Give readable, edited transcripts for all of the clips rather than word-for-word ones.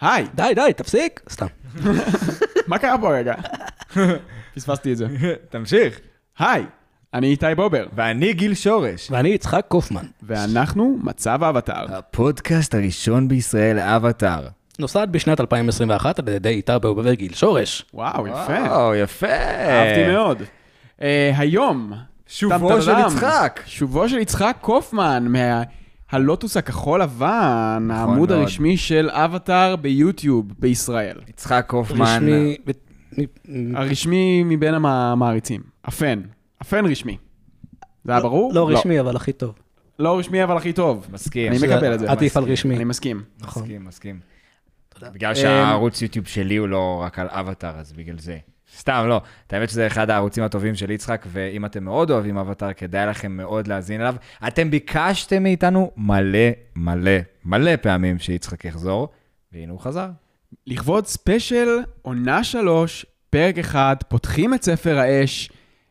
היי. די, תפסיק. סתם. מה קרה פה רגע? פספסתי את זה. תמשיך. היי, אני איתי בובר. ואני גיל שורש. ואני יצחק קופמן. ואנחנו מצב האבטר. הפודקאסט הראשון בישראל לאבטר. נוסד בשנת 2021 על ידי איתי בובר וגיל שורש. וואו, יפה. וואו, יפה. אהבתי מאוד. היום, שובו של יצחק. שובו של יצחק קופמן, מהלוטוס הכחול לבן, העמוד מאוד. הרשמי של אבטר ביוטיוב בישראל. יצחק קופמן. הרשמי מבין המעריצים. אפן רשמי. זה היה ברור? לא רשמי, אבל הכי טוב. לא רשמי, אבל הכי טוב. מסכים. אני מקבל את זה. עדיף על רשמי. אני מסכים. מסכים. בגלל שהערוץ יוטיוב שלי הוא לא רק על אבטר, אז בגלל זה. סתם, לא. האמת שזה אחד הערוצים הטובים של יצחק, ואם אתם מאוד אוהבים אבטר, כדאי לכם מאוד להזין אליו. אתם ביקשתם מאיתנו מלא פעמים שיצחק יחזור, והנה הוא חזר. לכבוד ספיישל, עונה 3, פרק 1, פותחים את ספר האש,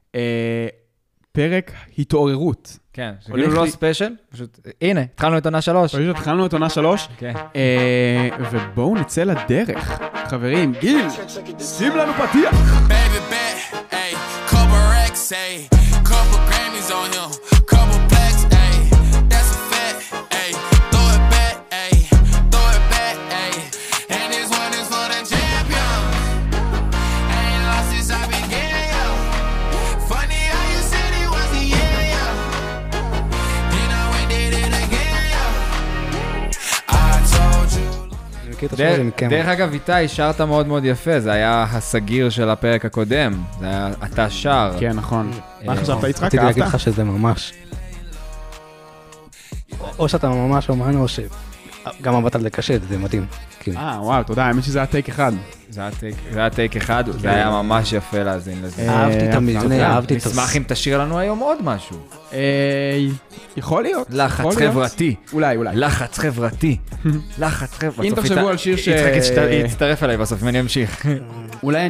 פרק התעוררות. כן, שכאילו לא ספיישל, פשוט, הנה, התחלנו את עונה 3. פשוט התחלנו את עונה 3, כן. ובואו נצא לדרך. חברים, גיל, שים לנו פתיח. Baby bet, ayy, couple racks, ayy, couple Grammys on him, couple blacks, ayy, that's a fact, ayy, throw it back, ayy, ayy, and this one is for the champion. I ain't lost since I began, yo. Funny how you said it was the year, yo. Then I went did it again, yo. I told you. דרך אגב, איתי, שרת מאוד מאוד יפה, זה היה הסגיר של הפרק הקודם, זה היה אתה שר. כן, נכון. מה חשבת, יצחק? רציתי להגיד אהבת? לך שזה ממש... או שאתה ממש אומן, או שגם עבדת על לקשט, זה מדהים. וואו, תודה, האמת שזה היה טייק אחד. זה היה טייק אחד, זה היה ממש יפה להזין לזה. אהבתי את המבנה, אהבתי את... נשמח אם תשאיר לנו היום עוד משהו. יכול להיות. לחץ יכול להיות. חברתי. אולי. לחץ חברתי. אם תחשבו על שיר ש... יצחק יצטרף אליי בסוף, אם אני אמשיך. אולי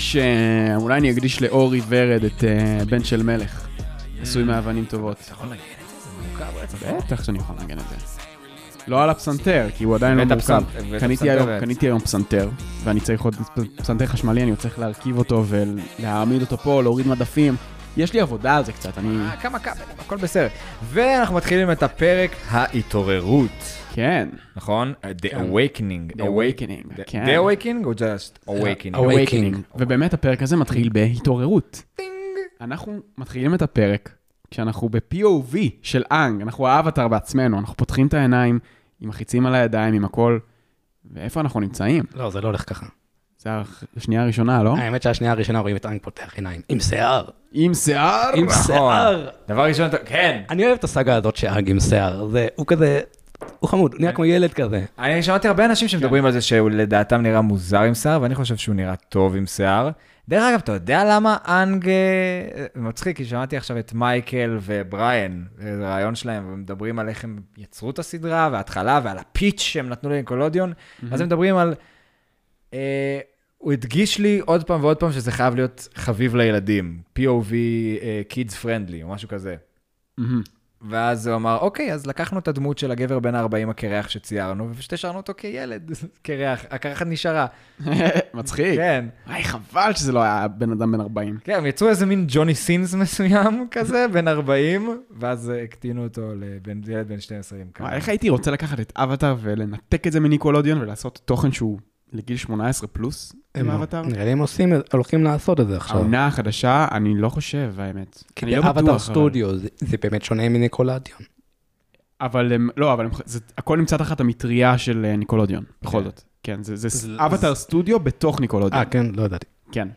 אני אקדיש לאורי ורד את בן של מלך. עשוי מאבנים טובות. אתה יכול להגיד את זה, זה מורכב. בטח שאני יכול לנגן את זה. לא על הפסנתר, כי הוא עדיין לא הבאת מורכב. הפסנתר. קניתי היום פסנתר, ואני צריך עוד פסנתר חשמלי, אני צריך להרכיב אותו ולהעמיד אותו פה, להוריד מדפים. יש לי עבודה על זה קצת, אני... כמה כבלים, הכל בסדר. ואנחנו מתחילים את הפרק ההתעוררות. כן. נכון? The Awakening. The Awakening, כן. The Awakening או just Awakening? Awakening. ובאמת הפרק הזה מתחיל בהתעוררות. אנחנו מתחילים את הפרק כשאנחנו ב-POV של אנג, אנחנו האבטר בעצמנו, אנחנו פותחים את העיניים, עם החיצים על הידיים, עם הכל, ואיפה אנחנו נמצאים? לא, זה לא הולך ככה. זה השנייה הראשונה, לא? האמת שהשנייה הראשונה רואים את אנג פותח עיניים. עם שיער. עם שיער? עם שיער. דבר ראשון, כן. אני אוהב את הסאגה הזאת שאנג עם שיער. הוא כזה, הוא חמוד, הוא נראה כמו ילד כזה. אני שמעתי הרבה אנשים שמדברים על זה שהוא לדעתם נראה מוזר עם שיער, ואני חושב שהוא נראה טוב עם שיער. דרך אגב, אתה יודע למה אנג... מצחיק, כי שמעתי עכשיו את מייקל ובריין, זה רעיון שלהם, ומדברים על איך הם יצרו את הסדרה, וההתחלה, ועל הפיץ' שהם נתנו לניקולודיון, אז הם מדברים על... הוא הדגיש לי עוד פעם ועוד פעם שזה חייב להיות חביב לילדים, POV kids friendly, או משהו כזה. ואז הוא אמר, אוקיי, אז לקחנו את הדמות של הגבר בן 40 הקרח שציירנו, ופשוט השארנו אותו כילד, קרח, הקרחת נשארה. מצחיק. כן. חבל שזה לא היה בן אדם בן 40. כן, הם יצאו איזה מין ג'וני סינס מסוים כזה, בן 40, ואז הקטינו אותו לילד בן 12 עם כמה. איך הייתי רוצה לקחת את אבטר ולנתק את זה מניקולודיון ולעשות תוכן שהוא לגיל 18 פלוס עם אבטר? נראה לי הם הולכים לעשות את זה עכשיו. העונה החדשה, אני לא חושב, האמת. כי אבטר סטודיו זה באמת שונה מניקולודיון. אבל זה הכל נמצא תחת המטריה של ניקולודיון, בכל זאת. כן, זה אבטר סטודיו בתוך ניקולודיון. כן, לא ידעתי. כן.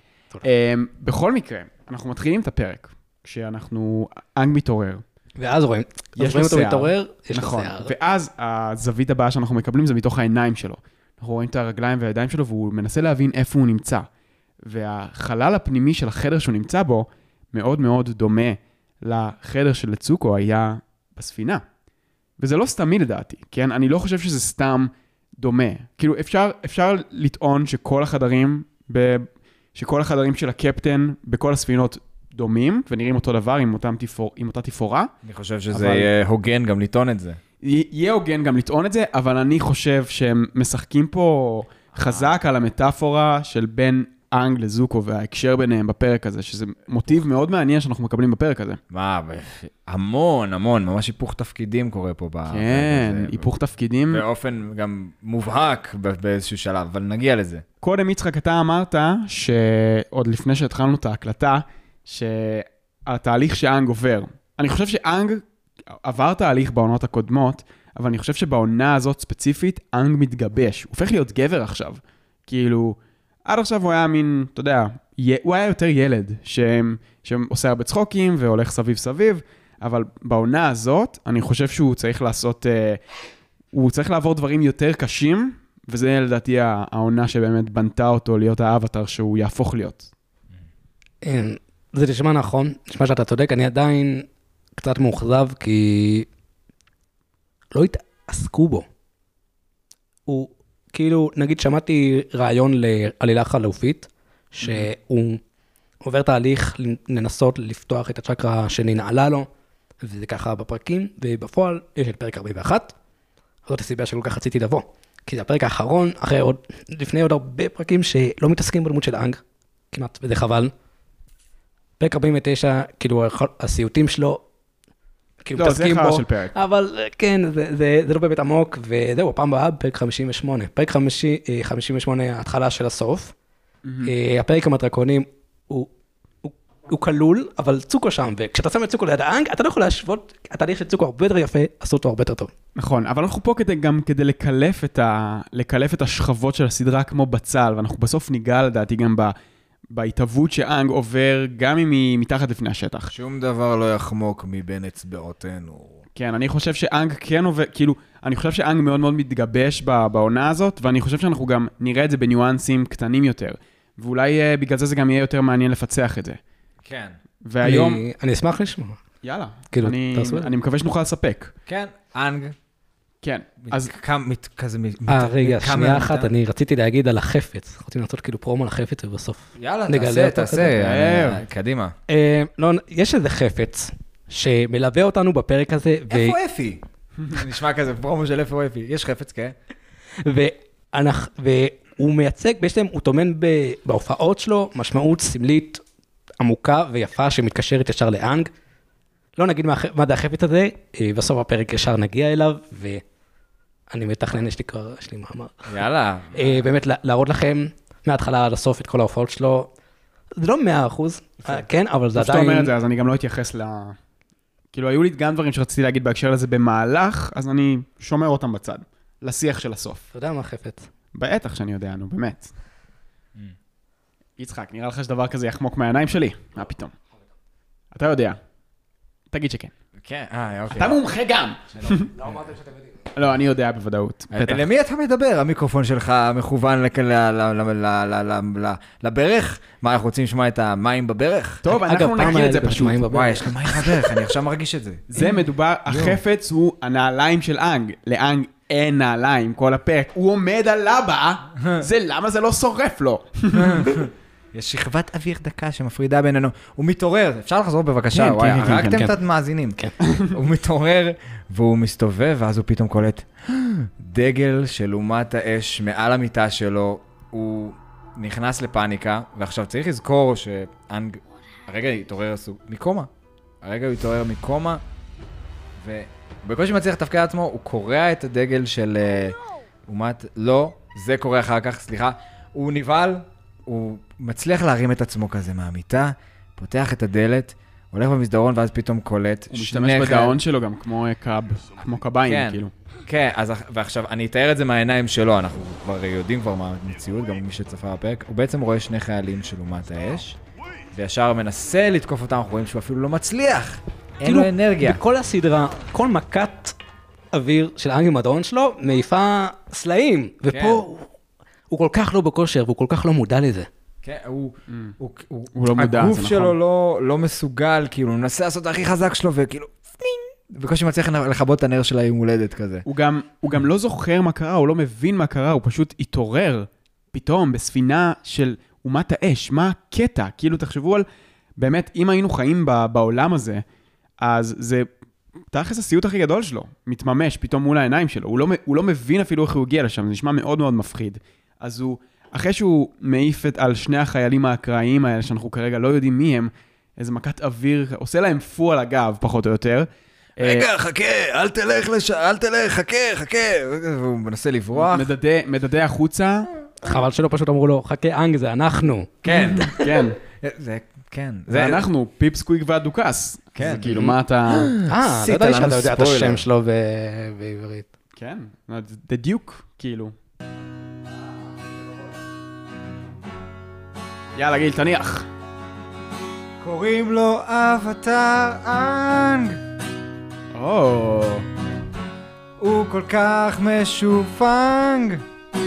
בכל מקרה, אנחנו מתחילים את הפרק, כשאנחנו אנג מתעורר. ואז רואים אותו מתעורר, יש לו שיער. ואז הזווית הבאה שאנחנו מקבלים זה מתוך העיניים שלו. אנחנו רואים את הרגליים והידיים שלו, והוא מנסה להבין איפה הוא נמצא. והחלל הפנימי של החדר שהוא נמצא בו, מאוד מאוד דומה לחדר של לצוקו היה בספינה. וזה לא סתמי לדעתי, כן? אני לא חושב שזה סתם דומה. כאילו, אפשר לטעון שכל החדרים של הקפטן בכל הספינות דומים, ונראים אותו דבר עם אותה תפאורה. אני חושב שזה יהיה הוגן גם לטעון את זה. יהיה הוגן גם לטעון את זה, אבל אני חושב שהם משחקים פה חזק על המטאפורה של בין אנג לזוקו וההקשר ביניהם בפרק הזה, שזה מוטיב מאוד מעניין שאנחנו מקבלים בפרק הזה. מה, המון, ממש היפוך תפקידים קורה פה. כן, היפוך תפקידים. באופן גם מובהק באיזשהו שלב, אבל נגיע לזה. קודם יצחק, אתה אמרת שעוד לפני שהתחלנו את ההקלטה, שהתהליך שאנג עובר. אני חושב שאנג עבר תהליך בעונות הקודמות, אבל אני חושב שבעונה הזאת ספציפית, אנג מתגבש. הוא הופך להיות גבר עכשיו. כאילו, עד עכשיו הוא היה מין, אתה יודע, הוא היה יותר ילד, שעושה הרבה צחוקים והולך סביב, אבל בעונה הזאת, אני חושב שהוא צריך לעשות, הוא צריך לעבור דברים יותר קשים, וזה לדעתי העונה שבאמת בנתה אותו להיות האבטר שהוא יהפוך להיות. זה נשמע נכון, נשמע שאתה צודק, אני עדיין קצת מאוכזב, כי לא התעסקו בו. הוא, כאילו, נגיד שמעתי רעיון לעלילה חלופית, שהוא עובר תהליך לנסות לפתוח את הצ'קרה שננעלה לו, וזה ככה בפרקים, ובפועל יש את פרק 41, זאת הסיבה שכל כך רציתי לבוא. כי זה הפרק האחרון, לפני עוד הרבה פרקים שלא מתעסקים בדמות של אנג, כמעט, וזה חבל. פרק 49, כאילו, הסיוטים שלו, כאילו, מתעסקים בו, אבל כן, זה לא באמת עמוק, וזהו, הפעם הבאה, פרק 58. פרק 58, ההתחלה של הסוף. הפרק עם הדרקונים, הוא כלול, אבל צוקו שם, וכשאתה שם את צוקו ליד האנג, אתה לא יכול להשוות, התהליך של צוקו הרבה יותר יפה, עשו אותו הרבה יותר טוב. נכון, אבל אנחנו פה גם כדי לקלף את השכבות של הסדרה כמו בצל, ואנחנו בסוף ניגע לדעתי גם בהתהוות שאנג עובר, גם אם היא מתחת לפני השטח. שום דבר לא יחמוק מבין אצבעותינו. כן, אני חושב שאנג כן עובר, כאילו, אני חושב שאנג מאוד מאוד מתגבש בעונה הזאת, ואני חושב שאנחנו גם נראה את זה בניואנסים קטנים יותר, ואולי בגלל זה גם יהיה יותר מעניין לפצח את זה. כן. והיום... אני אשמח לשמוע. יאללה. כאילו, אני מקווה שנוכל לספק. כן, אנג. כן. אז כזה... רגע, שנייה אחת, אני רציתי להגיד על החפץ. רציתי לעשות כאילו פרומו על החפץ, ובסוף... יאללה, תעשה, קדימה. לא, יש איזה חפץ שמלווה אותנו בפרק הזה. איפה אפי? נשמע כזה פרומו של איפה אפי. יש חפץ, כן? והוא מייצג, בעצם הוא טומן בהופעות שלו משמעות סמלית עמוקה ויפה שמתקשרת ישר לאנג. לא נגיד מה זה החפץ הזה, בסוף הפרק ישר נגיע אליו, ואני מתכנן, יש לי מאמר. יאללה. באמת להראות לכם מההתחלה עד הסוף את כל ההופעות שלו. זה לא 100%, כן, אבל זה עדיין... כשאתה אומר את זה, אז אני גם לא אתייחס כאילו, היו לי גם דברים שרציתי להגיד בהקשר לזה במהלך, אז אני שומר אותם בצד, לשיח של הסוף. אתה יודע מה החפץ? בטח שאני יודע, נו, באמת. יצחק, נראה לך שדבר כזה יחמוק מהעיניים שלי? מה פתאום? אתה יודע. תגיד שכן. כן, אוקיי. אתה מומחה גם. לא אמרתם שאתם יודעים. לא, אני יודע בוודאות. למי אתה מדבר? המיקרופון שלך מכוון לברך? מה, אנחנו רוצים לשמוע את המים בברך? טוב, אנחנו נקריא את זה פשוט. וואי, יש לי מים בברך, אני עכשיו מרגיש את זה. זה מדובר, החפץ הוא הנעליים של אנג. לאנג אין נעליים, כל הפרק. הוא עומד על לבה, למה זה לא שורף לו? יש שכבת אוויר דקה שמפרידה בינינו. הוא מתעורר, אפשר לחזור בבקשה, וואי, הרגתם קצת מאזינים. הוא מתעורר, והוא מסתובב, ואז הוא פתאום קולט דגל של אומת האש מעל המיטה שלו. הוא נכנס לפאניקה, ועכשיו צריך לזכור שאנג, הרגע התעורר מקומה. הרגע הוא התעורר מקומה, ובקושי מצליח לתפקד עצמו, הוא קורע את הדגל של אומת, לא, זה קורה אחר כך, סליחה, הוא נבהל, הוא מצליח להרים את עצמו כזה מהמיטה, פותח את הדלת, הולך במסדרון ואז פתאום קולט. הוא משתמש בגאון שלו גם כמו קביים, כאילו. כן, ועכשיו אני אתאר את זה מהעיניים שלו, אנחנו כבר יודעים כבר מה המציאות, גם מי שצפה בפרק. הוא בעצם רואה שני חיילים של אומת האש, וישר מנסה לתקוף אותם, אנחנו רואים שהוא אפילו לא מצליח. אין לו אנרגיה. בכל הסדרה, כל מכת אוויר של האנג עם הדרון שלו, מעיפה סלעים, ופה הוא כל כך לא בכושר, והוא כל כך לא מודע לזה. כן, הוא לא מודע, הגוף שלו לא מסוגל, כאילו, הוא מנסה לעשות הכי חזק שלו, וכאילו, בקושי מצליח לכבות את הנר של היום הולדת כזה. הוא גם לא זוכר מה קרה, הוא לא מבין מה קרה, הוא פשוט התעורר פתאום בספינה של אומת האש. מה הקטע? כאילו, תחשבו על, באמת, אם היינו חיים בעולם הזה, אז זה תכלס הסיוט הכי גדול שלו, מתממש פתאום מול העיניים שלו, הוא לא מבין אפילו איך הוא הגיע לשם, זה נשמע מאוד מאוד מפחיד. אז הוא, אחרי שהוא מעיף על שני החיילים האקראיים האלה, שאנחנו כרגע לא יודעים מי הם, איזה מכת אוויר, עושה להם פו על הגב, פחות או יותר. רגע, חכה, אל תלך, חכה, והוא מנסה לברוח. מדדה החוצה. חבל שלא פשוט אמרו לו, חכה אנג, זה אנחנו. כן. כן. כן. זה אנחנו, פיפ סקוויק והדוקס. כן. זה כאילו, מה אתה... לא ידעתי שאתה יודע את השם שלו בעברית. כן, The Duke, כאילו. יאללה, גיל, תניח. קוראים לו אבטר אנג. הוא כל כך משופנג.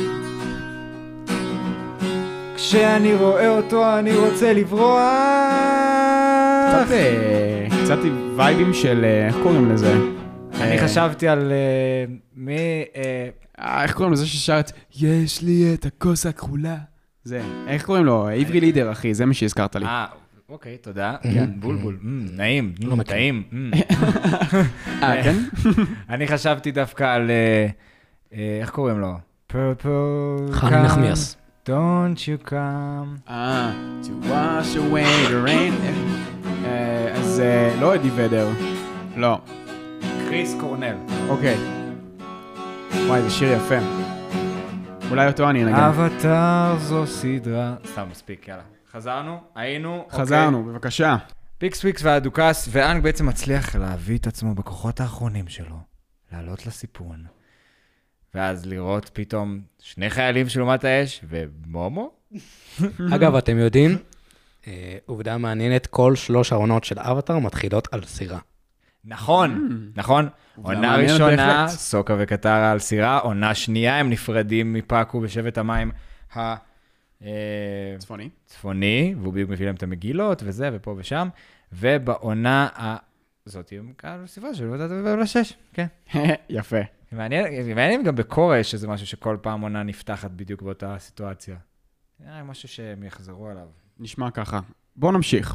כשאני רואה אותו אני רוצה לברוח. קצת וייבים של, איך קוראים לזה? אני חשבתי על איך קוראים לזה ששרת, יש לי את הכוס הכחולה. זה, איך קוראים לו? עברי לידר, אחי, זה מי שהזכרת לי. אוקיי, תודה. כן, בולבול. נעים, טעים. כן? אני חשבתי דווקא על, איך קוראים לו? חני נחמיאס. Don't you come. To wash away the rain. אז לא אדי ודר. לא. קריס קורנל. אוקיי. וואי, זה שיר יפה. אולי אותו אני אנגן. אבטר זו סדרה. סתם מספיק, יאללה. חזרנו, בבקשה. פיקס פיקס והדוקס, ואנג בעצם מצליח להביא את עצמו בכוחות האחרונים שלו, לעלות לסיפון, ואז לראות פתאום שני חיילים של אומת האש, ומומו. אגב, אתם יודעים, עובדה מעניינת, כל 3 העונות של אבטר מתחילות על סירה. נכון. עונה ראשונה, סוקה וקטרה על סירה, עונה שנייה, הם נפרדים מפאקו בשבט המים צפוני, והוא בדיוק מביא להם את המגילות וזה, ופה ושם, ובעונה הזאת, על סיבה של עונה 6, כן. יפה. מעניין גם בקורש, שזה משהו שכל פעם עונה נפתחת בדיוק באותה סיטואציה. זה משהו שהם יחזרו עליו. נשמע ככה. בואו נמשיך.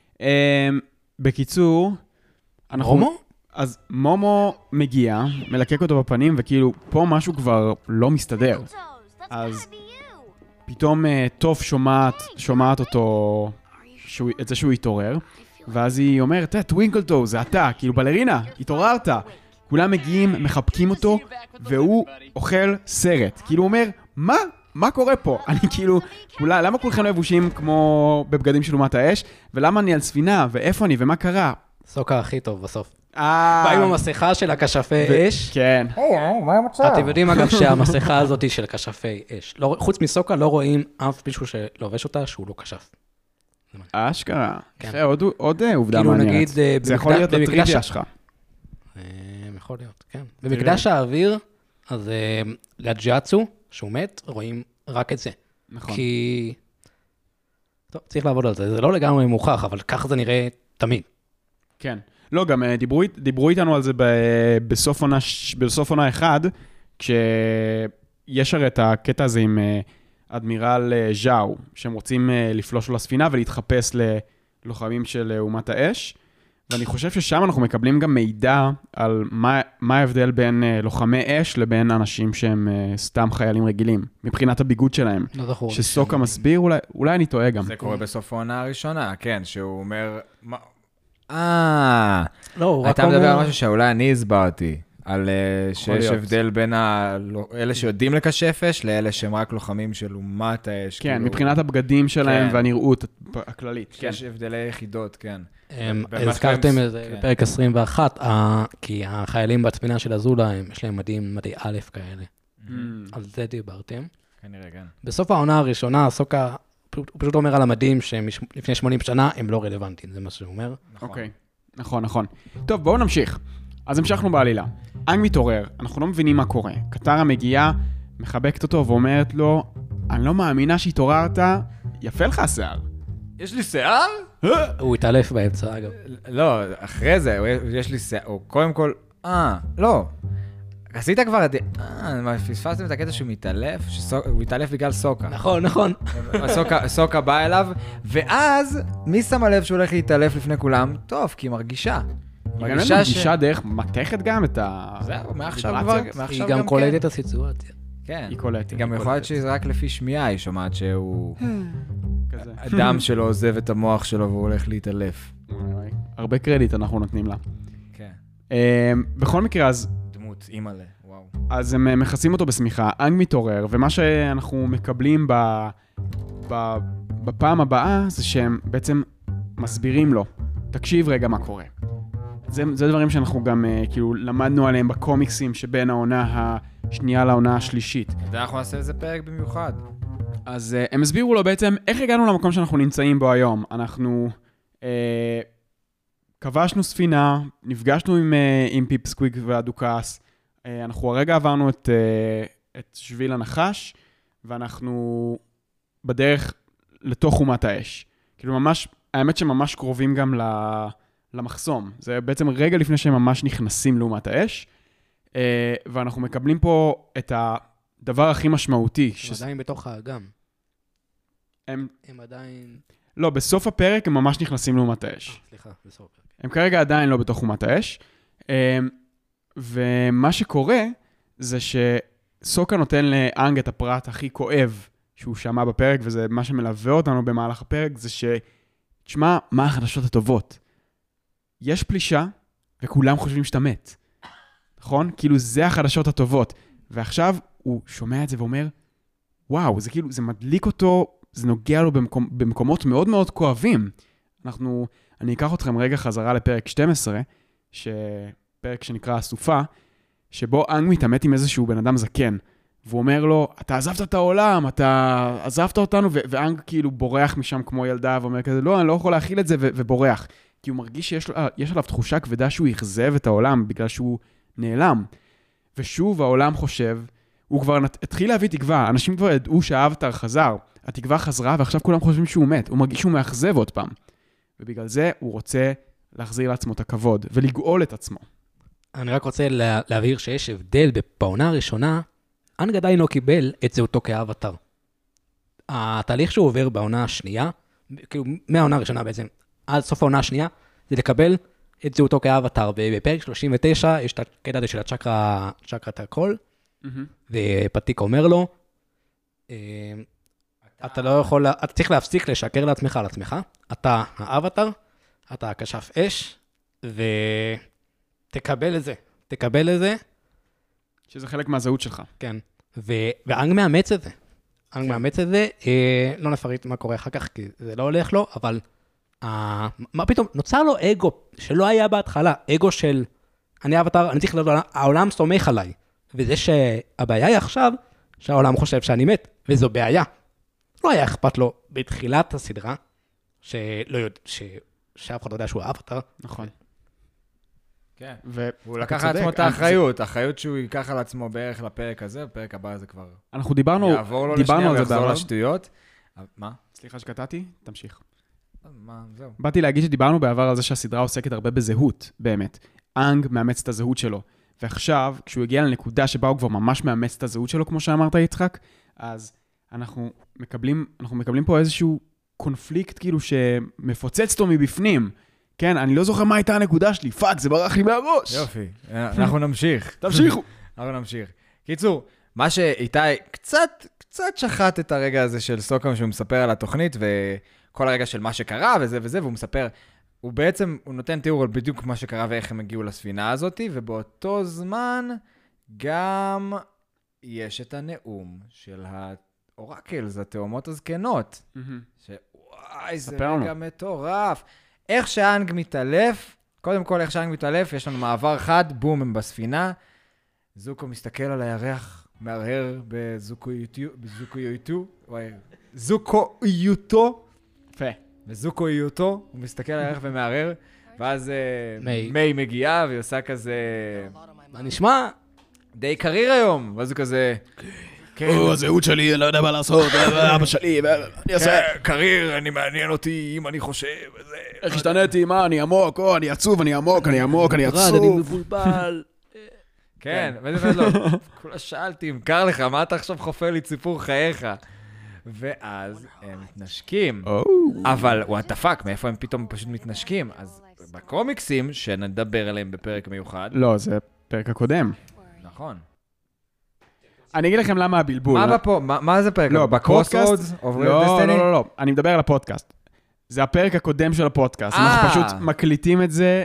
בקיצור, מומו? אז מומו מגיע, מלקק אותו בפנים, וכאילו פה משהו כבר לא מסתדר. אז פתאום טוב שומעת אותו, את זה שהוא התעורר, ואז היא אומרת, טווינקלטו, זה אתה, כאילו בלרינה, התעוררת. כולם מגיעים, מחבקים אותו, והוא אוכל סרט. כאילו הוא אומר, מה קורה פה? אני כאילו, למה כולכם לבושים כמו בבגדים של אומת האש? ולמה אני על ספינה? ואיפה אני? ומה קרה? סוקה הכי טוב בסוף. בא עם המסכה של הכשפי אש. כן. מה המצב? אתם יודעים אגב שהמסכה הזאת היא של כשפי אש. חוץ מסוקה לא רואים אף מישהו שלובש אותה שהוא לא כשף. אשכרה. עוד עובדה כאילו מעניינת. נגיד, זה יכול להיות לטריוויה שלך. יכול להיות, כן. במקדש האוויר, אז לג'אצו, שהוא מת, רואים רק את זה. נכון. כי... טוב, צריך לעבוד על זה. זה לא לגמרי מוכח, אבל ככה זה נראה תמיד. כן. לא, גם דיברו איתנו על זה בסוף עונה 1, כשיש הרי את הקטע הזה עם אדמירל ז'או, שהם רוצים לפלוש לו לספינה ולהתחפש ללוחמים של אומת האש, ואני חושב ששם אנחנו מקבלים גם מידע על מה ההבדל בין לוחמי אש לבין אנשים שהם סתם חיילים רגילים, מבחינת הביגוד שלהם. לא זכור. שסוקה מסביר, אולי אני טועה גם. זה קורה בסוף העונה הראשונה, כן, שהוא אומר... לא, אתה מדבר על משהו שאולי אני הסברתי, על שיש הבדל בין אלה שיודעים לקשף אש, לאלה שהם רק לוחמים של אומת האש. כן, מבחינת הבגדים שלהם והנראות הכללית. יש הבדלי יחידות, כן. הזכרתם את זה בפרק 21, כי החיילים בספינה של הזולה, יש להם מדי א' כאלה. על זה דיברתם. כנראה, כן. בסוף העונה הראשונה, סוקה, הוא פשוט אומר על המדים שלפני 80 שנה הם לא רלוונטיים, זה מה שהוא אומר. אוקיי, נכון. טוב, בואו נמשיך. אז המשכנו בעלילה. אנג מתעורר, אנחנו לא מבינים מה קורה. קטרה מגיעה, מחבקת אותו ואומרת לו, אני לא מאמינה שהתעוררת, יפה לך השיער. יש לי שיער? הוא התעלף באמצע, אגב. לא, אחרי זה, יש לי שיער, או קודם כל, לא. עשית כבר, פספסתם את הקטע שהוא מתעלף, הוא מתעלף בגלל סוקה. נכון. סוקה בא אליו, ואז מי שם הלב שהוא הולך להתעלף לפני כולם? טוב, כי היא מרגישה. היא גם מרגישה דרך מתכת גם את ה... זהו, מעכשיו היא גם קולטת את הסיטואציה. כן. היא קולטת. היא גם יכולה להיות שזה רק לפי שמיעה, היא שומעת שהוא... כזה. הדם שלו עוזב את המוח שלו והוא הולך להתעלף. הרבה קרדיט אנחנו נותנים לה. כן. בכל מקרה, אז... דמות, אימא'לה, וואו. אז הם מכסים אותו בשמיכה, אנג מתעורר, ומה שאנחנו מקבלים בפעם הבאה, זה שהם בעצם מסבירים לו, תקשיב רגע מה קורה. זה דברים שאנחנו גם כאילו למדנו עליהם בקומיקסים שבין העונה השנייה לעונה השלישית. ואנחנו נעשה איזה פרק במיוחד. אז הם הסבירו לו בעצם איך הגענו למקום שאנחנו נמצאים בו היום. אנחנו כבשנו ספינה, נפגשנו עם פיפסקוויק והדוקס, אנחנו הרגע עברנו את שביל הנחש, ואנחנו בדרך לתוך חומת האש. כאילו ממש, האמת שממש קרובים גם למחסום. זה בעצם רגע לפני שהם ממש נכנסים לעומת האש, ואנחנו מקבלים פה את הדבר הכי משמעותי. הם עדיין בתוך האגם. הם עדיין... לא, בסוף הפרק הם ממש נכנסים לעומת האש. סליחה, בסוף הפרק. הם כרגע עדיין לא בתוך חומת האש, ומה שקורה זה שסוקה נותן לאנג את הפרט הכי כואב שהוא שמע בפרק, וזה מה שמלווה אותנו במהלך הפרק, זה תשמע, מה החדשות הטובות? יש פלישה, וכולם חושבים שאתה מת. נכון? כאילו, זה החדשות הטובות. ועכשיו הוא שומע את זה ואומר, וואו, זה כאילו, זה מדליק אותו, זה נוגע לו במקומות מאוד מאוד כואבים. אני אקח אתכם רגע חזרה לפרק 12, פרק שנקרא הסופה, שבו אנג מתעמת עם איזשהו בן אדם זקן, והוא אומר לו, אתה עזבת את העולם, אתה עזבת אותנו, ואנג כאילו בורח משם כמו ילדה, ואומר כזה, לא, אני לא יכול להכיל את זה, ובורח. כי הוא מרגיש שיש עליו תחושה כבדה שהוא יחזב את העולם, בגלל שהוא נעלם. ושוב העולם חושב, הוא כבר התחיל להביא תקווה, אנשים כבר ידעו שהאבטר חזר, התקווה חזרה, ועכשיו כולם חושבים שהוא מת, הוא מרגיש שהוא מאכזב עוד פעם. ובגלל זה הוא רוצה להחזיר לעצמו את הכבוד, ולגאול את עצמו. אני רק רוצה להבהיר שיש הבדל בעונה הראשונה, אנג עדיין לא קיבל את זהותו כאבטר. התהליך שהוא עובר בעונה השנייה, כאילו מהעונה הראשונה בעצם, עד סוף העונה השנייה, זה לקבל את זהותו כאבטר, ובפרק 39 יש את הקטע הזה של צ'קרת הקול, ופתיק אומר לו, אתה לא יכול, אתה צריך להפסיק לשקר לעצמך על עצמך, אתה האבטר, אתה הקשף אש, ותקבל את זה, תקבל את זה. שזה חלק מהזהות שלך. כן, ואנג מאמץ את זה. אנג מאמץ את זה, לא נפרט מה קורה אחר כך, כי זה לא הולך לו, אבל מה פתאום, נוצר לו אגו שלא היה בהתחלה, אגו של אני אבטר, אני צריך לדעת, העולם סומך עליי, וזה שהבעיה היא עכשיו, שהעולם חושב שאני מת, וזו בעיה. לא היה אכפת לו בתחילת הסדרה, שאף אחד לא יודע שהוא אבטר. נכון. כן, והוא לקח על עצמו את האחריות שהוא ייקח על עצמו בערך לפרק הזה, בפרק הבא זה כבר אנחנו דיברנו על זה ויחזור לשטויות. מה? סליחה שקטעתי, תמשיך. מה, זהו. באתי להגיד שדיברנו בעבר על זה שהסדרה עוסקת הרבה בזהות, באמת. אנג מאמץ את הזהות שלו, ועכשיו, כשהוא הגיע לנקודה שבה הוא כבר ממש מאמץ את הזהות שלו, כמו שאמרת יצחק, אז אנחנו מקבלים פה איזשהו קונפליקט כאילו שמפוצץ אותו מבפנים. כן, אני לא זוכר מה הייתה הנקודה שלי, פאק, זה ברח לי מהראש. יופי, אנחנו נמשיך. תמשיכו. אנחנו נמשיך. קיצור, מה שאיתי קצת שחט את הרגע הזה של סוקה, שהוא מספר על התוכנית, וכל הרגע של מה שקרה וזה וזה, והוא מספר, הוא נותן תיאור על בדיוק מה שקרה ואיך הם הגיעו לספינה הזאת, ובאותו זמן גם יש את הנאום של האורקלס, התאומות הזקנות, שוואי, זה רגע מטורף. איך שאנג מתעלף, קודם כל איך שאנג מתעלף, יש לנו מעבר חד, בום, הם בספינה, זוקו מסתכל על הירח, מהרהר זוקו-יוטו, וזוקו-יוטו, הוא מסתכל על הירח ומהרהר, ואז מיי מגיעה, והיא עושה כזה, מה נשמע? די קריר היום, ואז הוא כזה, הזהות שלי, אני לא יודע מה לעשות, אבא שלי, אני אעשה. קריר, אני מעניין אותי אם אני חושב, איך השתנתי, מה, אני עמוק, אני עצוב, אני עמוק, אני עצוב. אני מבולבל. כן, וזה לא, כולה שאלתי, אם קר לך, מה אתה עכשיו חופר לי ציפור חייך? ואז הם מתנשקים. אבל what the fuck, מאיפה הם פתאום פשוט מתנשקים? אז בקומיקסים, שנדבר עליהם בפרק מיוחד. לא, זה פרק הקודם. נכון. אני אגיד לכם למה הבלבול. מה פה? מה זה פרק? לא, בקרוסרודס? לא. אני מדבר על הפודקאסט. זה הפרק הקודם של הפודקאסט. אנחנו פשוט מקליטים את זה.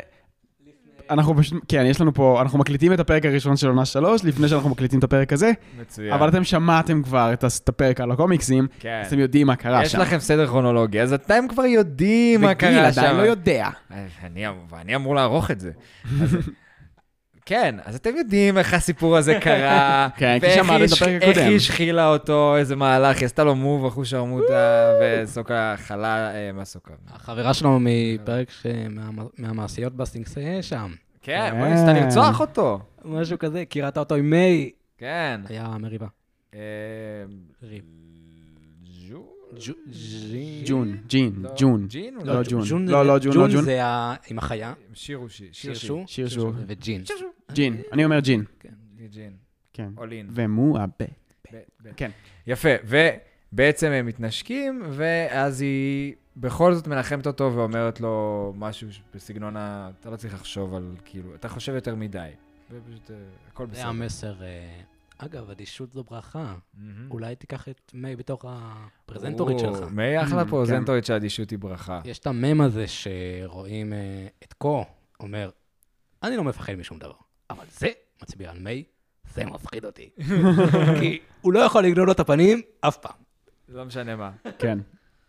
אנחנו מקליטים את הפרק הראשון של עונה 3, לפני שאנחנו מקליטים את הפרק הזה. מצוין. אבל אתם שמעתם כבר את הפרק על הקומיקסים, אז אתם יודעים מה קרה שם. יש לכם סדר כרונולוגי, אז אתם כבר יודעים מה קרה שם. וגיל עדיין לא יודע. ואני אמור לערוך את זה. כן, אז אתם יודעים איך הסיפור הזה קרה, ואיך היא השחילה אותו, איזה מהלך, היא עשתה לו מוב, אחוש שרמוטה, וסוקה חלה, מה סוקה? החברה שלנו מפרק מהמעשיות בסינגסה שם. כן, בוא ניסתה לרצוח אותו. משהו כזה, קירתה אותו עם מי. כן. היה מריבה. ג'ון. לא, ג'ון זה עם החיה. שירשו. וג'ין. ג'ין, אני אומר ג'ין. ג'ין. כן. או לין. ומואבה. כן. יפה, ובעצם הם מתנשקים, ואז היא בכל זאת מנחמת אותו ואומרת לו משהו בסגנון, אתה לא צריך לחשוב על, כאילו, אתה חושב יותר מדי. ופשוט, הכל בסדר. זה המסר, אגב, אדישות זו ברכה. אולי תיקח את מי בתוך הפרזנטורית שלך. מי אחלה פרזנטורית שהאדישות היא ברכה. יש את המם הזה שרואים את קו, אומר, אני לא מפחד משום דבר, אבל זה מצביע על מי, זה מפחיד אותי. כי הוא לא יכול לגנול לו את הפנים אף פעם. לא משנה מה. כן.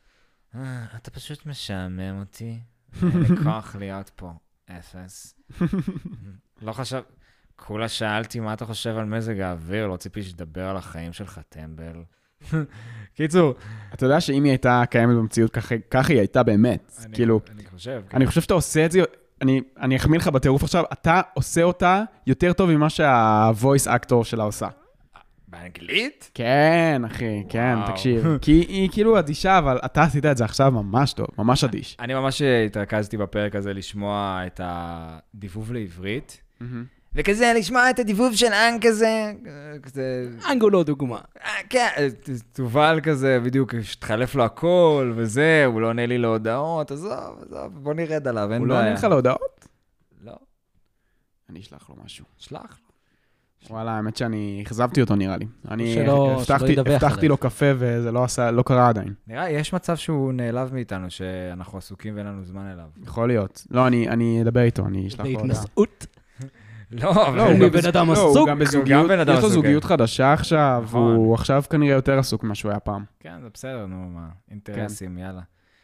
אתה פשוט משעמם אותי. אין לי כוח להיות פה. אפס. לא חשב... כולה שאלתי מה אתה חושב על מזג האוויר, לא ציפי שתדבר על החיים שלך, טמבל. קיצור. אתה יודע שאם היא הייתה קיימת במציאות, ככה היא הייתה באמת. כאילו, אני חושב. אני חושב שאתה עושה את זה, אני אחמיא לך בטירוף עכשיו, אתה עושה אותה יותר טוב ממה שה-voice actor שלה עושה. באנגלית? כן, אחי, כן, תקשיב. כי היא כאילו אדישה, אבל אתה עשית את זה עכשיו ממש טוב, ממש אדיש. אני ממש התרכזתי בפרק הזה לשמוע את הדיבוב לעברית. וכזה, לשמוע את הדיבוב של אנג כזה, אנג הוא לא דוגמה. כן, תובל כזה, בדיוק, שתחלף לו הכל, וזה, הוא לא עונה לי להודעות, עזוב, בוא נרד עליו, אין בעיה. הוא לא עונה לך להודעות? לא. אני אשלח לו משהו. שלח לו. וואלה, האמת שאני החזבתי אותו נראה לי. אני ידווח הבטחתי לו קפה וזה לא קרה עדיין. נראה, יש מצב שהוא נעלב מאיתנו, שאנחנו עסוקים ואין לנו זמן אליו. יכול להיות. לא, אני אדבר איתו, אני אשלח לו הודעה. בהתנשאות. לא, הוא בן אדם עסוק. הוא גם בזוגיות, יש לו זוגיות חדשה עכשיו, והוא עכשיו כנראה יותר עסוק ממה שהוא היה פעם. כן, זה בסדר, נו, מה, אינטרסים, יאללה.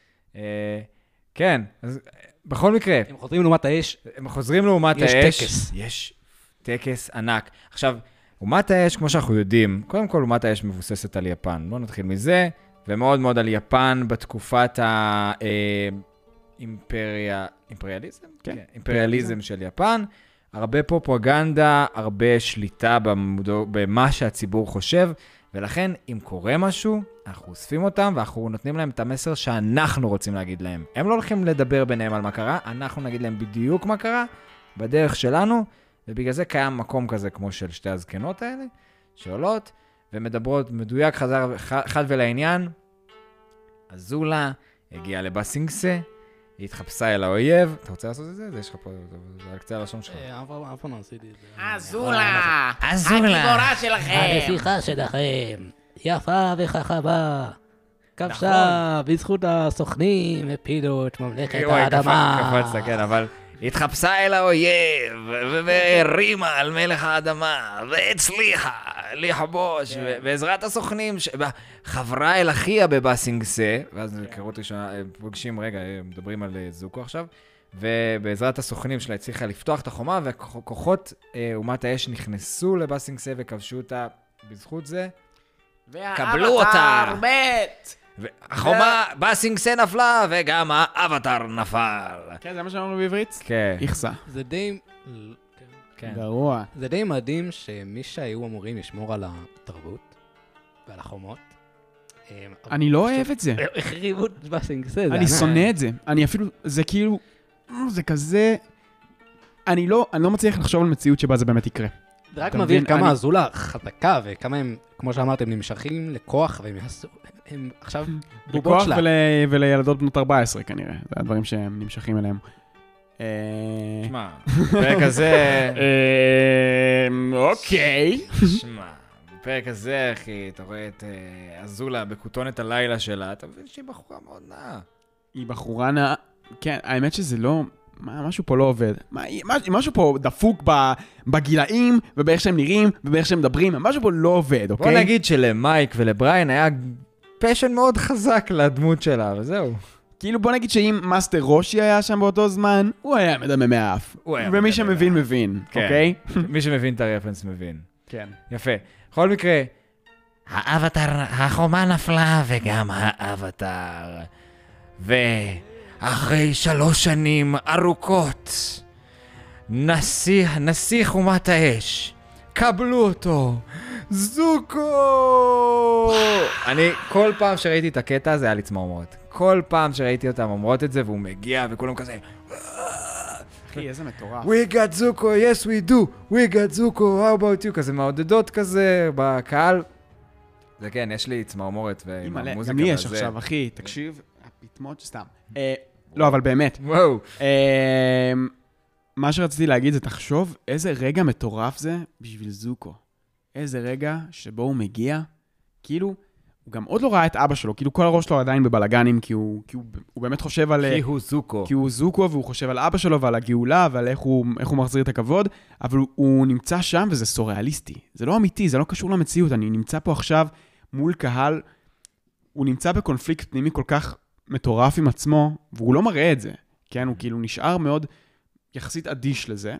כן, אז בכל מקרה. הם חוזרים לעומת האש. הם חוזרים לעומת האש. יש טקס. יש טקס ענק. עכשיו, אומת האש, כמו שאנחנו יודעים, קודם כל, אומת האש מבוססת על יפן. בואו נתחיל מזה, ומאוד מאוד על יפן בתקופת האימפריאליזם? כן. אימפריאליזם של יפן. הרבה פרופגנדה, הרבה שליטה במה שהציבור חושב, ולכן אם קורה משהו, אנחנו אוספים אותם, ואנחנו נותנים להם את המסר שאנחנו רוצים להגיד להם. הם לא הולכים לדבר ביניהם על מה קרה, אנחנו נגיד להם בדיוק מה קרה, בדרך שלנו, ובגלל זה קיים מקום כזה כמו של שתי הזקנות האלה, שעולות, ומדברות מדויק חד ולעניין. אזולה הגיעה לבסינגסה, היא התחפשה אל האויב. אתה רוצה לעשות את זה? זה יש לך פה, זה על קצה הלשון שלך. אף פעם לא עשיתי את זה. אזולה, הגיבורה שלכם. הנסיכה שלכם, יפה וחכמה. כבשה, בזכות הסוכנים, הפילו את ממלכת האדמה. קפצת, כן, אבל התחפשה אל האויב, והרימה על מלך האדמה, והצליחה לכבוש, בעזרת הסוכנים, חברה אל אחיה בבסינגסה, ואז קרות ראשונה, פוגשים, רגע, מדברים על זוקו עכשיו, ובעזרת הסוכנים שלה הצליחה לפתוח את החומה, וכוחות אומת האש נכנסו לבסינגסה וכבשו אותה בזכות זה. קבלו אותה! מת! החומה, בסינגסה נפלה, וגם האבטר נפל. כן, זה מה שאמרנו בעברית? כן. יחסה. זה די... גרוע. זה די מדהים שמי שהיו אמורים לשמור על התרבות ועל החומות... אני לא אוהב את זה. החריבו את בסינגסה. אני שונא את זה. אני אפילו, זה כאילו, זה כזה... אני לא מצליח לחשוב על מציאות שבה זה באמת יקרה. זה רק מבהיר כמה אזולה חזקה, וכמה הם, כמו שאמרתם, נמשכים לכוח, והם יעשו... הם עכשיו בובות שלה. לכוח ולילדות בנות 14 כנראה. זה הדברים שהם נמשכים אליהם. שמע, בפרק הזה... אוקיי. שמע, בפרק הזה, אחי, אתה רואה את אזולה בכותונת הלילה שלה, אתה מבין שהיא בחורה מאוד נאה. היא בחורה נאה, כן, האמת שזה לא, משהו פה לא עובד. משהו פה דפוק בגילאים, ובאיך שהם נראים, ובאיך שהם מדברים, משהו פה לא עובד, אוקיי? בוא נגיד שלמייק ולבריין היה פשן מאוד חזק לדמות שלה, וזהו. כאילו בוא נגיד שאם מאסטר רושי היה שם באותו זמן, הוא היה מדמם מהאף. ומי שמבין, מבין, אוקיי? מי שמבין את הרפרנס מבין. כן. יפה. בכל מקרה, האבטר, החומה נפלה וגם האבטר. ואחרי 3 שנים ארוכות, נשיא חומת האש, קבלו אותו, זוקו! אני, כל פעם שראיתי את הקטע הזה, היה לי צמרמורת. כל פעם שראיתי אותם אומרות את זה, והוא מגיע, וכולם כזה... אחי, איזה מטורף. We got זוקו, yes we do, we got זוקו, how about you? כזה מעודדות כזה בקהל. זה כן, יש לי צמרמורת ועם המוזיקה. גם לי יש עכשיו, אחי, תקשיב, הפתמות סתם. לא, אבל באמת. וואו. מה שרציתי להגיד זה, תחשוב איזה רגע מטורף זה בשביל זוקו. איזה רגע שבו הוא מגיע, כאילו, הוא גם עוד לא ראה את אבא שלו, כאילו כל הראש שלו עדיין בבלגנים, כי הוא באמת חושב על... כי הוא זוקו. כי הוא זוקו, והוא חושב על אבא שלו ועל הגאולה, ועל איך הוא מחזיר את הכבוד, אבל הוא נמצא שם וזה סוריאליסטי. זה לא אמיתי, זה לא קשור למציאות. אני נמצא פה עכשיו מול קהל, הוא נמצא בקונפליקט פנימי כל כך מטורף עם עצמו, והוא לא מראה את זה. כן, הוא כאילו נשאר מאוד יחסית אדיש לזה.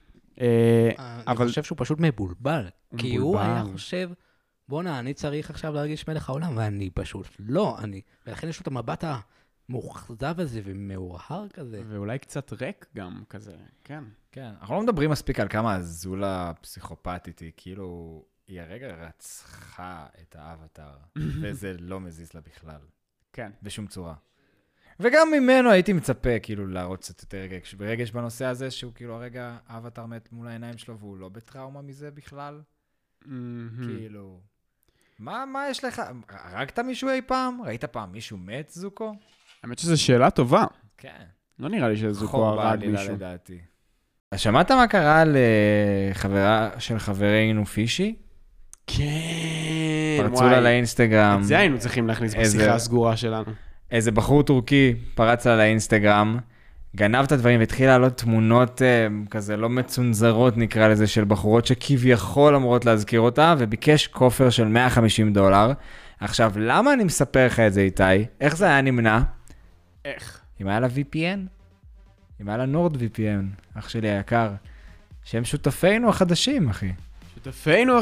אני חושב שהוא פשוט מבולבל. כי הוא היה חושב, בונה, אני צריך עכשיו להרגיש מלך העולם, ואני פשוט לא, ולכן יש לו את המבט המאוכזב הזה ומאוהר כזה. ואולי קצת ריק גם כזה, כן. כן, אנחנו לא מדברים מספיק על כמה אזולה פסיכופתית היא, כאילו, היא הרגע רצחה את האבטר, וזה לא מזיז לה בכלל. כן. בשום צורה. וגם ממנו הייתי מצפה, כאילו, להראות קצת יותר רגש בנושא הזה, שהוא כאילו הרגע האבטר מת מול העיניים שלו, והוא לא בטראומה מזה בכלל. כאילו, מה יש לך? הרגת מישהו אי פעם? ראית פעם מישהו מת, זוקו? האמת שזו שאלה טובה. כן. לא נראה לי שזוקו הרג מישהו. לדעתי. שמעת מה קרה לחברה של חברינו פישי? כן. פרצו לה לאינסטגרם. את זה היינו צריכים להכניס בשיחה הסגורה שלנו. איזה בחור טורקי פרץ לה לאינסטגרם, גנב את הדברים והתחיל לעלות תמונות כזה לא מצונזרות נקרא לזה, של בחורות שכביכול אמורות להזכיר אותה, וביקש כופר של $150. עכשיו, למה אני מספר לך את זה, איתי? איך זה היה נמנע? איך? אם היה לה VPN? אם היה לה נורד VPN, אח שלי היקר, שהם שותפינו החדשים, אחי. שותפינו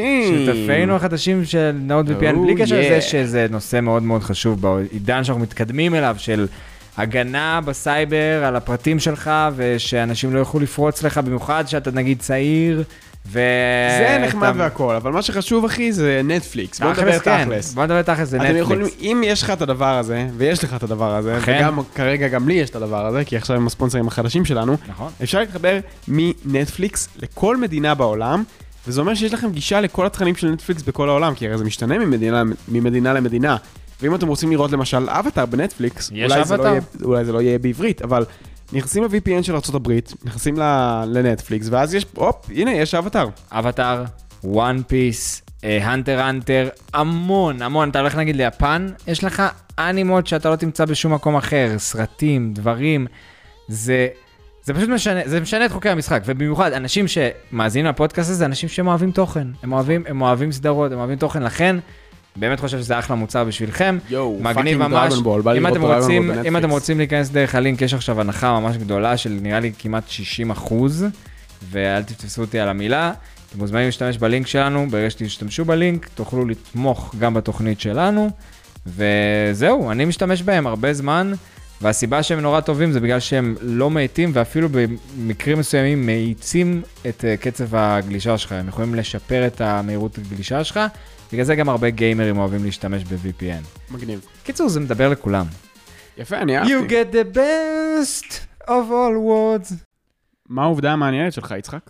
החדשים של נורד VPN, בלי קשר לזה שזה נושא מאוד מאוד חשוב בעידן שאנחנו מתקדמים אליו, של הגנה בסייבר על הפרטים שלך, ושאנשים לא יוכלו לפרוץ לך, במיוחד שאתה נגיד צעיר, זה נחמד והכל, אבל מה שחשוב, אחי, זה נטפליקס. בוא נדבר תכלס. בוא נדבר תכלס, זה נטפליקס. אם יש לך את הדבר הזה, ויש לך את הדבר הזה, וגם כרגע גם לי יש את הדבר הזה, כי עכשיו הם הספונסרים החדשים שלנו, אפשר להתחבר מנטפליקס לכל מדינה בעולם, וזה אומר שיש לכם גישה לכל התכנים של נטפליקס בכל העולם, כי הרי זה משתנה ממדינה למדינה. ואם אתם רוצים לראות למשל אבטר בנטפליקס, אולי זה לא יהיה בעברית, אבל נכנסים ל-VPN של ארצות הברית, נכנסים לנטפליקס, ואז יש, הנה, יש אבטר. אבטר, One Piece, Hunter, המון, אתה הולך נגיד ליפן, יש לך אנימות שאתה לא תמצא בשום מקום אחר, סרטים, דברים, זה פשוט משנה, זה משנה את חוקי המשחק, ובמיוחד אנשים שמאזינים לפודקאסט הזה, זה אנשים שהם אוהבים תוכן, הם אוהבים סדרות, הם אוהבים תוכן, לכן, באמת חושב שזה אחלה מוצר בשבילכם, מגניב ממש, אם אתם רוצים להיכנס דרך הלינק, יש עכשיו הנחה ממש גדולה של נראה לי כמעט 60%, ואל תתפסו אותי על המילה, אתם מוזמנים להשתמש בלינק שלנו, ברגע שתשתמשו בלינק, תוכלו לתמוך גם בתוכנית שלנו, וזהו, אני משתמש בהם הרבה זמן, והסיבה שהם נורא טובים זה בגלל שהם לא מאיטים, ואפילו במקרים מסוימים מאיצים את קצב הגלישה שלך, הם יכולים לשפר את המהירות הגלישה שלך, בגלל זה גם הרבה גיימרים אוהבים להשתמש ב-VPN. מגניב. קיצור, זה מדבר לכולם. יפה, אני אהבתי. You get the best of all worlds. מה העובדה המעניינת שלך, יצחק?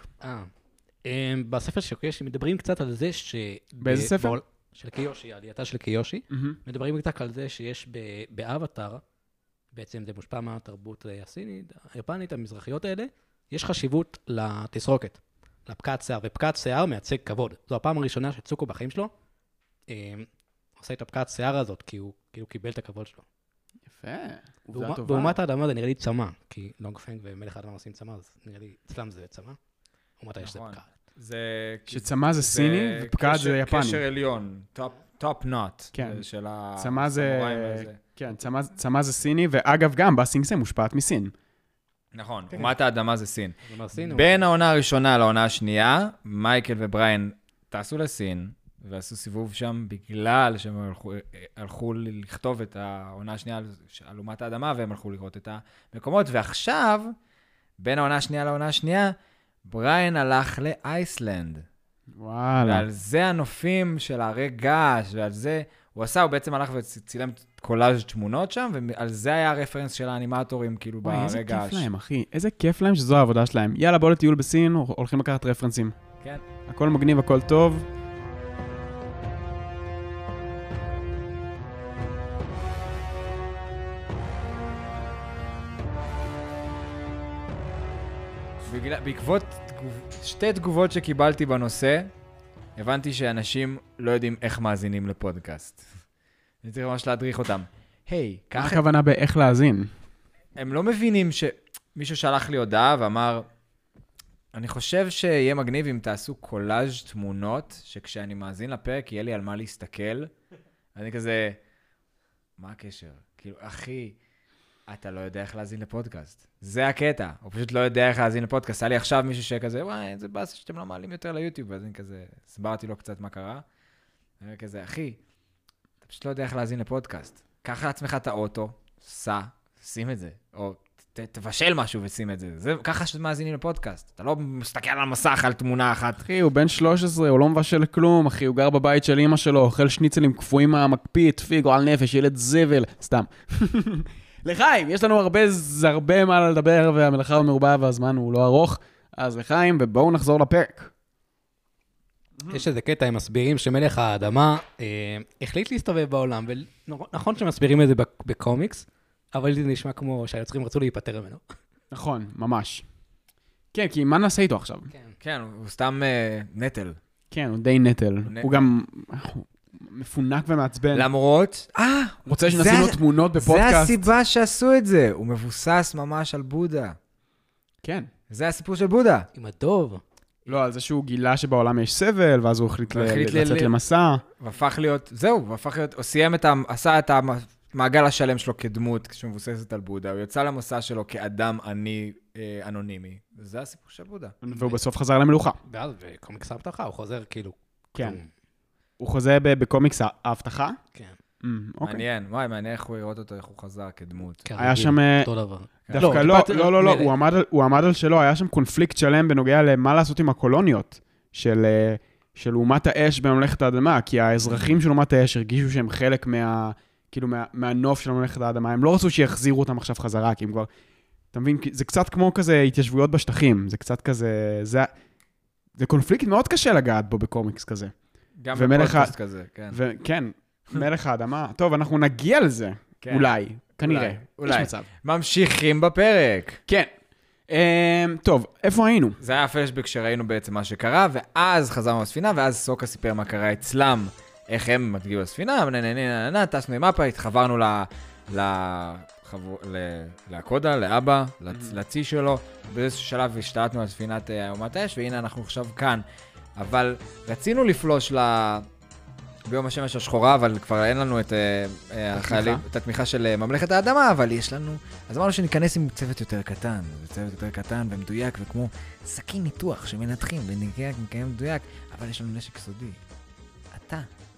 בספר של קיושי מדברים קצת על זה ש... באיזה ספר? של קיושי, העלייתה של קיושי. מדברים קצת על זה שיש באבטר, בעצם זה מושפע מהתרבות הסינית, היפנית, המזרחיות האלה, יש חשיבות לתסרוקת, לפקעת שיער, ופקעת שיער מייצג כבוד. זו הפעם הראשונה שצוקו בחיים שלו, עושה את הפקעת שיער הזאת, כי הוא כאילו קיבל את הכבוד שלו. יפה, עובדה טובה. ואומת האדמה זה נראה לי צמא, כי לונג פנג ומלך האדמה עושים צמא, אז נראה לי, אצלם זה צמא. אומת האש זה פקעת. זה... שצמא זה סיני ופקעת זה יפני. קשר עליון, טופ נוט. כן. של צמא זה... הסמוראים הזה. כן, צמא זה סיני, ואגב גם בסינג זה מושפעת מסין. נכון, אומת האדמה זה סין. זה אומר סין, בין העונה הראשונה לעונה השנייה, מייקל ובריין טסו לסין, ועשו סיבוב שם בגלל שהם הלכו לכתוב את העונה השנייה על אומת האדמה, והם הלכו לראות את המקומות, ועכשיו, בין העונה השנייה לעונה השנייה, בריין הלך לאייסלנד. וואלה. ועל זה הנופים של הרי געש, ועל זה הוא בעצם הלך וצילם קולאז' תמונות שם, ועל זה היה הרפרנס של האנימטורים, כאילו, וואי, איזה ברי געש. כיף להם, אחי. איזה כיף להם שזו העבודה שלהם. יאללה, בוא לטיול בסין, הולכים לקחת רפרנסים. כן. הכל מגניב, הכל טוב. בעקבות שתי תגובות שקיבלתי בנושא, הבנתי שאנשים לא יודעים איך מאזינים לפודקאסט. אני צריך ממש להדריך אותם. היי, מה ככה... הכוונה באיך להאזין? הם לא מבינים שמישהו שלח לי הודעה ואמר, אני חושב שיהיה מגניב אם תעשו קולאז' תמונות, שכשאני מאזין לפרק יהיה לי על מה להסתכל. אני כזה, מה הקשר? כאילו, אחי, אתה לא יודע איך להאזין לפודקאסט. זה הקטע. הוא פשוט לא יודע איך להאזין לפודקאסט. היה לי עכשיו מישהו שכזה, וואי, זה באסה שאתם לא מעלים יותר ליוטיוב. אז אני כזה, הסברתי לו קצת מה קרה. אני כזה, אחי, אתה פשוט לא יודע איך להאזין לפודקאסט. קח לעצמך את האוטו, סע, שים את זה. או תבשל משהו ושים את זה. זה ככה שאתם מאזינים לפודקאסט. אתה לא מסתכל על המסך, על תמונה אחת. אחי, הוא בן 13, הוא לא מבשל כלום, אחי, הוא גר בבית של אמא שלו, אוכל שניצלים קפואים מהמקפיא, תפיג, גועל נפש, ילד זבל, סתם. לחיים, יש לנו הרבה מה לדבר, והמלאכה הוא מרובה והזמן הוא לא ארוך, אז לחיים, ובואו נחזור לפרק. יש איזה קטע, הם מסבירים שמלך האדמה החליט להסתובב בעולם, ונכון שמסבירים את זה בקומיקס, אבל זה נשמע כמו שהיוצרים רצו להיפטר ממנו. נכון, ממש. כן, כי מה נעשה איתו עכשיו? כן, הוא סתם נטל. כן, הוא די נטל. הוא גם מפונק ומעצבן. למרות, רוצה שנשים לו תמונות בפודקאסט. זה הסיבה שעשו את זה. הוא מבוסס ממש על בודה. כן. זה הסיפור של בודה. עם הדוב. לא, על זה שהוא גילה שבעולם יש סבל, ואז הוא החליט לצאת למסע. והפך להיות, זהו, והפך להיות, הוא סיים עשה את המעגל השלם שלו כדמות, כשמבוססת על בודה. הוא יצא למסע שלו כאדם אנונימי. וזה הסיפור של בודה. והוא בסוף חזר למלוכה. ואז בקומיקס ההבטחה, הוא חוזר כאילו. כן. הוא חוזר בקומיקס ההבטחה? כן. מעניין, וואי, מעניין איך הוא יראות אותו, איך הוא חזר כדמות. היה שם... אותו דבר. דווקא לא, הוא עמד על שלו, היה שם קונפליקט שלם בנוגע למה לעשות עם הקולוניות של אומת האש בממלכת האדמה, כי האזרחים של אומת האש הרגישו שהם חלק מהנוף של ממלכת האדמה, הם לא רצו שיחזירו אותם עכשיו חזרה, כי הם כבר... אתה מבין, זה קצת כמו כזה התיישבויות בשטחים, זה קצת כזה... זה קונפליקט מאוד קשה לגעת בו בקומיקס כזה. גם בפודקאסט כזה, כן. כן, מלך האדמה. טוב, אנחנו נגיע לזה, אולי, כנראה. אולי. יש מצב. ממשיכים בפרק. כן. טוב, איפה היינו? זה היה הפלשבק שראינו בעצם מה שקרה, ואז חזרנו לספינה, ואז סוקה סיפר מה קרה אצלם, איך הם הגיעו לספינה, טסנו עם אפה, התחברנו לקודה, לאבא, לצי שלו, באיזשהו שלב השתלטנו על ספינת אומת האש, והנה אנחנו עכשיו כאן. אבל רצינו לפלוש ביום השמש השחורה, אבל כבר אין לנו את התמיכה של ממלכת האדמה, אבל יש לנו... אז אמרנו שניכנס עם צוות יותר קטן, צוות יותר קטן ומדויק, וכמו סכין ניתוח שמנתחים ונקיים מדויק, אבל יש לנו נשק סודי. אתה.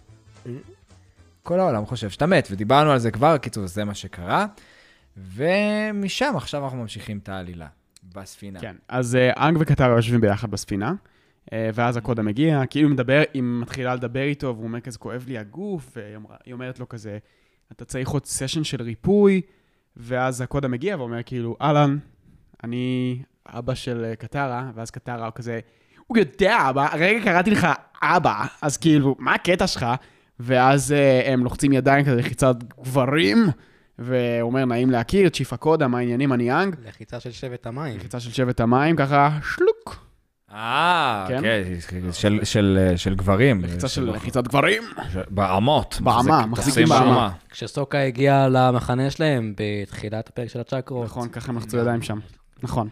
כל העולם חושב שאתה מת, ודיברנו על זה כבר, קיצור, זה מה שקרה, ומשם עכשיו אנחנו ממשיכים את העלילה בספינה. כן, אז אנג וקטרה יושבים ביחד בספינה, ואז הקודה מגיע, כאילו היא מתחילה לדבר איתו, והוא אומר כזה, כואב לי הגוף, והיא אומרת לו כזה, אתה צריך עוד סשן של ריפוי, ואז הקודה מגיע ואומר כאילו, אלן, אני אבא של קטרה, ואז קטרה הוא כזה, הוא יודע, הרגע קראתי לך אבא, אז כאילו, מה הקטע שלך? ואז הם לוחצים ידיים כזה, חיצת גברים, והוא אומר, נעים להכיר, צ'יף הקודה, מה העניינים, אני אנג. לחיצה של שבט המים. לחיצה של שבט המים, ככה שלוק. כן? כן, של גברים. לחיצה של לחיצת גברים. ברמות. ברמה, מחזיקים ברמה. כשסוקה הגיע למחנה שלהם בתחילת הפרק של הצ'קרות. נכון, ככה הם לחצו ידיים שם. נכון.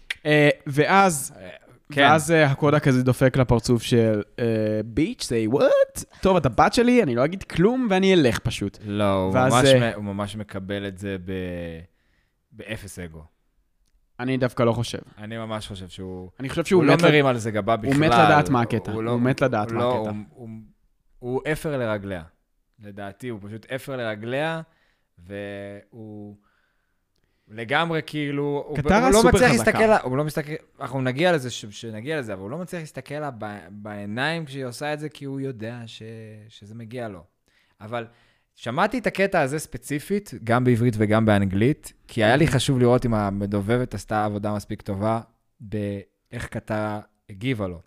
ואז הקודה כזה דופק לפרצוף של ביץ', say what? טוב, אתה בת שלי, אני לא אגיד כלום ואני אלך פשוט. לא, הוא ממש מקבל את זה באפס אגו. אני דווקא לא חושב. אני ממש חושב שהוא... אני חושב שהוא לא מרים על זה גבה בכלל. הוא מת לדעת מה הקטע. הוא מת לדעת מה הקטע. הוא אפר לרגליה. לדעתי, הוא פשוט אפר לרגליה, והוא לגמרי כאילו... קטרה סופר חזקה. הוא לא מסתכל... אנחנו נגיע לזה, שנגיע לזה, אבל הוא לא מצליח להסתכל לה בעיניים כשהיא עושה את זה, כי הוא יודע שזה מגיע לו. אבל... שמעתי את הקטע הזה ספציפית, גם בעברית וגם באנגלית, כי היה לי חשוב לראות אם המדובבת עשתה עבודה מספיק טובה, באיך קטרה הגיבה לו.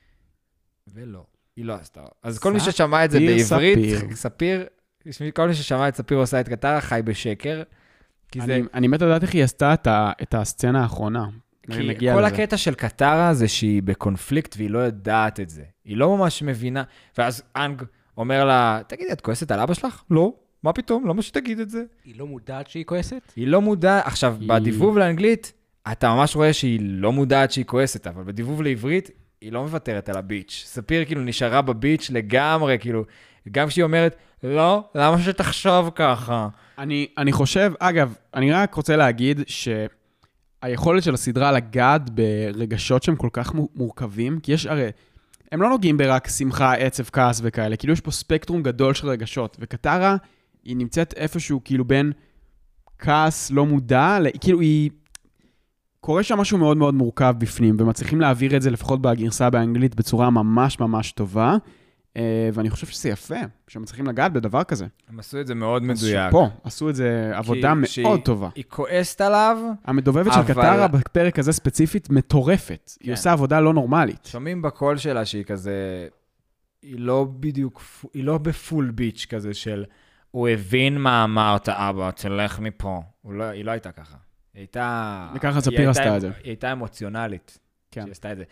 ולא, היא לא עשתה. אז כל מי ששמע את זה בעברית, ספיר, כל מי ששמע את ספיר עושה את קטרה, חי בשקר. אני מת לדעת איך היא עשתה את הסצנה האחרונה. כי כל הקטע של קטרה זה שהיא בקונפליקט והיא לא יודעת את זה. היא לא ממש מבינה, ואז אנג... אומר לה, תגידי, את כועסת על אבא שלך? לא. מה פתאום? למה שתגיד את זה? היא לא מודעת שהיא כועסת? היא לא מודעת. עכשיו, בדיבוב לאנגלית, אתה ממש רואה שהיא לא מודעת שהיא כועסת, אבל בדיבוב לעברית, היא לא מוותרת על הביץ'. ספיר כאילו נשארה בביץ' לגמרי, כאילו, גם כשהיא אומרת, לא, למה שתחשוב ככה? אני חושב, אגב, אני רק רוצה להגיד שהיכולת של הסדרה לגעת ברגשות שהם כל כך מורכבים, כי יש הרי... הם לא נוגעים ברק שמחה, עצב, כעס וכאלה, כאילו יש פה ספקטרום גדול של רגשות, וקטרה היא נמצאת איפשהו כאילו בין כעס לא מודע, כאילו היא... קורה שם משהו מאוד מאוד מורכב בפנים, ומצליחים להעביר את זה לפחות בגרסה באנגלית בצורה ממש ממש טובה, ואני חושב שזה יפה, שמצליחים לגעת בדבר כזה. הם עשו את זה מאוד מדויק. פה, עשו את זה עבודה מאוד טובה. היא כועסת עליו, המדובבת של קטרה בפרק הזה ספציפית מטורפת. היא עושה עבודה לא נורמלית. שומעים בקול שלה שהיא כזה, היא לא בדיוק, היא לא בפול ביץ' כזה של, הוא הבין מה אמרת אבא, תלך מפה. היא לא הייתה ככה. היא הייתה... וככה ספיר עשתה את זה. היא הייתה אמוציונלית. כן. שהיא עשתה את זה.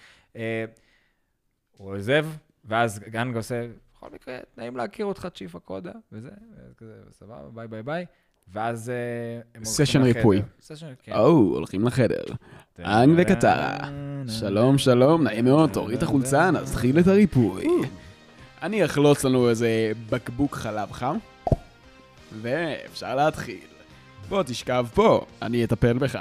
הוא עוזב, ואז גנג עושה, בכל מקרה, נעים להכיר אותך צ'יף הקודה, וזה, כזה, סבבה, ביי ביי ביי, ואז סשן ריפוי. הולכים לחדר. אנג וקטרה. שלום, שלום, נעים מאוד, תוריד את החולצה, נתחיל את הריפוי. אני אחלוץ לנו איזה בקבוק חלב חם, ואפשר להתחיל. בוא תשכב פה, אני אטפל בך.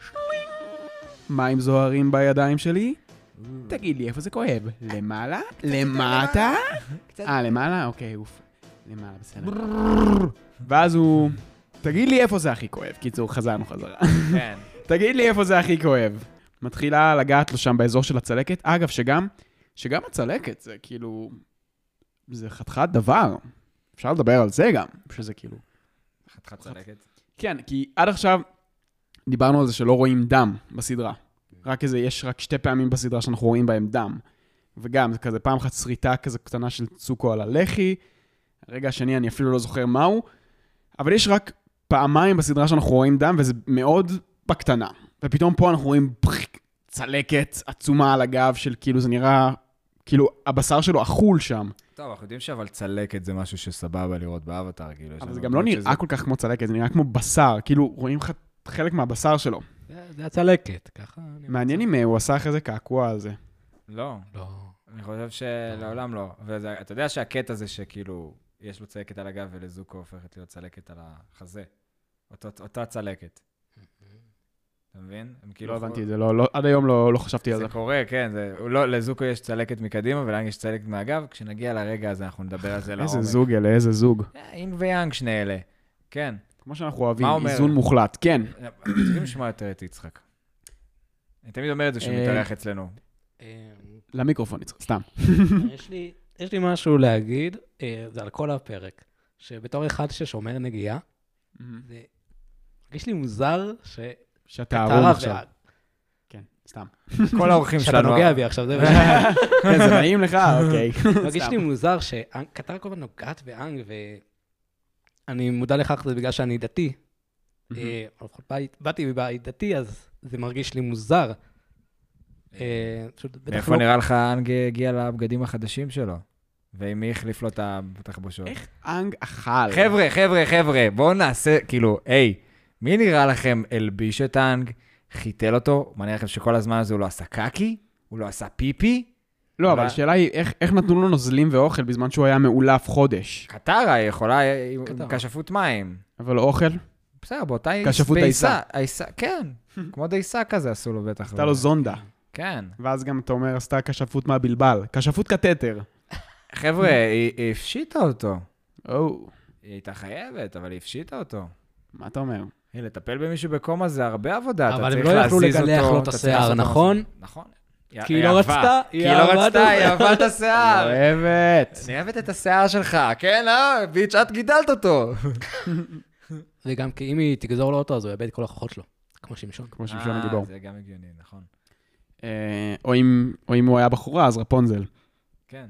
מים זוהרים בידיים שלי? תגיד לי איפה זה כואב, למעלה? למטה? למעלה? אוקיי, אוף. למעלה, בסדר. ואז הוא... תגיד לי איפה זה הכי כואב. קיצור, חזרנו חזרה. כן. תגיד לי איפה זה הכי כואב. מתחילה לגעת לו שם באזור של הצלקת. אגב, שגם הצלקת זה כאילו... זה חתיכת דבר. אפשר לדבר על זה גם, שזה כאילו... חתיכת צלקת. כן, כי עד עכשיו דיברנו על זה שלא רואים דם בסדרה. יש רק 2 פעמים בסדרה שאנחנו רואים בהם דם. וגם, זה כזה פעם אחת שריטה כזה קטנה של צוקו על הלחי. הרגע השני, אני אפילו לא זוכר מהו. אבל יש רק פעמיים בסדרה שאנחנו רואים דם, וזה מאוד בקטנה. ופתאום פה אנחנו רואים צלקת עצומה על הגב של כאילו, זה נראה, כאילו, הבשר שלו אכול שם. טוב, אנחנו יודעים שאבל צלקת זה משהו שסבבה לראות באבטר, כאילו. אבל זה גם לא נראה כל כך כמו צלקת, זה נראה כמו בשר. כאילו, רואים חלק מהבשר שלו. זה הצלקת, ככה. מעניין אם הוא עשה אחרי זה קעקוע על זה. לא. אני חושב שלעולם לא. ואתה יודע שהקטע זה שכאילו, יש לו צלקת על הגב ולזוקו הופכת להיות צלקת על החזה. אותה צלקת. אתה מבין? לא הבנתי את זה, עד היום לא חשבתי על זה. זה קורה, כן. לזוקו יש צלקת מקדימה ולאנג יש צלקת מהגב. כשנגיע לרגע הזה אנחנו נדבר על זה לעומק. איזה זוג אלה, איזה זוג. אין ויאנג שני אלה. כן. כמו שאנחנו אוהבים, איזון מוחלט, כן. צריכים לשמוע יותר את יצחק. אני תמיד אומר את זה שהוא מתארח אצלנו. למיקרופון, יצחק, סתם. יש לי משהו להגיד, זה על כל הפרק, שבתור אחד ששומר נגיעה, זה מרגיש לי מוזר שאתה ערום עכשיו. כן, סתם. כל האורחים שלנו. שאתה נוגע בי עכשיו, זה כן, זה נעים לך, אוקיי. מרגיש לי מוזר שקטרה כל הזמן נוגעת באנג, אני מודע לכך, זה בגלל שאני דתי. או לפחות באתי מבית דתי, אז זה מרגיש לי מוזר. מאיפה נראה לך אנג הגיע לבגדים החדשים שלו? ועם מי החליף לו את התחבושות? איך אנג אכל? חבר'ה, בואו נעשה, כאילו, מי נראה לכם אלביש את האנג, חיתל אותו, מעניין לכם שכל הזמן הזה הוא לא עשה קקי, הוא לא עשה פיפי? לא, אבל השאלה היא, איך נתנו לו נוזלים ואוכל בזמן שהוא היה מאולף חודש? קטרה יכולה עם כשפות מים. אבל אוכל? בסדר, באותה כשפות דייסה. כן, כמו דייסה כזה עשו לו בטח. עשתה לו זונדה. כן. ואז גם אתה אומר, עשתה כשפות מהבלבל. כשפות קטטר. חבר'ה, היא הפשיטה אותו. היא הייתה חייבת, אבל היא הפשיטה אותו. מה אתה אומר? לטפל במישהו בקומה זה הרבה עבודה. אבל הם לא יכלו לגלח לו את השיער, נכון? נכון. כי היא לא רצתה, היא אהבה את השיער. אוהבת. אני אוהבת את השיער שלך, כן, ביץ', את גידלת אותו. וגם כי אם היא תגזור לו אותו, אז הוא יאבד כל הכוחות שלו, כמו שמשון. כמו שמשון הגיבור. זה גם הגיוני, נכון. או אם הוא היה בחורה, אז רפונזל. כן.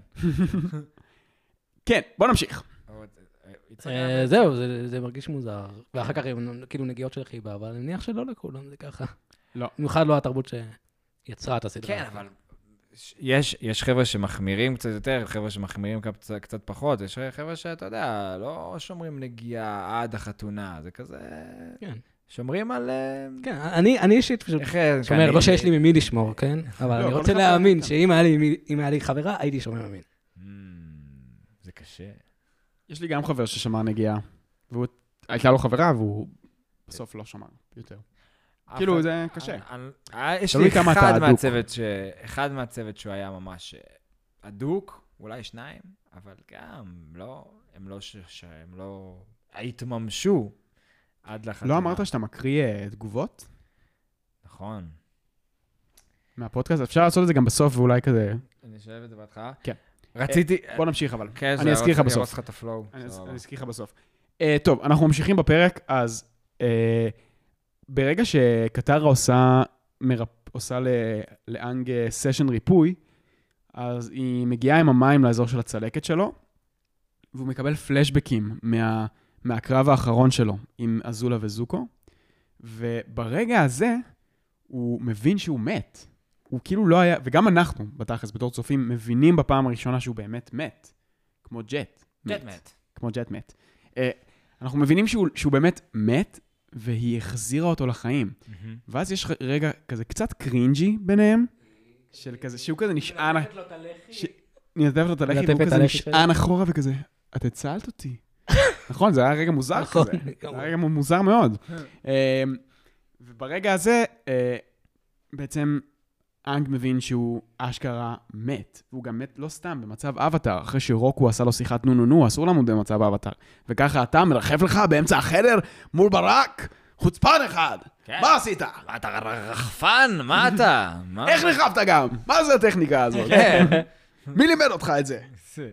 כן, בוא נמשיך. זהו, זה מרגיש מוזר. ואחר כך כאילו נגיעות של חיבה, אבל אני מניח שלא לכולם, זה ככה. לא. במיוחד לא התרבות שיצרה את הסדרה. כן, אבל יש חבר'ה שמחמירים קצת יותר, חבר'ה שמחמירים קצת פחות, יש חבר'ה שאתה יודע, לא שומרים נגיעה עד החתונה, זה כזה... כן. שומרים על... כן, אני אישית פשוט שומר, לא שיש לי ממי לשמור, כן? אבל אני רוצה להאמין שאם היה לי חברה, הייתי שומר ממין. זה קשה. יש לי גם חבר ששמר נגיעה, והייתה לו חברה, והוא בסוף לא שמר יותר. כאילו, זה קשה. יש לי אחד מהצוות שהוא היה ממש אדוק, אולי שניים, אבל גם הם לא התממשו עד לחתונה. לא אמרת שאתה מקריא תגובות? נכון. מהפודקאסט? אפשר לעשות את זה גם בסוף, ואולי כזה... אני אשאב את זה בהתחלה? כן. רציתי... בוא נמשיך אבל. כן, אני אזכיר לך בסוף. ירוץ לך את הפלואו. אני אזכיר לך בסוף. טוב, אנחנו ממשיכים בפרק, אז ברגע שקטרה עושה לאנג סשן ריפוי, אז היא מגיעה עם המים לאזור של הצלקת שלו, והוא מקבל פלשבקים מהקרב האחרון שלו עם אזולה וזוקו, וברגע הזה הוא מבין שהוא מת. הוא כאילו לא היה, וגם אנחנו, בתכלס, בתור צופים, מבינים בפעם הראשונה שהוא באמת מת. כמו ג'ט. מת. כמו ג'ט מת. אנחנו מבינים שהוא באמת מת, והיא החזירה אותו לחיים. ואז יש רגע כזה קצת קרינג'י ביניהם, של כזה, שהוא כזה נשען... נלטפת לו את הלחי, והוא כזה נשען אחורה וכזה, את הצלת אותי. נכון, זה היה רגע מוזר כזה. זה היה רגע מוזר מאוד. וברגע הזה, בעצם אנג מבין שהוא אשכרה מת. והוא גם מת לא סתם במצב אבטר, אחרי שרוקו עשה לו שיחת נו, אסור לעמוד במצב אבטר. וככה אתה מרחף לך באמצע החדר מול ברק, חוצפן אחד. מה עשית? מה אתה רחפן? מה אתה? איך נחפת גם? מה זה הטכניקה הזאת? מי לימד אותך את זה?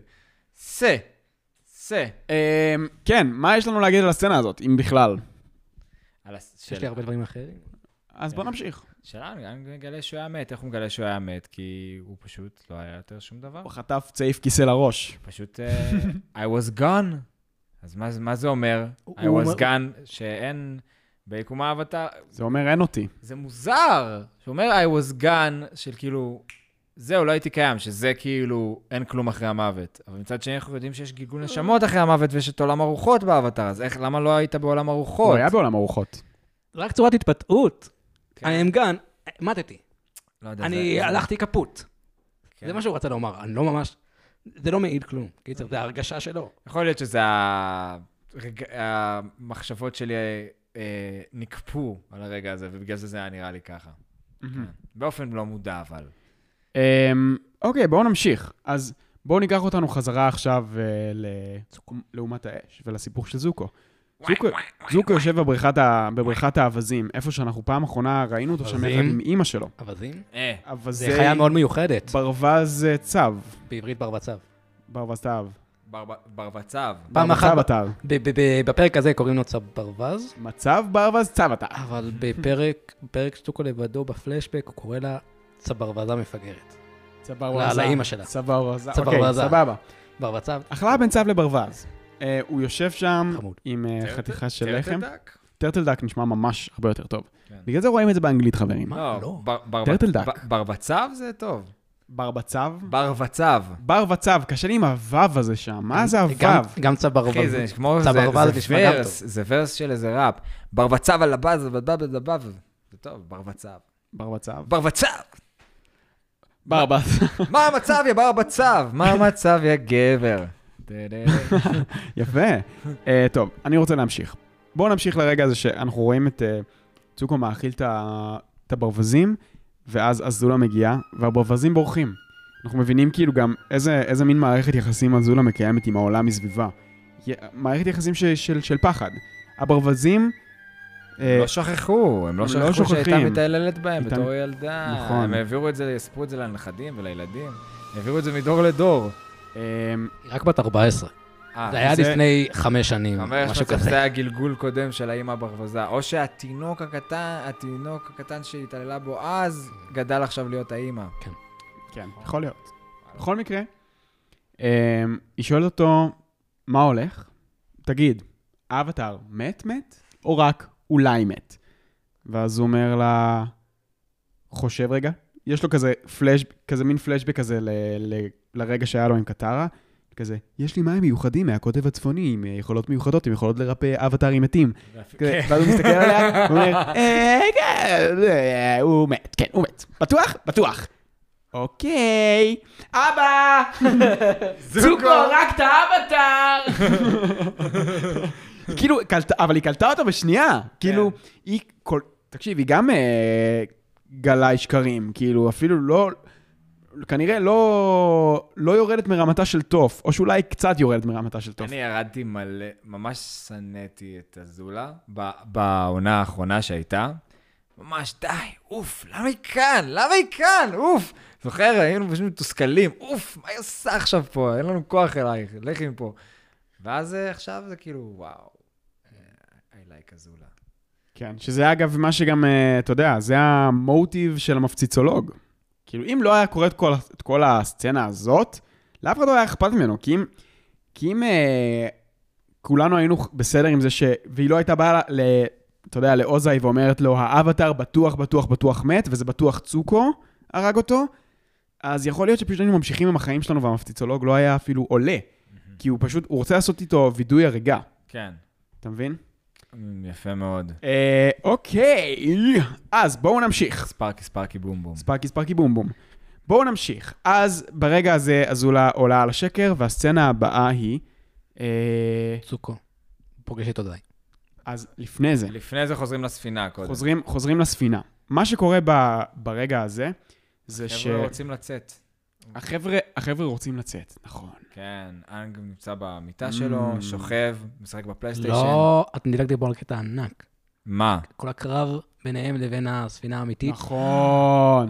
כן, מה יש לנו להגיד על הסצנה הזאת, אם בכלל? יש לי הרבה דברים אחרים. אז בוא נמשיך. שאלה, אני מגלה שהוא היה מת. איך הוא מגלה שהוא היה מת? כי הוא פשוט לא היה יותר שום דבר. הוא חטף צעיף כיסא לראש. פשוט, I was gone. אז מה זה אומר? I was gone, שאין ביקום האבטר. זה אומר אין אותי. זה מוזר. שהוא אומר I was gone, של כאילו, זהו, לא הייתי קיים, שזה כאילו אין כלום אחרי המוות. אבל מצד שני אנחנו יודעים שיש גלגול נשמות אחרי המוות, ויש את עולם הרוחות באבטר. אז למה לא היית בעולם הרוחות? הוא היה בעולם הרוחות. רק צורת התפתעות. אני am gone, מתתי. לא יודע. אני הלכתי כפות. זה מה שהוא רצה לומר. אני לא ממש... זה לא מעיד כלום. קיצר, זה ההרגשה שלו. יכול להיות שזה המחשבות שלי נקפו על הרגע הזה, ובגלל זה היה נראה לי ככה. באופן לא מודע, אבל. אוקיי, בואו נמשיך. אז בואו ניקח אותנו חזרה עכשיו לאומת האש ולסיפור של זוקו. זוקו יושב בבריכת האבזים, איפה שאנחנו פעם אחרונה ראינו אותו שם יחד עם אמא שלו. אבזים? אבזי... זה חיה מאוד מיוחדת. ברווז צב. בעברית ברווז-צב. ברווז-צב. ברווז-צב. פעם אחת, ברווז-צב. בפרק הזה קוראים לו צב ברווז. מצב ברווז-צב אתה. אבל בפרק שזוקו לבדו בפלשבק, הוא קורא לה צב ברווזה מפגרת. צב ברווזה. לאמא שלה. צב ברווזה. צב אוקיי, ברווזה. סבבה. ברווז-צב. אכלה בין צב לברווז. הוא יושב שם חמוד. עם חתיכה של לחם. טרטלדק? טרטלדק נשמע ממש הרבה יותר טוב. כן. בגלל זה רואים את זה באנגלית, חברים. מה? לא. טרטלדק. ברבצב זה טוב. ברבצב. ברבצב. ברבצב, קשה לי עם הוו הזה שם. מה זה הוו? גם צב ברווז. אחי, זה כמו, צב ברווז זה נשמע גם טוב. זה ורס של איזה ראפ. ברבצב על הבאז, זה טוב, ברבצב. ברבצב. ברבצב! ברבצב. מה המצב יא ברבצב? מה המצב יא גבר? יפה. טוב, אני רוצה להמשיך. בואו נמשיך לרגע הזה שאנחנו רואים את צוקו מאכיל את הברווזים, ואז אזולה מגיעה, והברווזים בורחים. אנחנו מבינים כאילו גם איזה מין מערכת יחסים אזולה מקיימת עם העולם מסביבה. מערכת יחסים של פחד. הברווזים... לא שכחו, הם לא שכחו שהייתה מתעללת בהם בתור ילדה. נכון. הם העבירו את זה, יספרו את זה לנכדים ולילדים. העבירו את זה מדור לדור. רק בת 14. זה היה לפני 5 שנים, משהו כזה. זה היה גלגול קודם של האמא ברווזה. או שהתינוק הקטן שהתעללה בו אז, גדל עכשיו להיות האמא. כן. כן, יכול להיות. בכל מקרה, היא שואלת אותו, מה הולך? תגיד, אבטאר מת? או רק אולי מת? ואז הוא אומר לה, חושב רגע. יש לו כזה מין פלשבק כזה לרגע שהיה לו עם קטרה. כזה, יש לי מים מיוחדים מהקוטב הצפוני, עם יכולות מיוחדות, עם יכולות לרפא אבטארים מתים. ואז הוא מסתכל עליה, הוא אומר, הוא מת, כן, הוא מת. בטוח. אוקיי, אבא! צוקו, רק את האבטר! כאילו, אבל היא קלטה אותו בשנייה. כאילו, תקשיב, היא גם גלה שקרים, כאילו, אפילו לא... כנראה לא יורדת מרמתה של טוף, או שאולי קצת יורדת מרמתה של טוף. אני ירדתי מלא, ממש שנאתי את הזולה בעונה האחרונה שהייתה. ממש די, אוף, למה היא כאן? אוף. זוכר, היינו פשוט מתוסכלים, אוף, מה היא עושה עכשיו פה? אין לנו כוח אלייך, לכי מפה. ואז עכשיו זה כאילו, וואו, I like הזולה. כן, שזה אגב מה שגם, אתה יודע, זה המוטיב של המפציצולוג. כאילו, אם לא היה קורה את כל הסצנה הזאת, לאף אחד לא היה אכפת ממנו, כי אם כולנו היינו בסדר עם זה והיא לא הייתה באה, אתה יודע, לאוזאי ואומרת לו, האבטר בטוח מת, וזה בטוח צוקו הרג אותו, אז יכול להיות שפשוט היינו ממשיכים עם החיים שלנו, והמפציצולוג לא היה אפילו עולה, כי הוא רוצה לעשות איתו וידוי הריגה. כן. אתה מבין? יפה מאוד. אוקיי, אז בואו נמשיך. ספארקי בום בום. ספארקי בום בום. בואו נמשיך. אז ברגע הזה אזולה עולה על השקר, והסצנה הבאה היא... צוקו. פוגש איתו די. אז לפני זה. לפני זה חוזרים לספינה קודם. חוזרים לספינה. מה שקורה ברגע הזה, זה החבר'ה רוצים לצאת. החבר'ה רוצים לצאת, נכון. כן, אנג נמצא במיטה שלו, שוכב, משחק בפלייסטיישן. לא, את נדלקתי בו על קטע ענק. מה? כל הקרב ביניהם לבין הספינה האמיתית. נכון.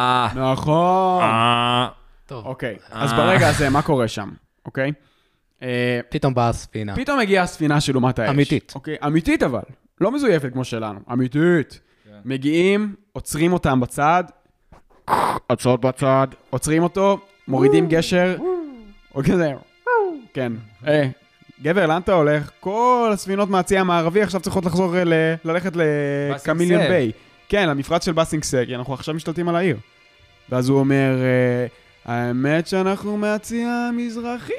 נכון. טוב. אוקיי, אז ברגע הזה, מה קורה שם? אוקיי? פתאום באה הספינה. פתאום הגיעה הספינה של אומת האש. אמיתית. אוקיי, אמיתית אבל. לא מזויפת כמו שלנו. אמיתית. מגיעים, עוצרים אותם בצד, עצות בצד, עוצרים אותו, מורידים גשר, או כזה, כן. גבר, לאן אתה הולך? כל הספינות מהצי המערבי עכשיו צריכות לחזור ללכת לקמיליון ביי. כן, למפרץ של בסינגסג, אנחנו עכשיו משתלטים על העיר. ואז הוא אומר, האמת שאנחנו מהצי המזרחי.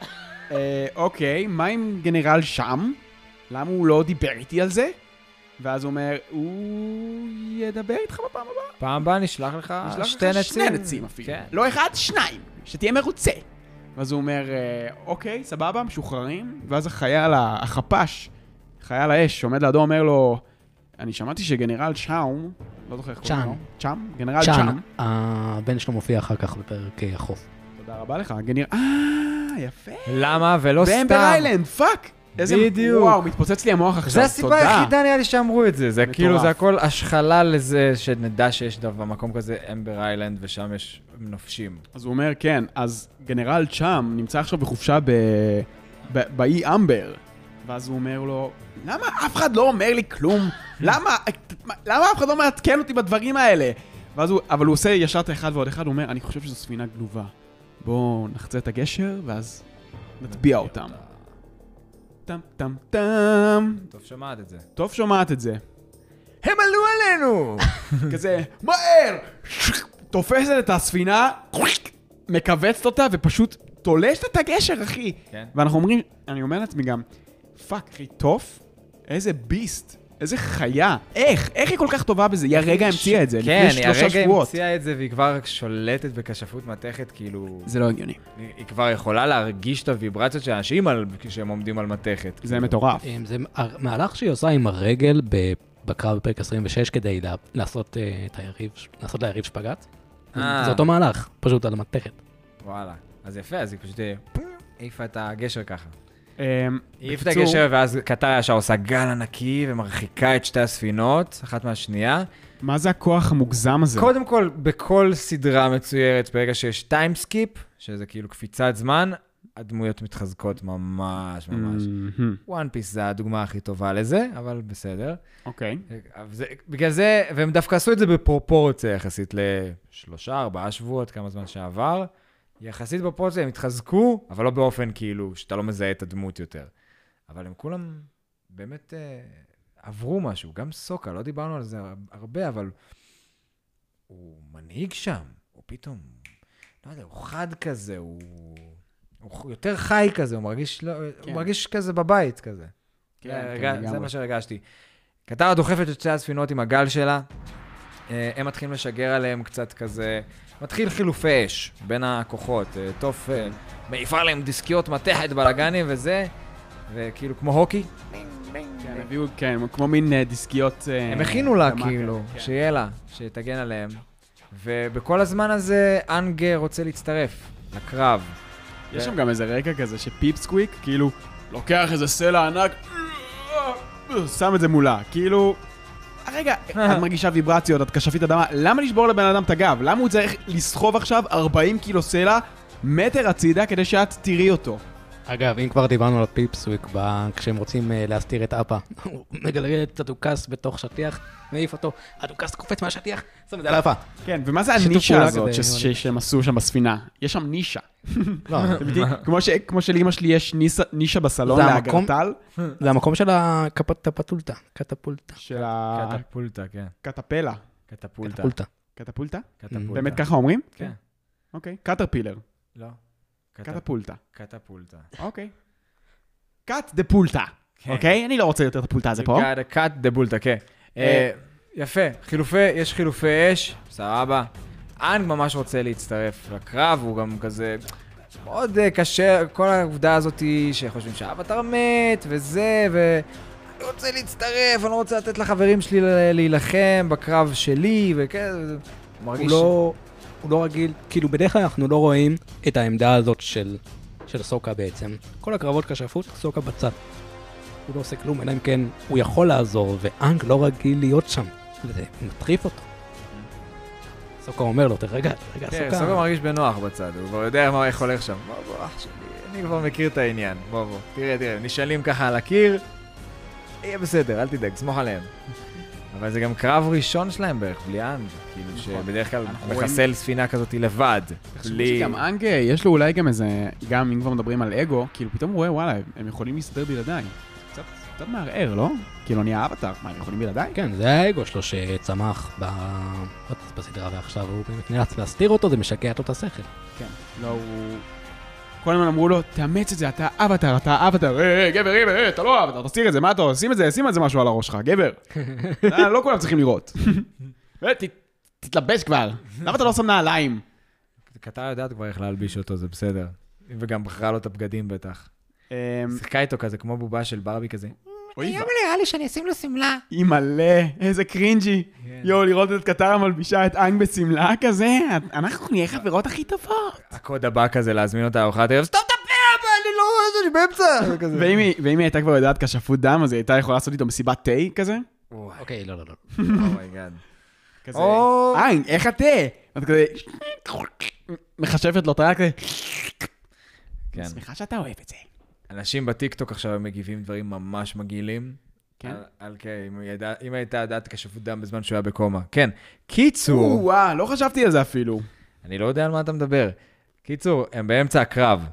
אוקיי, מה עם גנרל שם? למה הוא לא דיבר איתי על זה? ואז הוא אומר, הוא ידבר איתך בפעם הבאה. פעם הבאה נשלח לך שני נצים אפילו. לא אחד, שניים, שתהיה מרוצה. ואז הוא אומר, אוקיי, סבבה, משוחררים. ואז החפש, חייל האש, שעומד לידו, אומר לו, אני שמעתי שגנרל צ'אום, לא זוכר איך קוראים לו. צ'אם? גנרל צ'אם. הבן שלו מופיע אחר כך בפרק החוף. תודה רבה לך. יפה. למה? ולא סתם. באמבר איילנד, פאק. בדיוק. וואו, מתפוצץ לי המוח עכשיו, זה הסיבה היחידה נראה לי שאמרו את זה. זה כאילו, זה הכל השחלה לזה שנדע שיש במקום כזה אמבר איילנד ושם יש נופשים. אז הוא אומר, כן, אז גנרל צ'אם נמצא עכשיו בחופשה באי אמבר. ואז הוא אומר לו, למה אף אחד לא אומר לי כלום? למה אף אחד לא מעדכן אותי בדברים האלה? אבל הוא עושה ישר את האחד ועוד אחד, הוא אומר, אני חושב שזו ספינה גנובה. בואו נחצה את הגשר, ואז נטביע אותם. טם טם טם. טוב, שומעת את זה. טוב שומעת את זה. הם עלו עלינו! כזה, מהר! תופסת את הספינה, מכווצת אותה ופשוט תולשת את הגשר, אחי. כן. ואנחנו אומרים, אני אומר לעצמי גם, פאק, אחי, טוב? איזה ביסט, איזה חיה. איך היא כל כך טובה בזה? היא הרגע המציאה את זה, כן, לפני היא 3 הרגע שבועות. המציאה את זה והיא כבר שולטת בכשפות מתכת, כאילו... זה לא הגיוני. היא כבר יכולה להרגיש את הוויברציות של האנשים כשהם עומדים על מתכת. זה מטורף. זה מהלך שהיא עושה עם הרגל בקרב בפרק 26 כדי לעשות ליריב שפגאט. זה אותו מהלך, פשוט על המתכת. וואלה. אז יפה, אז היא פשוט העיפה את הגשר ככה. העיף את בקיצור, הגשר, ואז קטר ישר עושה גל ענקי ומרחיקה את שתי הספינות, אחת מהשנייה. מה זה הכוח המוגזם הזה? קודם כל, בכל סדרה מצוירת, ברגע שיש טיים סקיפ, שזה כאילו קפיצת זמן, הדמויות מתחזקות ממש ממש. וואן פיס זה הדוגמה הכי טובה לזה, אבל בסדר. אוקיי. בגלל זה, והם דווקא עשו את זה בפרופורציה יחסית ל3-4 שבועות, כמה זמן שעבר. יחסית בפרופורציה הם התחזקו, אבל לא באופן כאילו שאתה לא מזהה את הדמות יותר. אבל הם כולם באמת עברו משהו. גם סוקה, לא דיברנו על זה הרבה, אבל הוא מנהיג שם. הוא פתאום, לא יודע, הוא חד כזה, הוא יותר חי כזה, הוא מרגיש כזה בבית כזה. זה מה שהרגשתי. קטרה דוחפת את שתי הספינות עם הגל שלה, הם מתחילים לשגר עליהם קצת כזה, מתחיל חילופי אש בין הכוחות, טוב, מעיפה להם דיסקיות מתכת בלגנים וזה, וכאילו כמו הוקי. כן, הביאו, כן, כמו מין דיסקיות... הם הכינו לה כאילו, שיהיה לה, שתגן עליהם. ובכל הזמן הזה אנג רוצה להצטרף לקרב. יש שם גם איזה רגע כזה שפיפסקוויק, כאילו, לוקח איזה סלע ענק, שם את זה מולה, כאילו... רגע, את מרגישה ויברציות, את כשפית אדמה, למה לשבור לבן אדם את הגב? למה הוא צריך לסחוב עכשיו 40 קילו סלע מטר הצידה כדי שאת תראי אותו? אגב, אם כבר דיברנו על פיפסוויק, כשהם רוצים להסתיר את אפה, הוא מגלגל את הדוכס בתוך שטיח, מעיף אותו, הדוכס קופץ מהשטיח, שם את זה על אפה. כן, ומה זה הנישה הזאת שהם עשו שם בספינה? יש שם נישה. כמו שלאמא שלי יש נישה בסלון לאגרטל. זה המקום של הקטפולטה. של ה... קטפולטה, כן. קטפלה. קטפולטה. קטפולטה? קטפולטה. באמת ככה אומרים? כן. אוקיי. קטרפילר. לא. קטפולטה. קטפולטה. אוקיי. קט דה פולטה. אוקיי? אני לא רוצה יותר את הפולטה הזה פה. קט דה פולטה, כן. יפה. יש חילופי אש, סבבה. אנג ממש רוצה להצטרף לקרב, הוא גם כזה מאוד קשה, כל העובדה הזאת שחושבים שהאבטר מת וזה, ואני רוצה להצטרף, אני לא רוצה לתת לחברים שלי להילחם בקרב שלי, וכן, הוא מרגיש... הוא לא רגיל, כאילו בדרך כלל אנחנו לא רואים את העמדה הזאת של סוקה בעצם. כל הקרבות כשפות, סוקה בצד. הוא לא עושה כלום, אלא אם כן הוא יכול לעזור, ואנג לא רגיל להיות שם. זה מטריף אותו. סוקה אומר לו, רגע, כן, סוקה. סוקה מרגיש בנוח בצד, הוא כבר יודע איך הולך שם. בוא, אח שלי, אני כבר מכיר את העניין. בוא, תראה, נשאלים ככה על הקיר, יהיה בסדר, אל תדאג, סמוך עליהם. אבל זה גם קרב ראשון שלהם בערך, בלי אנג, כאילו שבדרך כלל מחסל ספינה כזאת לבד. תחשבו שגם אנג, יש לו אולי גם איזה, גם אם כבר מדברים על אגו, כאילו פתאום הוא רואה, וואלה, הם יכולים להסתדר בלעדיי. קצת מערער, לא? כאילו אני האבטר, מה, הם יכולים בלעדיי? כן, זה האגו שלו שצמח בסדרה, ועכשיו הוא באמת נאלץ להסתיר אותו, זה משקע לו את השכל. כן, לא, הוא... כל הזמן אמרו לו, תאמץ את זה, אתה אבטר, גבר, אתה לא אבטר, תסתיר את זה, מה אתה עושים את זה, שים את זה משהו על הראש שלך, גבר. לא כולם צריכים לראות. תתלבש כבר, למה אתה לא שם נעליים? קטר יודעת כבר איך להלביש אותו, זה בסדר. וגם בחרה לו את הבגדים בטח. שיחקה איתו כזה, כמו בובה של ברבי כזה. היום נראה לי שאני אשים לו סמלה. היא מלא, איזה קרינג'י. יואו, לראות את קטרה מלבישה את אנג בסמלה כזה, אנחנו נהיה חברות הכי טובות. הקוד הבא כזה להזמין אותה ארוחת ערב, סתום את הפה, אבל אני לא רואה שאני באמצע. ואם היא הייתה כבר יודעת כשפות דם, אז היא הייתה יכולה לעשות איתו מסיבת תה כזה? אוקיי, לא. אומייגאד. כזה, אנג, איך אתה? את כזה, מחשבת לו את היד כזה. שמחה שאתה אוהב את זה. אנשים בטיקטוק עכשיו הם מגיבים דברים ממש מגעילים. כן? אם הייתה יודעת כשפות דם בזמן שהוא היה בקומה. כן. קיצור. וואו, לא חשבתי על זה אפילו. אני לא יודע על מה אתה מדבר. קיצור, הם באמצע הקרב.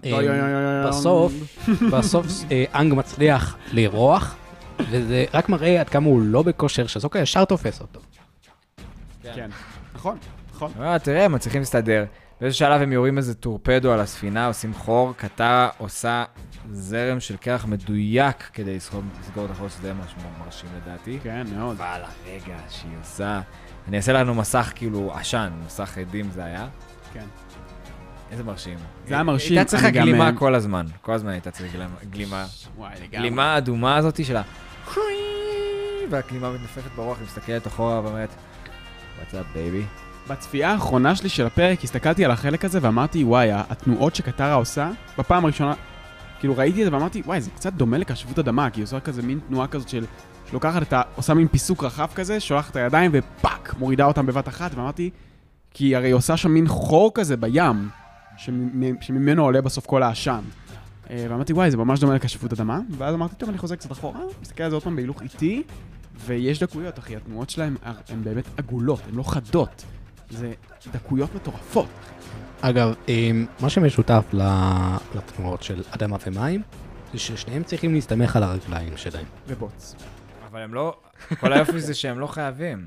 בסוף אנג מצליח לברוח, וזה רק מראה עד כמה הוא לא בכושר, שסוקה ישר תופס אותו. כן, נכון, נכון. תראה, הם מצליחים להסתדר. באיזשהו שלב הם יורים איזה טורפדו על הספינה, עושים חור, קטרה עושה זרם של קרח מדויק כדי לסגור את החור, שזה משהו מרשים לדעתי. כן, מאוד. אבל הרגע שהיא עושה... אני אעשה לנו מסך כאילו עשן, מסך עדים זה היה. כן. איזה מרשים. זה היה מרשים. הייתה צריכה גלימה כל הזמן. כל הזמן הייתה צריכה גלימה. וואי, לגמרי. גלימה האדומה הזאת שלה. והגלימה מתנפפת ברוח, היא מסתכלת אחורה ואומרת, What's up, baby? בצפייה האחרונה שלי של הפרק, הסתכלתי על החלק הזה ואמרתי, וואי, התנועות שקטרה עושה, בפעם הראשונה, כאילו ראיתי את זה ואמרתי, וואי, זה קצת דומה לקשבות אדמה, כי היא עושה כזה מין תנועה כזאת שלוקחת את עושה מין פיסוק רחב כזה, שולחת את הידיים ופאק, מורידה אותם בבת אחת, ואמרתי, כי הרי היא עושה שם מין חור כזה בים, שממנו עולה בסוף כל העשן. ואמרתי, וואי, זה ממש דומה לקשבות אדמה, ואז אמרתי, טוב, אני חוזר קצת אחורה, מסתכל על זה עוד פעם בהילוך איטי, ויש דקויות, אחי, התנועות שלהם הן באמת עגולות, הן לא חדות. זה דקויות מטורפות. אגב, מה שמשותף לתנועות של אדמה ומים, זה ששניהם צריכים להסתמך על הרגליים שלהם. ובוץ. אבל הם לא... כל היופי זה שהם לא חייבים.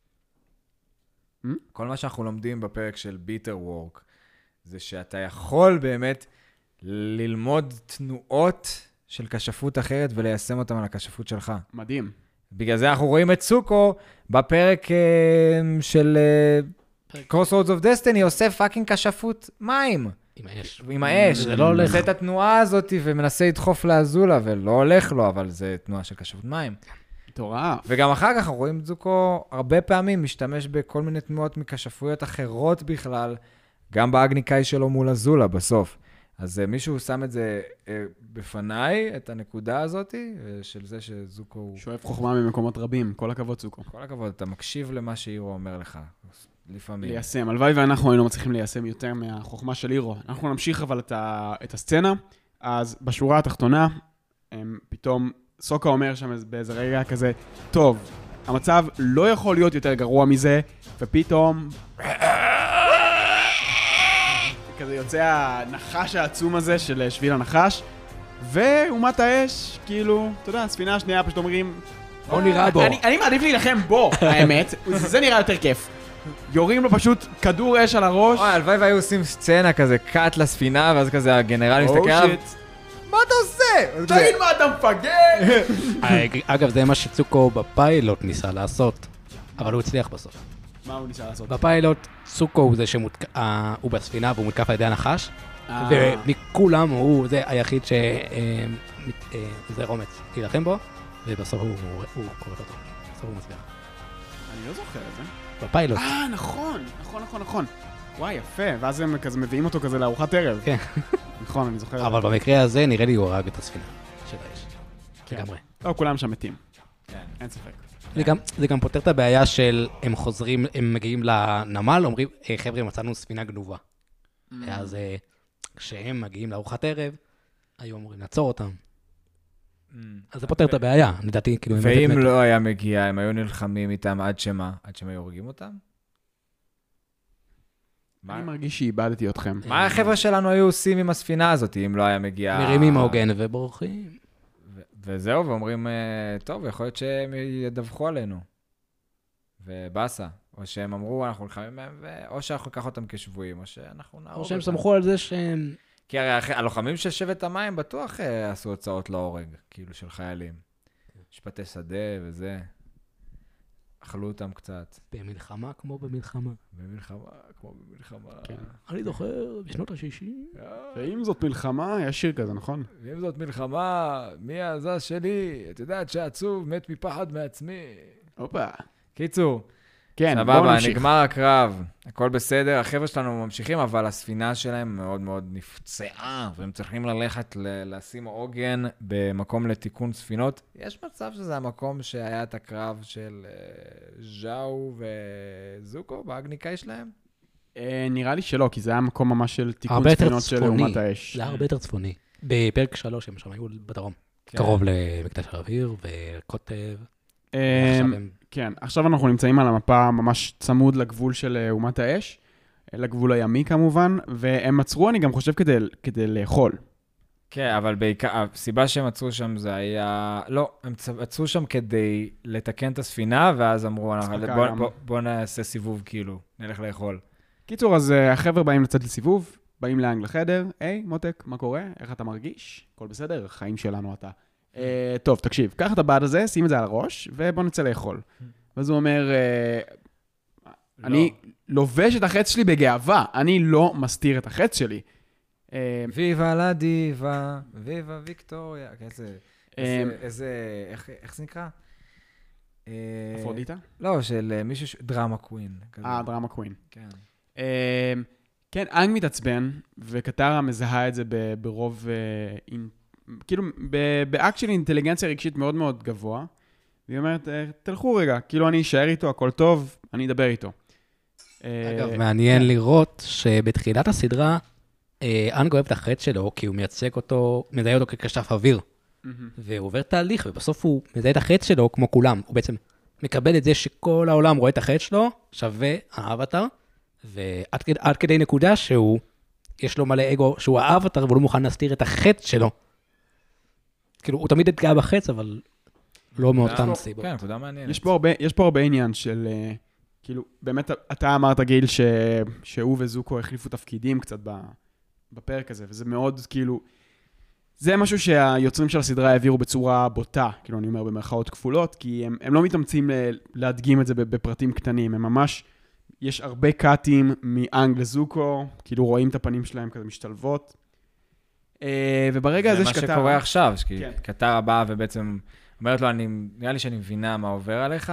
כל מה שאנחנו לומדים בפרק של ביטר וורק, זה שאתה יכול באמת ללמוד תנועות של כשפות אחרת וליישם אותם על הכשפות שלך. מדהים. בגלל זה אנחנו רואים את סוקו בפרק של Crossroads of Destiny, עושה פאקינג כשפות מים. עם האש. עם האש. זה לא הולך. עושה את התנועה הזאת ומנסה לדחוף לאזולה, ולא הולך לו, אבל זה תנועה של כשפות מים. מטורף. וגם אחר כך אנחנו רואים את זוקו הרבה פעמים משתמש בכל מיני תנועות מכשפויות אחרות בכלל, גם באגניקאי שלו מול אזולה בסוף. אז מישהו שם את זה בפניי, את הנקודה הזאת, של זה שזוקו הוא... שואף חוכמה ממקומות רבים, כל הכבוד זוקו. כל הכבוד, אתה מקשיב למה שאירו אומר לך, לפעמים. ליישם, הלוואי ואנחנו היינו מצליחים ליישם יותר מהחוכמה של אירו. אנחנו נמשיך אבל את הסצנה, אז בשורה התחתונה, פתאום סוקה אומר שם באיזה רגע כזה, טוב, המצב לא יכול להיות יותר גרוע מזה, ופתאום... כזה יוצא הנחש העצום הזה של שביל הנחש, ואומת האש, כאילו, אתה יודע, הספינה השנייה פשוט אומרים, בוא נראה בו. אני מעדיף להילחם בו, האמת, זה נראה יותר כיף. יורים לו פשוט כדור אש על הראש. אוי, הלוואי והיו עושים סצנה כזה, קאט לספינה, ואז כזה הגנרל מסתכל עליו, מה אתה עושה? תגיד מה אתה מפגר! אגב, זה מה שצוקו בפיילוט ניסה לעשות, אבל הוא הצליח בסוף. מה הוא ניסה לעשות? בפיילוט, צוקו הוא זה שהוא בספינה והוא מותקף על ידי הנחש, ומכולם הוא זה היחיד שזה אומץ להילחם בו, ובסוף הוא קורא אותו. בסוף הוא מצליח. אני לא זוכר את זה. בפיילוט. נכון. וואי, יפה. ואז הם כזה מביאים אותו כזה לארוחת ערב. כן. נכון, אני זוכר את זה. אבל במקרה הזה נראה לי הוא הרג את הספינה של האש. לגמרי. לא, כולם שם מתים. כן. אין ספק. זה גם פותר את הבעיה של הם חוזרים, הם מגיעים לנמל, אומרים, חבר'ה, מצאנו ספינה גנובה. אז כשהם מגיעים לארוחת ערב, היו אמורים לעצור אותם. אז זה פותר את הבעיה, לדעתי, כאילו... ואם לא היה מגיע, הם היו נלחמים איתם עד שמה? עד שהם היו הורגים אותם? אני מרגיש שאיבדתי אתכם. מה החבר'ה שלנו היו עושים עם הספינה הזאת, אם לא היה מגיע... מרימים העוגן ובורחים. וזהו, ואומרים, טוב, יכול להיות שהם ידווחו עלינו. ובאסה. או שהם אמרו, אנחנו נלחמים מהם, או שאנחנו ניקח אותם כשבויים, או שאנחנו נהרוג אותם. או שהם סמכו על זה שהם... כי הרי הלוחמים של שבט המים בטוח עשו הוצאות להורג, כאילו של חיילים. משפטי שדה וזה. אכלו אותם קצת. במלחמה כמו במלחמה. במלחמה כמו במלחמה. כן. אני זוכר, בשנות ה-60. ואם זאת מלחמה, יש שיר כזה, נכון? ואם זאת מלחמה, מי העזז שלי? את יודעת שעצוב מת מפחד מעצמי. הופה. קיצור. כן, בואו סבבה, נמשיך. נגמר הקרב, הכל בסדר, החבר'ה שלנו ממשיכים, אבל הספינה שלהם מאוד מאוד נפצעה, והם צריכים ללכת לשים עוגן במקום לתיקון ספינות. יש מצב שזה המקום שהיה את הקרב של ז'או וזוקו באגניקאי שלהם? נראה לי שלא, כי זה היה מקום ממש של תיקון ספינות של אומת האש. זה היה הרבה יותר צפוני. בפרק 3 הם שם היו בדרום. קרוב למקדש האוויר וקוטב. כן, עכשיו אנחנו נמצאים על המפה ממש צמוד לגבול של אומת האש. לגבול הימי כמובן, והם עצרו, אני גם חושב, כדי לאכול. כן, אבל בעיקר, הסיבה שהם עצרו שם זה היה... לא, הם עצרו שם כדי לתקן את הספינה, ואז אמרו, בוא נעשה סיבוב כאילו, נלך לאכול. קיצור, אז החבר'ה באים לצאת לסיבוב, באים לאנג לחדר, היי, מותק, מה קורה? איך אתה מרגיש? הכל בסדר? חיים שלנו אתה. טוב, תקשיב, קח את הבד הזה, שים את זה על הראש, ובוא נצא לאכול. ואז הוא אומר, אני לובש את החץ שלי בגאווה, אני לא מסתיר את החץ שלי. ויבה לה דיבה, ויבה ויקטוריה, איזה, איך זה נקרא? אפרודיטה? לא, של מישהו, דרמה קווין. דרמה קווין. כן. כן, אנג מתעצבן, וקטרה מזהה את זה ברוב, כאילו, באקט של אינטליגנציה רגשית מאוד מאוד גבוה, והיא אומרת, תלכו רגע, כאילו אני אשאר איתו, הכל טוב, אני אדבר איתו. אגב, מעניין לראות שבתחילת הסדרה, אנג אוהב את החץ שלו, כי הוא מייצג אותו, מזהה אותו כקשף אוויר. והוא עובר תהליך, ובסוף הוא מזהה את החץ שלו כמו כולם. הוא בעצם מקבל את זה שכל העולם רואה את החץ שלו, שווה האבטר, ועד כדי נקודה שהוא, יש לו מלא אגו, שהוא האבטר, והוא לא מוכן להסתיר את החץ שלו. כאילו, הוא תמיד התגאה בחץ, אבל לא מאותן סיבות. כן, נקודה מעניינת. יש פה הרבה עניין של, כאילו, באמת, אתה אמרת, גיל, שהוא וזוקו החליפו תפקידים קצת בפרק הזה, וזה מאוד, כאילו, זה משהו שהיוצרים של הסדרה העבירו בצורה בוטה, כאילו, אני אומר במרכאות כפולות, כי הם לא מתאמצים להדגים את זה בפרטים קטנים, הם ממש, יש הרבה קאטים מאנג לזוקו, כאילו רואים את הפנים שלהם כזה משתלבות, וברגע הזה שקטרה... זה מה שקורה עכשיו, שקטרה באה ובעצם אומרת לו, נראה לי שאני מבינה מה עובר עליך,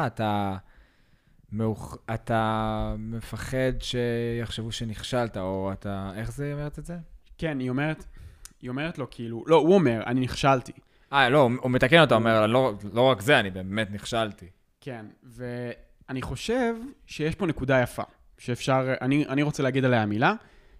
אתה מפחד שיחשבו שנכשלת, או אתה... איך זה אומרת את זה? כן, היא אומרת לו כאילו... לא, הוא אומר, אני נכשלתי. לא, הוא מתקן אותה, אומר, לא רק זה, אני באמת נכשלתי. כן, ואני חושב שיש פה נקודה יפה, שאפשר... אני רוצה להגיד עליה מילה,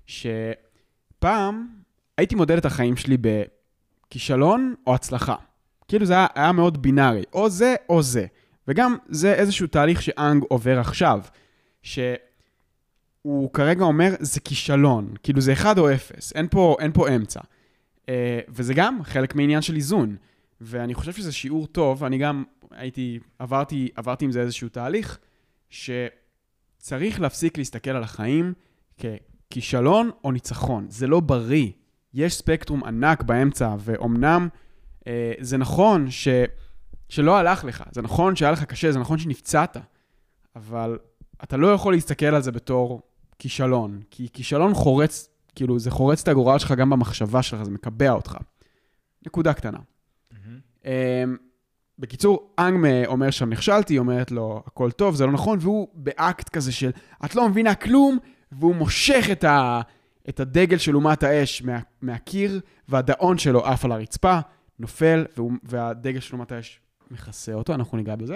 שפעם הייתי מודד את החיים שלי בכישלון או הצלחה. כאילו זה היה מאוד בינארי, או זה או זה. וגם זה איזשהו תהליך שאנג עובר עכשיו, שהוא כרגע אומר, זה כישלון, כאילו זה 1 או 0, אין פה אמצע. וזה גם חלק מעניין של איזון, ואני חושב שזה שיעור טוב, אני גם עברתי עם זה איזשהו תהליך, שצריך להפסיק להסתכל על החיים ככישלון או ניצחון, זה לא בריא, יש ספקטרום ענק באמצע, ואומנם זה נכון שלא הלך לך, זה נכון שהיה לך קשה, זה נכון שנפצעת, אבל אתה לא יכול להסתכל על זה בתור כישלון, כי כישלון חורץ, כאילו זה חורץ את הגורל שלך גם במחשבה שלך, זה מקבע אותך. נקודה קטנה. בקיצור, אנג אומר שם נכשלתי, היא אומרת לו, הכל טוב, זה לא נכון, והוא באקט כזה של, את לא מבינה כלום, והוא מושך את הדגל של אומת האש מהקיר, והדעון שלו עף על הרצפה, נופל, והדגל של אומת האש מכסה אותו, אנחנו ניגע בזה.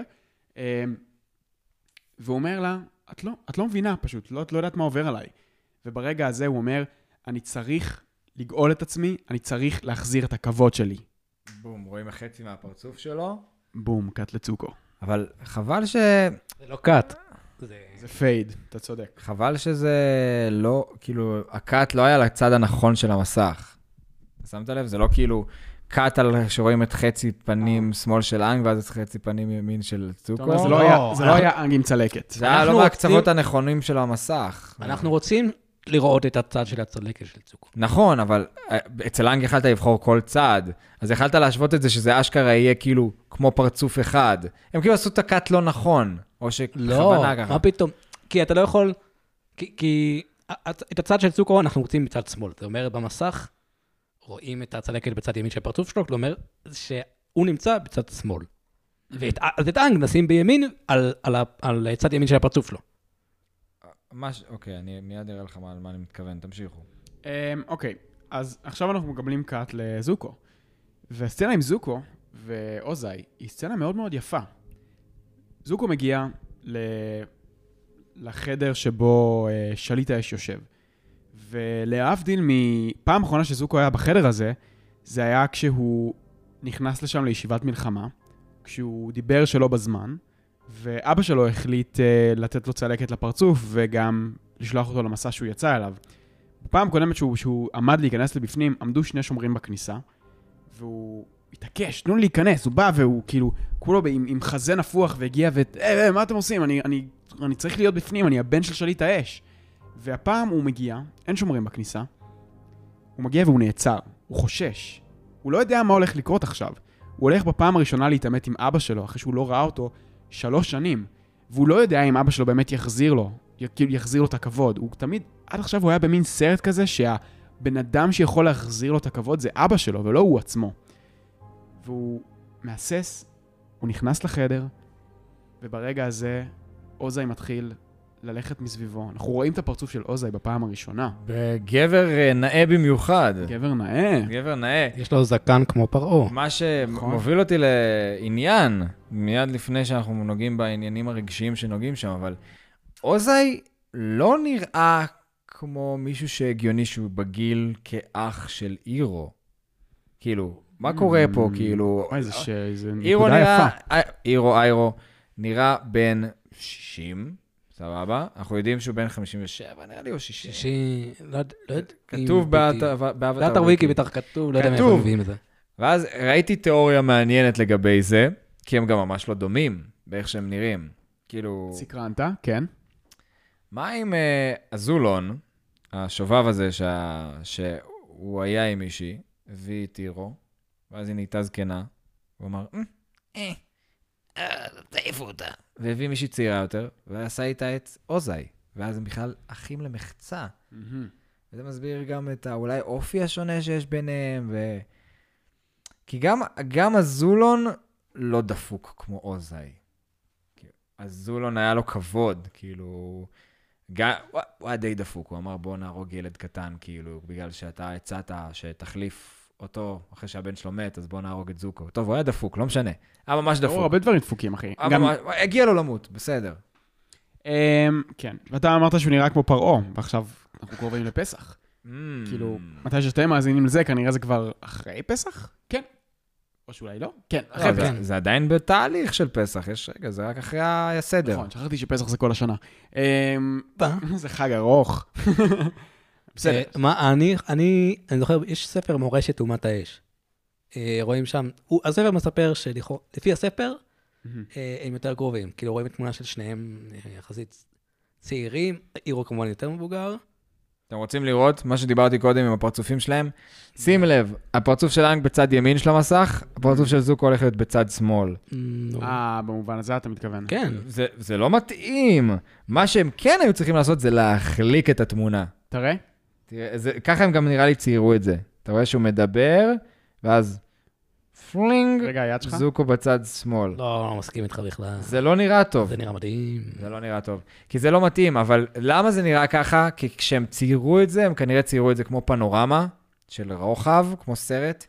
והוא אומר לה, את לא מבינה פשוט, את לא יודעת מה עובר עליי. וברגע הזה הוא אומר, אני צריך לגאול את עצמי, אני צריך להחזיר את הכבוד שלי. בום, רואים החצי מהפרצוף שלו. בום, קאט לצוקו. אבל חבל זה לא קאט. זה פייד, אתה צודק. חבל שזה לא, כאילו, הקאט לא היה לצד הנכון של המסך. שמת לב? זה לא כאילו קאט על שרואים את חצי פנים שמאל של אנג, ואז את חצי פנים ימין של צוקו. זה לא היה אנג עם צלקת. זה היה לא מהקצוות הנכונים של המסך. אנחנו רוצים לראות את הצד של הצלקת של צוקו. נכון, אבל אצל אנג יכלת לבחור כל צד, אז יכלת להשוות את זה שזה אשכרה יהיה כאילו כמו פרצוף אחד. הם כאילו עשו את הקאט לא נכון, או שכוונה ככה. מה פתאום? כי אתה לא יכול, כי את הצד של צוקו אנחנו רוצים מצד שמאל. זאת אומרת, במסך רואים את הצלקת בצד ימין של הפרצוף שלו, כלומר שהוא נמצא בצד שמאל. אז את אנג נשים בימין על צד ימין של הפרצוף שלו. אוקיי, אני מיד אראה לך מה אני מתכוון, תמשיכו. אוקיי, אז עכשיו אנחנו מקבלים קאט לזוקו. והסצנה עם זוקו ואוזאי היא סצנה מאוד מאוד יפה. זוקו מגיע לחדר שבו שליט האש יושב. ולהבדיל מפעם האחרונה שזוקו היה בחדר הזה, זה היה כשהוא נכנס לשם לישיבת מלחמה, כשהוא דיבר שלא בזמן, ואבא שלו החליט לתת לו צלקת לפרצוף, וגם לשלוח אותו למסע שהוא יצא אליו. בפעם הקודמת שהוא עמד להיכנס לבפנים, עמדו 2 שומרים בכניסה, והוא התעקש, תנו לי להיכנס, הוא בא והוא כאילו, כולו עם חזה נפוח והגיע מה אתם עושים? אני צריך להיות בפנים, אני הבן של שליט האש. והפעם הוא מגיע, אין שומרים בכניסה, הוא מגיע והוא נעצר, הוא חושש. הוא לא יודע מה הולך לקרות עכשיו. הוא הולך בפעם הראשונה להתעמת עם אבא שלו, אחרי שהוא לא ראה אותו 3 שנים. והוא לא יודע אם אבא שלו באמת יחזיר לו את הכבוד. הוא תמיד, עד עכשיו הוא היה במין סרט כזה שהבן אדם שיכול להחזיר לו את הכבוד זה אבא שלו, ולא הוא עצמו. והוא מהסס, הוא נכנס לחדר, וברגע הזה אוזי מתחיל ללכת מסביבו. אנחנו רואים את הפרצוף של אוזי בפעם הראשונה. בגבר נאה במיוחד. גבר נאה. גבר נאה. יש לו זקן כמו פרעה. מה שמוביל אותי לעניין, מיד לפני שאנחנו נוגעים בעניינים הרגשיים שנוגעים שם, אבל אוזי לא נראה כמו מישהו שהגיוני שהוא בגיל כאח של אירו. כאילו, מה קורה פה? כאילו... זה נקודה יפה. אירו נראה בן 60, סבבה? אנחנו יודעים שהוא בן 57, נראה לי או 60. לא יודע. כתוב באתר וויקי בטח כתוב, לא יודע מאיפה הם מביאים את זה. ואז ראיתי תיאוריה מעניינת לגבי זה, כי הם גם ממש לא דומים באיך שהם נראים. כאילו... סקרנת, כן. מה עם הזולון, השובב הזה שהוא היה עם מישהי, הביא את אירו, ואז היא נהייתה זקנה, הוא אמר, תעיפו אותה. והביא מישהי צעירה יותר, ועשה איתה את אוזי, ואז הם בכלל אחים למחצה. וזה מסביר גם את אולי אופי השונה שיש ביניהם, כי גם הזולון לא דפוק כמו אוזי. הזולון היה לו כבוד, כאילו, הוא היה די דפוק, הוא אמר בוא נהרוג ילד קטן, כאילו, בגלל שאתה הצעת שתחליף אותו אחרי שהבן שלו מת, אז בוא נהרוג את זוקו. טוב, הוא היה דפוק, לא משנה. היה ממש דפוק. הרבה דברים דפוקים, אחי. הגיע לו למות, בסדר. כן, ואתה אמרת שהוא נראה כמו פרעה, ועכשיו אנחנו קרובים לפסח. כאילו, מתי שאתם מאזינים לזה, כנראה זה כבר אחרי פסח? כן. או שאולי לא? כן, אחרי פסח. זה עדיין בתהליך של פסח, יש רגע, זה רק אחרי הסדר. נכון, שכחתי שפסח זה כל השנה. זה חג ארוך. בסדר. אני זוכר, יש ספר מורשת אומת האש. רואים שם, הספר מספר שלפי הספר, הם יותר קרובים. כאילו רואים את תמונה של שניהם יחסית צעירים, אירו כמובן יותר מבוגר. אתם רוצים לראות מה שדיברתי קודם עם הפרצופים שלהם? שים לב, הפרצוף של אנג בצד ימין של המסך, הפרצוף של זוקו הולך להיות בצד שמאל. במובן הזה אתה מתכוון. כן. זה לא מתאים. מה שהם כן היו צריכים לעשות זה להחליק את התמונה. תראה? ככה הם גם נראה לי ציירו את זה. אתה רואה שהוא מדבר, ואז פלינג, זוקו בצד שמאל. לא מסכים איתך בכלל. זה לא נראה טוב. זה נראה מתאים. זה לא נראה טוב. כי זה לא מתאים, אבל למה זה נראה ככה? כי כשהם ציירו את זה, הם כנראה ציירו את זה כמו פנורמה של רוחב, כמו סרט,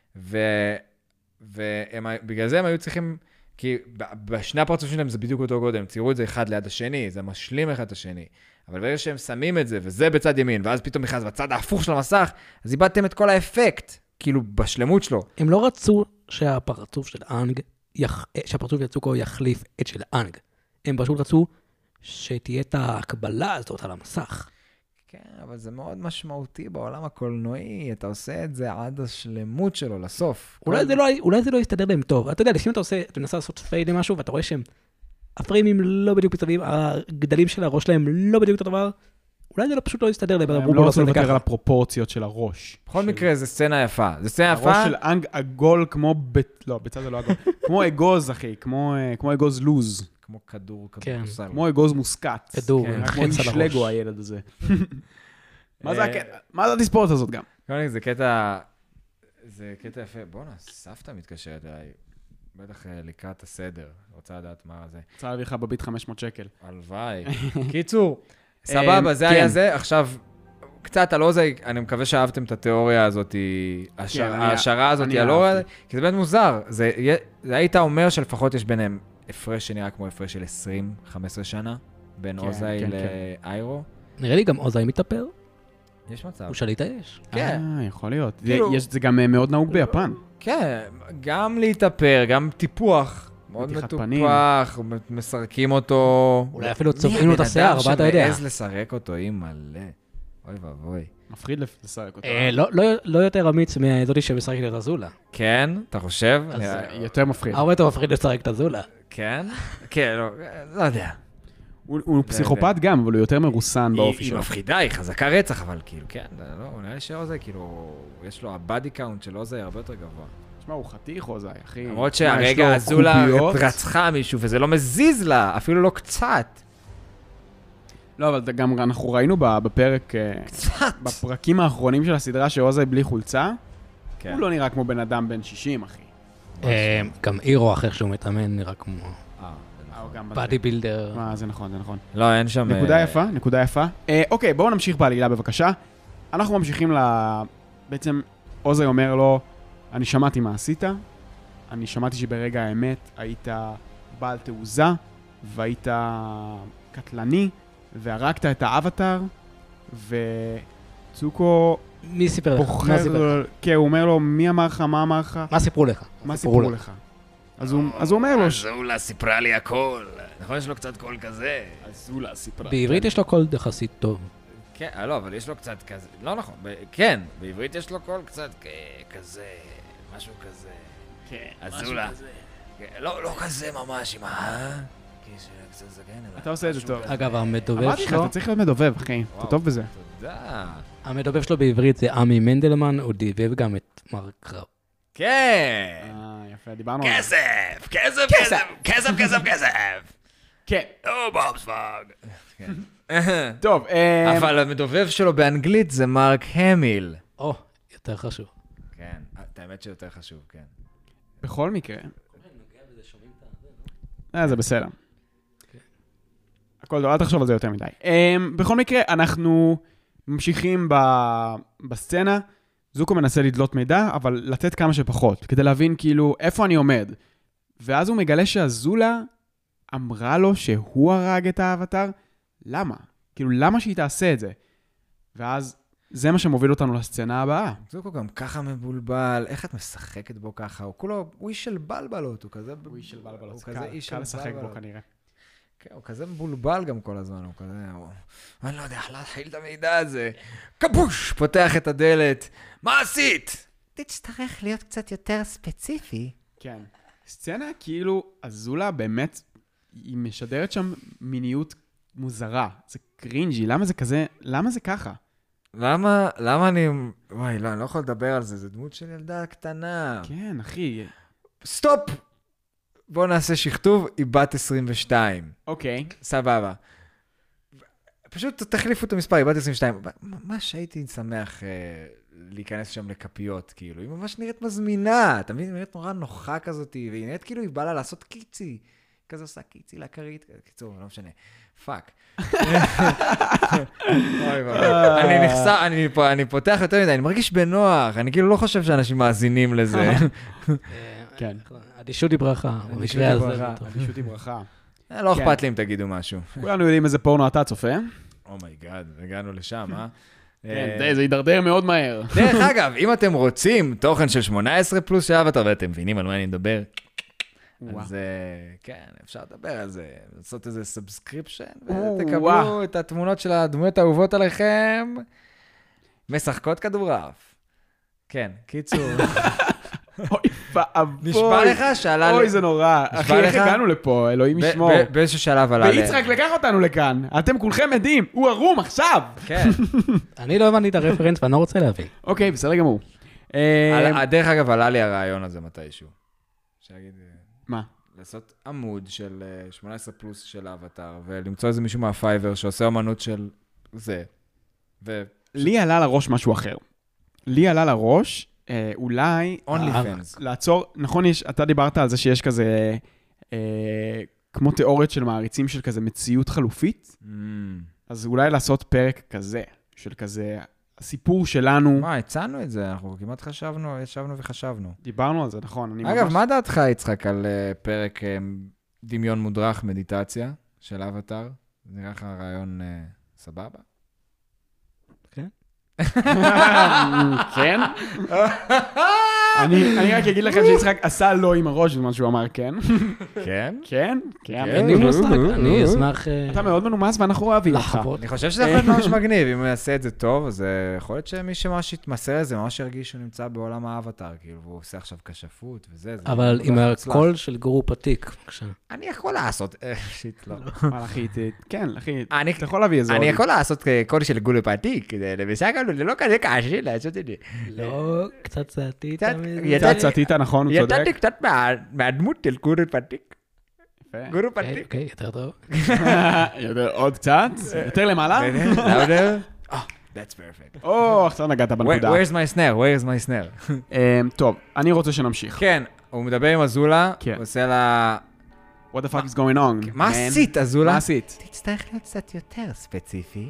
ובגלל זה הם היו צריכים, כי בשני הפרצופים שלהם זה בדיוק אותו גודל, הם ציירו את זה אחד ליד השני, זה משלים אחד את השני. אבל ברגע שהם שמים את זה, וזה בצד ימין, ואז פתאום נכנס בצד ההפוך של המסך, אז איבדתם את כל האפקט, כאילו בשלמות שלו. הם לא רצו שהפרצוף של אנג, שהפרצוף של צוקו יחליף את של אנג. הם פשוט רצו שתהיה את ההקבלה הזאת על המסך. כן, אבל זה מאוד משמעותי בעולם הקולנועי, אתה עושה את זה עד השלמות שלו, לסוף. אולי זה לא יסתדר להם טוב. אתה יודע, לפעמים אתה מנסה לעשות פייד למשהו, ואתה רואה שהם הפריימים לא בדיוק מצטלבים, הגדלים של הראש שלהם לא בדיוק אותו דבר, אולי זה פשוט לא יסתדר להם. הם לא רצו לוותר על הפרופורציות של הראש. בכל מקרה, זה סצנה יפה. זה סצנה יפה. הראש של אנג עגול כמו, לא, בצד זה לא עגול, כמו אגוז, אחי, כמו אגוז לוז. כמו כדור סל. כמו אגוז מוסקת. כדור, כמו איש לגו הילד הזה. מה זה התספורת הזאת גם? זה קטע יפה. בוא'נה, סבתא מתקשרת אליי. בטח לקראת הסדר, רוצה לדעת מה זה. רוצה להביא לך בביט 500 שקל. הלוואי. קיצור, סבבה, זה היה זה. עכשיו, קצת על אוזי, אני מקווה שאהבתם את התיאוריה הזאת, ההשערה הזאת על אוזי, כי זה באמת מוזר. זה היית אומר שלפחות יש ביניהם הפרש שנראה כמו הפרש של 20-15 שנה, בין אוזי לאיירו. נראה לי גם אוזי מתאפר. יש מצב. הוא שליט האש. כן. יכול להיות. זה גם מאוד נהוג ביפן. כן, גם להתאפר, גם טיפוח מאוד מתיחת פנים. מטופח, מסרקים אותו. אולי אפילו צובעים לו את השיער, מה אתה יודע? מי הבן אדם שמעז לסרק אותו, היא מלא. אוי ואבוי. מפחיד לסרק אותו. לא יותר אמיץ מהזאתי שמשחקת את הזולה. כן? אתה חושב? יותר מפחיד. הרבה יותר מפחיד לשחק את הזולה. כן? כן, לא יודע. הוא פסיכופת גם, אבל הוא יותר מרוסן באופי היא שלו. מפחידה, היא חזקה רצח, אבל כאילו, כן, לא, נראה לי שאוזי, כאילו, יש לו הבאדי קאונט של אוזי הרבה יותר גבוה. תשמע, הוא חתיך אוזי, אחי. למרות שהרגע הזולה רצחה מישהו, וזה לא מזיז לה, אפילו לא קצת. לא, אבל גם אנחנו ראינו בפרק, קצת. בפרקים האחרונים של הסדרה שאוזי בלי חולצה, כן. הוא לא נראה כמו בן אדם בן 60, אחי. גם אירו אחר שהוא מתאמן נראה כמו באדי בילדר. זה נכון, זה נכון. לא, אין שם... נקודה יפה, נקודה יפה. אוקיי, בואו נמשיך בעלילה בבקשה. אנחנו ממשיכים בעצם, אוזי אומר לו, אני שמעתי מה עשית, אני שמעתי שברגע האמת היית בעל תעוזה, והיית קטלני, והרגת את האבטר, וצוקו מי סיפר לך? בוחר, כן, הוא אומר לו, מי אמר לך, מה אמר לך? מה סיפרו לך? מה סיפרו לך? אז הוא אומר לו... הזולה סיפרה לי הכל. נכון, יש לו קצת קול כזה. הזולה סיפרה. בעברית יש לו קול יחסית טוב. כן, לא, אבל יש לו קצת כזה. לא נכון, כן, בעברית יש לו קול קצת כזה, משהו כזה. כן, הזולה. לא כזה ממש, עם קצת זקן. אתה עושה את זה טוב. אגב, המדובב אמרתי לך, שלו, אתה צריך להיות מדובב, אחי. אתה טוב בזה. תודה. המדובב שלו בעברית זה עמי מנדלמן, הוא דיבב גם את מרק קראו. כן. יפה, דיברנו על זה. כסף, כסף, כסף, כסף, כסף, כסף. כן. בובספאג. טוב, אבל המדובב שלו באנגלית זה מרק המיל. או, יותר חשוב. כן, האמת שיותר חשוב, כן. בכל מקרה. זה בסדר. הכל טוב, אל תחשוב על זה יותר מדי. בכל מקרה, אנחנו ממשיכים בסצנה. זוקו מנסה לדלות מידע, אבל לתת כמה שפחות, כדי להבין כאילו איפה אני עומד. ואז הוא מגלה שהזולה אמרה לו שהוא הרג את האבטר. למה? כאילו, למה שהיא תעשה את זה? ואז זה מה שמוביל אותנו לסצנה הבאה. זוקו גם ככה מבולבל, איך את משחקת בו ככה? הוא כולו, הוא איש של בלבלות, הוא כזה... הוא איש של בלבלות, הוא כזה איש של קל לשחק בו בלבלות. כנראה. כן, הוא כזה מבולבל גם כל הזמן, הוא כזה... אני לא יודע איך להתחיל את המידע הזה. קבוש! פותח את הדלת. מה עשית? תצטרך להיות קצת יותר ספציפי. כן. סצנה כאילו, הזולה באמת, היא משדרת שם מיניות מוזרה. זה קרינג'י, למה זה כזה, למה זה ככה? למה אני... וואי, לא, אני לא יכול לדבר על זה, זה דמות של ילדה קטנה. כן, אחי. סטופ! בואו נעשה שכתוב, היא בת 22. אוקיי. סבבה. פשוט תחליפו את המספר, היא בת 22. ממש הייתי שמח להיכנס שם לכפיות, כאילו. היא ממש נראית מזמינה, אתה מבין? היא נראית נורא נוחה כזאת, והיא נראית כאילו היא באה לה לעשות קיצי. כזה עושה קיצי לכרית, קיצור, לא משנה. פאק. אני פותח יותר מדי, אני מרגיש בנוח, אני כאילו לא חושב שאנשים מאזינים לזה. כן. אדישות היא ברכה. במקרה הזה. אדישות היא ברכה. לא אכפת לי אם תגידו משהו. כולנו יודעים איזה פורנו אתה צופה. אומייגאד, הגענו לשם, אה? כן, זה יידרדר מאוד מהר. דרך אגב, אם אתם רוצים תוכן של 18 פלוס שעה ואתם מבינים על מה אני מדבר, אז כן, אפשר לדבר על זה, לעשות איזה סאבסקריפשן, ותקבלו את התמונות של הדמויות האהובות עליכם, משחקות כדורעף. כן, קיצור. אוי ואבוי. נשבע לך שעלה... אוי, זה נורא. אחי, איך הגענו לפה? אלוהים ישמור. באיזשהו שלב עלה... ויצחק לקח אותנו לכאן. אתם כולכם עדים. הוא ערום עכשיו. כן. אני לא הבנתי את הרפרנס ואני לא רוצה להבין. אוקיי, בסדר גמור. דרך אגב, עלה לי הרעיון הזה מתישהו. שיגיד... מה? לעשות עמוד של 18 פלוס של האבטר, ולמצוא איזה מישהו מהפייבר שעושה אמנות של זה. לי עלה לראש משהו אחר. לי עלה לראש, אולי... OnlyFans. לעצור, נכון, אתה דיברת על זה שיש כזה, כמו תיאוריות של מעריצים של כזה מציאות חלופית, אז אולי לעשות פרק כזה, של כזה... הסיפור שלנו... מה, הצענו את זה, אנחנו כמעט חשבנו, ישבנו וחשבנו. דיברנו על זה, נכון. אגב, מה דעתך, יצחק, על פרק דמיון מודרך מדיטציה של אבטר? נראה לך רעיון סבבה? כן. כן? אני רק אגיד לכם שיצחק עשה לא עם הראש בזמן שהוא אמר כן. כן? כן, כן. אין לי מושג, אני אשמח אתה מאוד מנומס ואנחנו אוהבים אותך. לחוות. אני חושב שזה יכול להיות ממש מגניב, אם הוא יעשה את זה טוב, אז יכול להיות שמי שממש יתמסר לזה, ממש ירגיש שהוא נמצא בעולם האבטר, כאילו, והוא עושה עכשיו כשפות וזה. אבל עם הקול של גורו פתיק, בבקשה. אני יכול לעשות, שיט, לא. אבל אחי, כן, אחי, אתה יכול להביא איזה אני עוד. יכול לעשות קול של גורו פתיק, בסך הכל זה לא כזה קשה לעשות את זה. לא, קצת צעתית. קצת צעתית, נכון, הוא צודק. ידעתי קצת מהדמות של גורו פתיק. יפה. גורו פתיק. אוקיי, יותר טוב. עוד קצת, יותר למעלה. Oh, that's perfect. או, עכשיו נגעת בנקודה. Where's my snare? Where's my snare? טוב, אני רוצה שנמשיך. כן, הוא מדבר עם אזולה, כן. הוא עושה לה... What the fuck is going on? מה עשית, אזולה? מה עשית? תצטרך להיות קצת יותר ספציפי.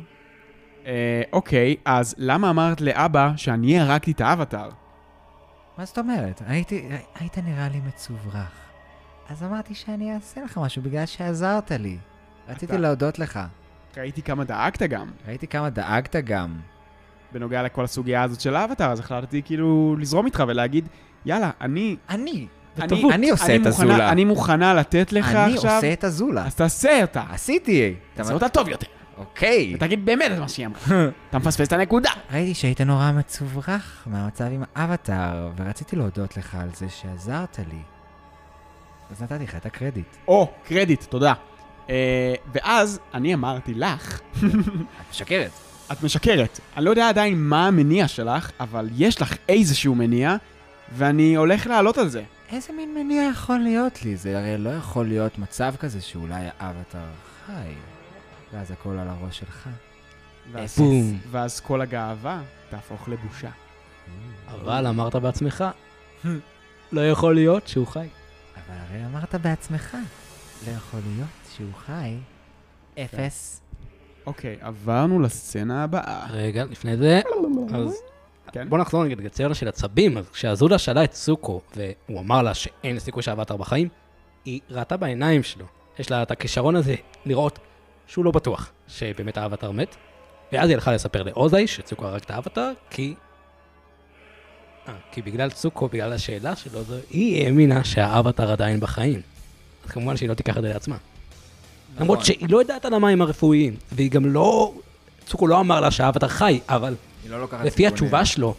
אוקיי, אז למה אמרת לאבא שאני הרגתי את האבטר? מה זאת אומרת? היית נראה לי מצוברח. אז אמרתי שאני אעשה לך משהו בגלל שעזרת לי. רציתי להודות לך. ראיתי כמה דאגת גם. ראיתי כמה דאגת גם. בנוגע לכל הסוגיה הזאת של האבטר, אז החלטתי כאילו לזרום איתך ולהגיד, יאללה, אני עושה את הזולה. אני מוכנה לתת לך עכשיו. אני עושה את הזולה. אז תעשה אותה. עשיתי. תעשה אותה טוב יותר. אוקיי. ותגיד באמת את מה שהיא אמרה. אתה מפספס את הנקודה. ראיתי שהיית נורא מצוברח מהמצב עם האבטר, ורציתי להודות לך על זה שעזרת לי. אז נתתי לך את הקרדיט. קרדיט, תודה. ואז אני אמרתי לך, את משקרת. את משקרת. אני לא יודע עדיין מה המניע שלך, אבל יש לך איזשהו מניע, ואני הולך לעלות על זה. איזה מין מניע יכול להיות לי? זה הרי לא יכול להיות מצב כזה שאולי האבטר חי, ואז הכל על הראש שלך. בום. ואז כל הגאווה תהפוך לבושה. אבל אמרת בעצמך, לא יכול להיות שהוא חי. אבל הרי אמרת בעצמך, לא יכול להיות שהוא חי. 0. אוקיי, עברנו לסצנה הבאה. רגע, לפני זה, אז כן? בוא נחזור נגיד לציון של עצבים. אז כשאזולה שאלה את סוקו, והוא אמר לה שאין סיכוי שהאבטר בחיים, היא ראתה בעיניים שלו. יש לה את הכישרון הזה לראות שהוא לא בטוח שבאמת האבטר מת. ואז היא הלכה לספר לאוזאי שצוקו הרג את האבטר, כי בגלל צוקו, בגלל השאלה שלו, היא האמינה שהאבטר עדיין בחיים. אז כמובן שהיא לא תיקח את זה לעצמה. למרות שהיא לא יודעת על המים הרפואיים, והיא גם לא... צוקו לא אמר לה שהאבטר חי, אבל לפי התשובה שלו,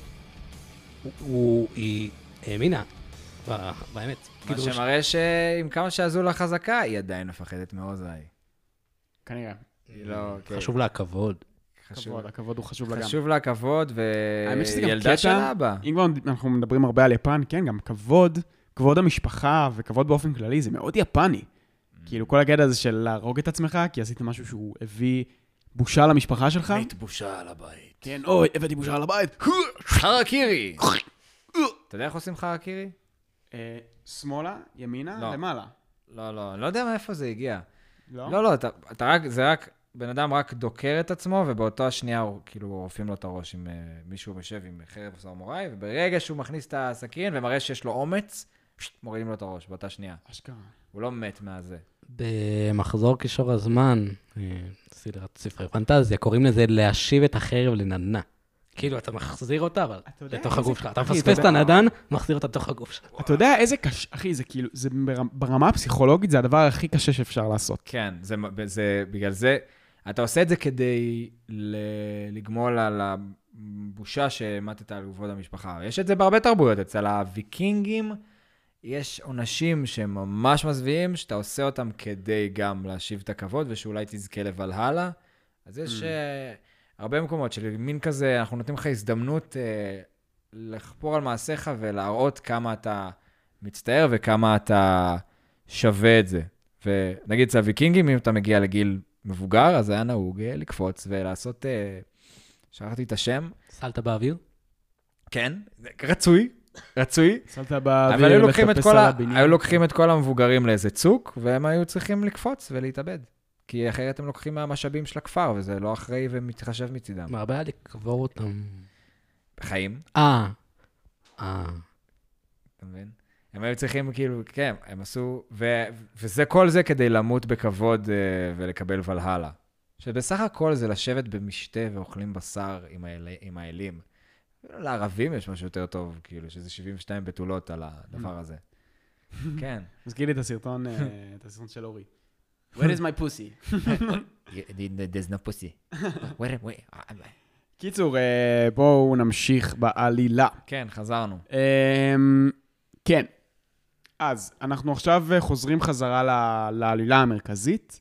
היא האמינה, באמת. מה שמראה שעם כמה שאזולה חזקה, היא עדיין מפחדת מאוזאי. כנראה. חשוב לה הכבוד. הכבוד הוא חשוב לה גם. חשוב לה הכבוד, וילדה של אבא. אם כבר אנחנו מדברים הרבה על יפן, כן, גם כבוד המשפחה וכבוד באופן כללי, זה מאוד יפני. כאילו כל הגדע הזה של להרוג את עצמך, כי עשית משהו שהוא הביא בושה למשפחה שלך. הבאת בושה על הבית. כן, הבאתי בושה על הבית. חרקירי. אתה יודע איך עושים חרקירי? שמאלה, ימינה, למעלה. לא, אני לא יודע מאיפה זה הגיע. לא? לא, זה רק, בן אדם רק דוקר את עצמו, ובאותו השנייה כאילו עורפים לו את הראש עם מישהו משב עם חרב סמוראי, וברגע שהוא מכניס את הסכין ומראה שיש לו אומץ, מורידים לו את הראש באותה שנייה. אשכרה. הוא לא מת מהזה. במחזור קישור הזמן, סדרת ספרי פנטזיה, קוראים לזה להשיב את החרב לנדנה. כאילו, אתה מחזיר אותה, אבל לתוך הגוף שלך. אתה מפספס את הנדן, מחזיר אותה לתוך הגוף שלך. אתה יודע איזה קשה, אחי, זה כאילו, זה ברמה הפסיכולוגית, זה הדבר הכי קשה שאפשר לעשות. כן, זה בגלל זה, אתה עושה את זה כדי לגמול על הבושה שמתת על כבוד המשפחה. יש את זה בהרבה תרבויות, אצל הוויקינגים, יש עונשים שהם ממש מזוויעים, שאתה עושה אותם כדי גם להשיב את הכבוד, ושאולי תזכה לבלהלה. אז יש הרבה מקומות של מין כזה, אנחנו נותנים לך הזדמנות לחפור על מעשיך ולהראות כמה אתה מצטער וכמה אתה שווה את זה. ונגיד, זה הוויקינגים, אם אתה מגיע לגיל מבוגר, אז היה נהוג לקפוץ ולעשות, שכחתי את השם. סלטה באוויר? כן, רצוי. סלת באוויר, אבל היו לוקחים את כל המבוגרים לאיזה צוק, והם היו צריכים לקפוץ ולהתאבד. כי אחרת הם לוקחים מהמשאבים של הכפר, וזה לא אחראי ומתחשב מצידם. מה הבעיה לקבור אותם? בחיים. אתה מבין? הם היו צריכים כאילו, כן, הם עשו, וזה כל זה כדי למות בכבוד ולקבל ולהלה. שבסך הכל זה לשבת במשתה ואוכלים בשר עם האלים. לערבים יש משהו יותר טוב, כאילו, שזה 72 בתולות על הדבר הזה. כן. מזכיר לי את הסרטון של אורי. Where is my pussy? There's no pussy. Wait. קיצור, בואו נמשיך בעלילה. כן, חזרנו. כן. אז אנחנו עכשיו חוזרים חזרה לעלילה המרכזית,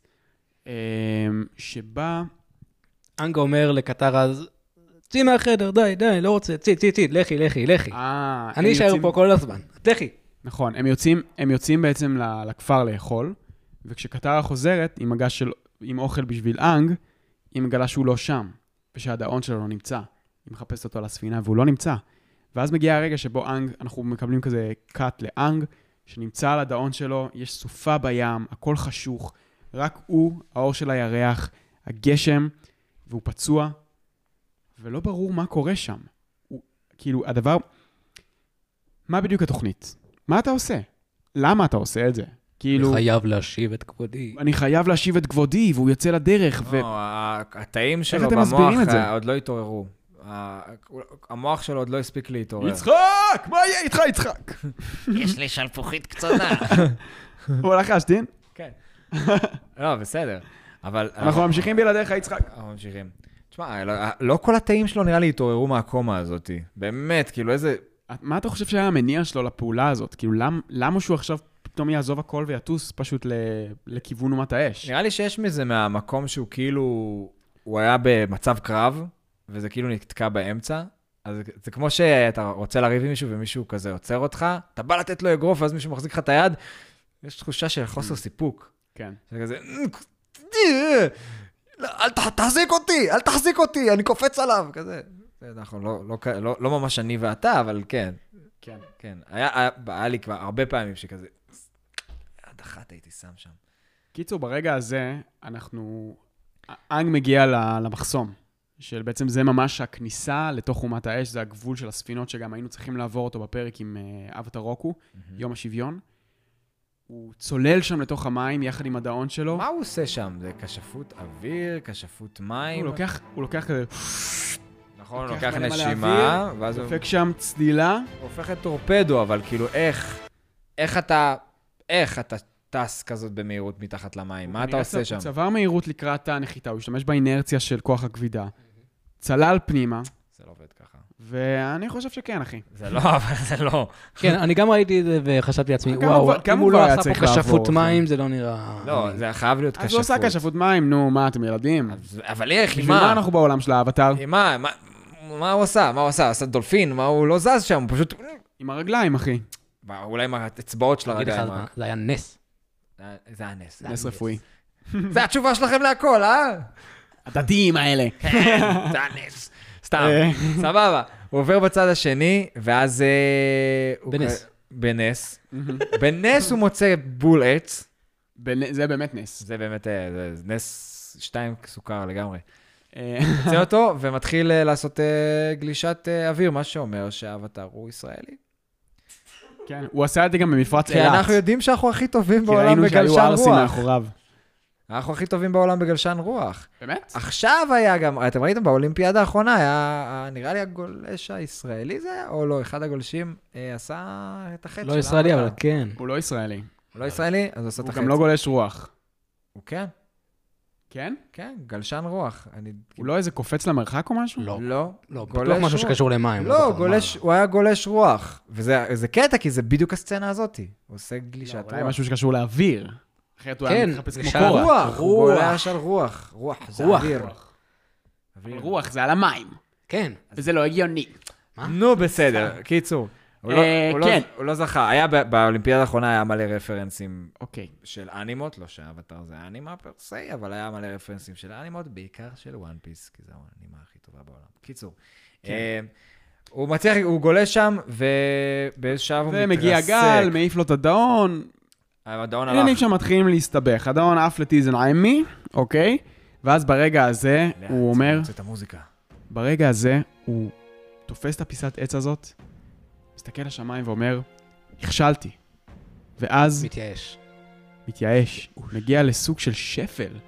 שבה... אנג אומר לקטר אז, צאי מהחדר, די, לא רוצה, צאי, לכי. אני אשאר פה כל הזמן, לכי. נכון, הם יוצאים בעצם לכפר לאכול, וכשקטרה חוזרת עם אוכל בשביל אנג, היא מגלה שהוא לא שם, ושהדאון שלו לא נמצא. היא מחפשת אותו על הספינה והוא לא נמצא. ואז מגיע הרגע שבו אנחנו מקבלים כזה קאט לאנג, שנמצא על הדאון שלו, יש סופה בים, הכל חשוך, רק הוא, האור של הירח, הגשם, והוא פצוע, ולא ברור מה קורה שם. כאילו, הדבר... מה בדיוק התוכנית? מה אתה עושה? למה אתה עושה את זה? כאילו... אני חייב להשיב את כבודי. אני חייב להשיב את כבודי, והוא יוצא לדרך, התאים שלו במוח עוד לא התעוררו. המוח שלו עוד לא הספיק להתעורר. יצחק! מה יהיה איתך, יצחק? יש לי שלפוחית קצונה. הוא הלך להשתין? כן. לא, בסדר. אבל... אנחנו ממשיכים בלעדיך, יצחק. אנחנו ממשיכים. תשמע, לא כל התאים שלו נראה לי התעוררו מהקומה הזאת. באמת, כאילו איזה... מה אתה חושב שהיה המניע שלו לפעולה הזאת? כאילו, למה שהוא עכשיו פתאום יעזוב הכל ויטוס פשוט לכיוון אומת האש? נראה לי שיש מזה מהמקום שהוא כאילו... הוא היה במצב קרב, וזה כאילו נתקע באמצע. אז זה כמו שאתה רוצה לריב עם מישהו ומישהו כזה עוצר אותך, אתה בא לתת לו אגרוף, ואז מישהו מחזיק לך את היד, יש תחושה של חוסר סיפוק. כן. זה כזה... אל תחזיק אותי, אני קופץ עליו, כזה. זה נכון, לא ממש אני ואתה, אבל כן. כן. כן. היה לי כבר הרבה פעמים שכזה, עד אחת הייתי שם שם. קיצור, ברגע הזה, אנג מגיע למחסום, של בעצם זה ממש הכניסה לתוך אומת האש, זה הגבול של הספינות שגם היינו צריכים לעבור אותו בפרק עם אבטר רוקו, יום השוויון. הוא צולל שם לתוך המים יחד עם הדאון שלו. מה הוא עושה שם? זה כשפות אוויר, כשפות מים? הוא לוקח כזה... נכון, הוא לוקח נשימה, ואז הוא... דופק שם צלילה. הוא הופך את טורפדו, אבל כאילו איך אתה טס כזאת במהירות מתחת למים? מה אתה עושה שם? הוא צבר מהירות לקראת הנחיתה, הוא השתמש באינרציה של כוח הכבידה. צלל פנימה. זה לא עובד ככה. ואני חושב שכן, אחי. זה לא, אבל זה לא. כן, אני גם ראיתי את זה וחשבתי לעצמי, וואו, אם הוא לא עשה פה כשפות מים, זה לא נראה... לא, זה חייב להיות כשפות. אז הוא עושה כשפות מים, נו, מה, אתם ילדים? אבל איך, בשביל מה אנחנו בעולם של האבטר? מה הוא עשה? עשה דולפין? מה הוא לא זז שם? הוא פשוט... עם הרגליים, אחי. אולי עם האצבעות של הרגליים. זה היה נס. זה היה נס. נס רפואי. זה התשובה שלכם להכל, אה? הדתיים האלה. זה הנס. סתם, סבבה. הוא עובר בצד השני, ואז... בנס. בנס הוא מוצא בול עץ. זה באמת נס. זה באמת נס 2 סוכר לגמרי. מוצא אותו, ומתחיל לעשות גלישת אוויר, מה שאומר שהאבטר הוא ישראלי. כן, הוא עשה את זה גם במפרץ אילת. כי אנחנו יודעים שאנחנו הכי טובים בעולם בגלשן כי ראינו שהיו ערסים רוח. מאחוריו. אנחנו הכי טובים בעולם בגלשן רוח. באמת? עכשיו היה גם, אתם ראיתם באולימפיאדה האחרונה, היה, נראה לי הגולש הישראלי זה היה, או לא, אחד הגולשים עשה את החץ של לא ישראלי, אבל כן. הוא לא ישראלי. הוא לא ישראלי, אז הוא עשה את החץ. הוא גם לא גולש רוח. הוא כן. כן? כן, גלשן רוח. הוא לא איזה קופץ למרחק או משהו? לא. לא. לא, בטוח משהו שקשור למים. לא, הוא היה גולש רוח. וזה קטע, כי זה בדיוק הסצנה הזאת. הוא עושה גלישת רוח. אולי משהו שקשור לאוויר. אחרת הוא כן, היה מתחפש כמו לשם. קורח. רוח, הוא גולש על רוח. רוח, זה אוויר. רוח, זה על המים. כן. וזה לא הגיוני. נו, בסדר. קיצור. הוא לא זכה. היה באולימפיאדה האחרונה היה מלא רפרנסים של אנימות, לא שהאבטר זה אנימה פר סי, אבל היה מלא רפרנסים של אנימות, בעיקר של וואן פיס, כי זו האנימה הכי טובה בעולם. קיצור. הוא מצליח, הוא גולש שם, ובאיזשהו שעה הוא מתרסק. ומגיע גל, מעיף לו את הדאון. הדאון הלך. עניינים שם מתחילים להסתבך. הדאון עף לטיזן עיימי, אוקיי? ואז ברגע הזה הוא אומר... ברגע הזה הוא תופס את הפיסת עץ הזאת, מסתכל לשמיים ואומר, הכשלתי. ואז... מתייאש. הוא מגיע לסוג של שפל,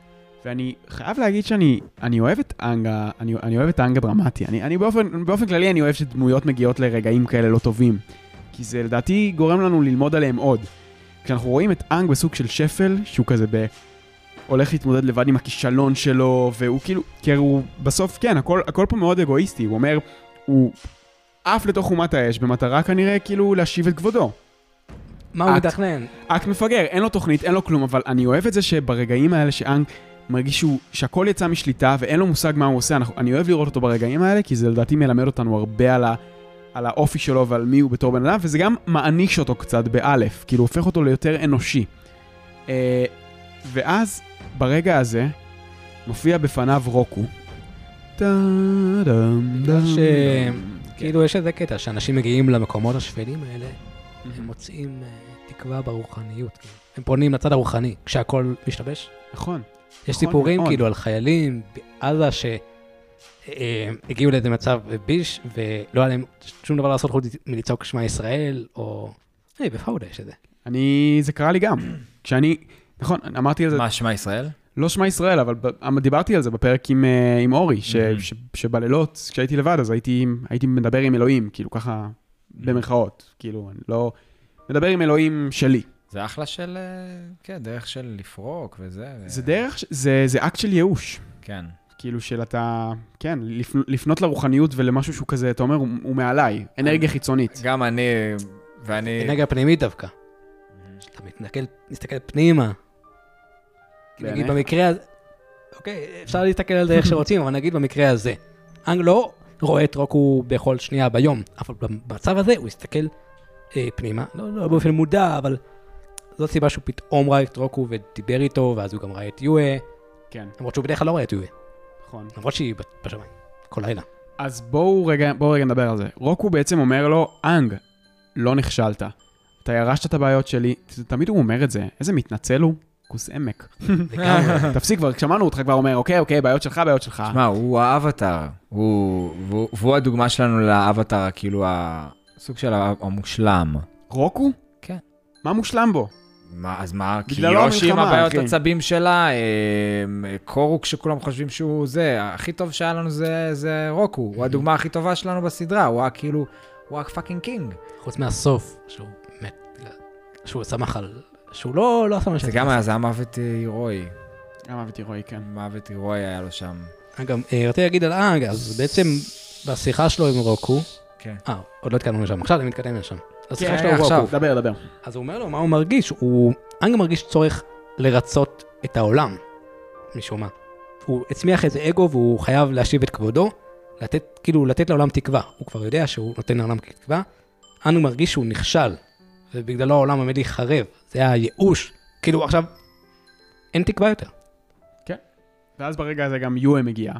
ואני חייב להגיד שאני אוהב את אנגה, אני אוהב את אנגה דרמטי. אני באופן כללי אני אוהב שדמויות מגיעות לרגעים כאלה לא טובים, כי זה לדעתי גורם לנו ללמוד עליהם עוד. כשאנחנו רואים את אנג בסוג של שפל, שהוא כזה הולך להתמודד לבד עם הכישלון שלו, והוא כאילו, כי הוא בסוף, כן, הכל פה מאוד אגואיסטי. הוא אומר, הוא עף לתוך חומת האש, במטרה כנראה כאילו להשיב את כבודו. מה הוא מתכנן? אקט מפגר, אין לו תוכנית, אין לו כלום, אבל אני אוהב את זה שברגעים האלה שאנג מרגיש שהכל יצא משליטה ואין לו מושג מה הוא עושה. אני אוהב לראות אותו ברגעים האלה, כי זה לדעתי מלמד אותנו הרבה על האופי שלו ועל מי הוא בתור בן אדם, וזה גם מעניש אותו קצת באלף, כאילו הופך אותו ליותר אנושי. ואז ברגע הזה מופיע בפניו רוקו. כאילו יש איזה קטע שאנשים מגיעים למקומות השפלים האלה, הם מוצאים תקווה ברוחניות, הם פונים לצד הרוחני כשהכל משתבש. נכון. יש סיפורים כאילו על חיילים בעזה שהגיעו לאיזה מצב ביש ולא היה להם שום דבר לעשות חוץ מלצעוק שמע ישראל, או בפאודה יש את זה. זה קרה לי גם. כשאני, נכון, אמרתי על זה. מה, שמע ישראל? לא שמע ישראל, אבל דיברתי על זה בפרק עם אורי, שבלילות, כשהייתי לבד, אז הייתי מדבר עם אלוהים, כאילו ככה במרכאות, כאילו, אני לא מדבר עם אלוהים שלי. זה אחלה של, כן, דרך של לפרוק וזה. זה דרך, זה אקט של ייאוש. כן. כאילו של אתה, כן, לפנות לרוחניות ולמשהו שהוא כזה, אתה אומר, הוא מעליי, אנרגיה חיצונית. גם ואני... אנרגיה פנימית דווקא. אתה מסתכל פנימה. נגיד במקרה הזה, אוקיי, אפשר להסתכל על זה איך שרוצים, אבל נגיד במקרה הזה, אנג לא רואה את רוקו בכל שנייה ביום, אבל במצב הזה הוא הסתכל פנימה, לא באופן מודע, אבל זאת סיבה שהוא פתאום ראה את רוקו ודיבר איתו, ואז הוא גם ראה את יואה, כן. למרות שהוא בדרך כלל לא ראה את יואה. נכון. למרות שהיא בשמיים, כל לילה. אז בואו רגע נדבר על זה. רוקו בעצם אומר לו, אנג, לא נכשלת. אתה ירשת את הבעיות שלי, תמיד הוא אומר את זה, איזה מתנצל הוא. כוס עמק. תפסיק כבר, שמענו אותך כבר אומר, אוקיי, בעיות שלך. שמע, הוא האבטר, והוא הדוגמה שלנו לאבטר, כאילו הסוג של המושלם. רוקו? כן. מה מושלם בו? אז מה, כי יושי עם הבעיות עצבים שלה, קורוק שכולם חושבים שהוא זה, הכי טוב שהיה לנו זה רוקו, הוא הדוגמה הכי טובה שלנו בסדרה, הוא היה כאילו, הוא היה פאקינג קינג. חוץ מהסוף, שהוא מת, שהוא שמח על... שהוא לא עשה מה זה גם היה, זה היה מוות הירואי. היה מוות הירואי, כן. מוות הירואי היה לו שם. אגב, רציתי להגיד על אנג, אז בעצם בשיחה שלו עם רוקו, עוד לא התקדמנו לשם, עכשיו אני מתקדם לשם. השיחה שלו עם רוקו. דבר. אז הוא אומר לו מה הוא מרגיש, אנג מרגיש צורך לרצות את העולם, משום מה. הוא הצמיח איזה אגו והוא חייב להשיב את כבודו, לתת לעולם תקווה. הוא כבר יודע שהוא נותן לעולם תקווה. אנג מרגיש שהוא נכשל. ובגללו העולם עומד להיחרב, זה היה ייאוש, כאילו עכשיו אין תקווה יותר. כן, ואז ברגע הזה גם יואה מגיעה,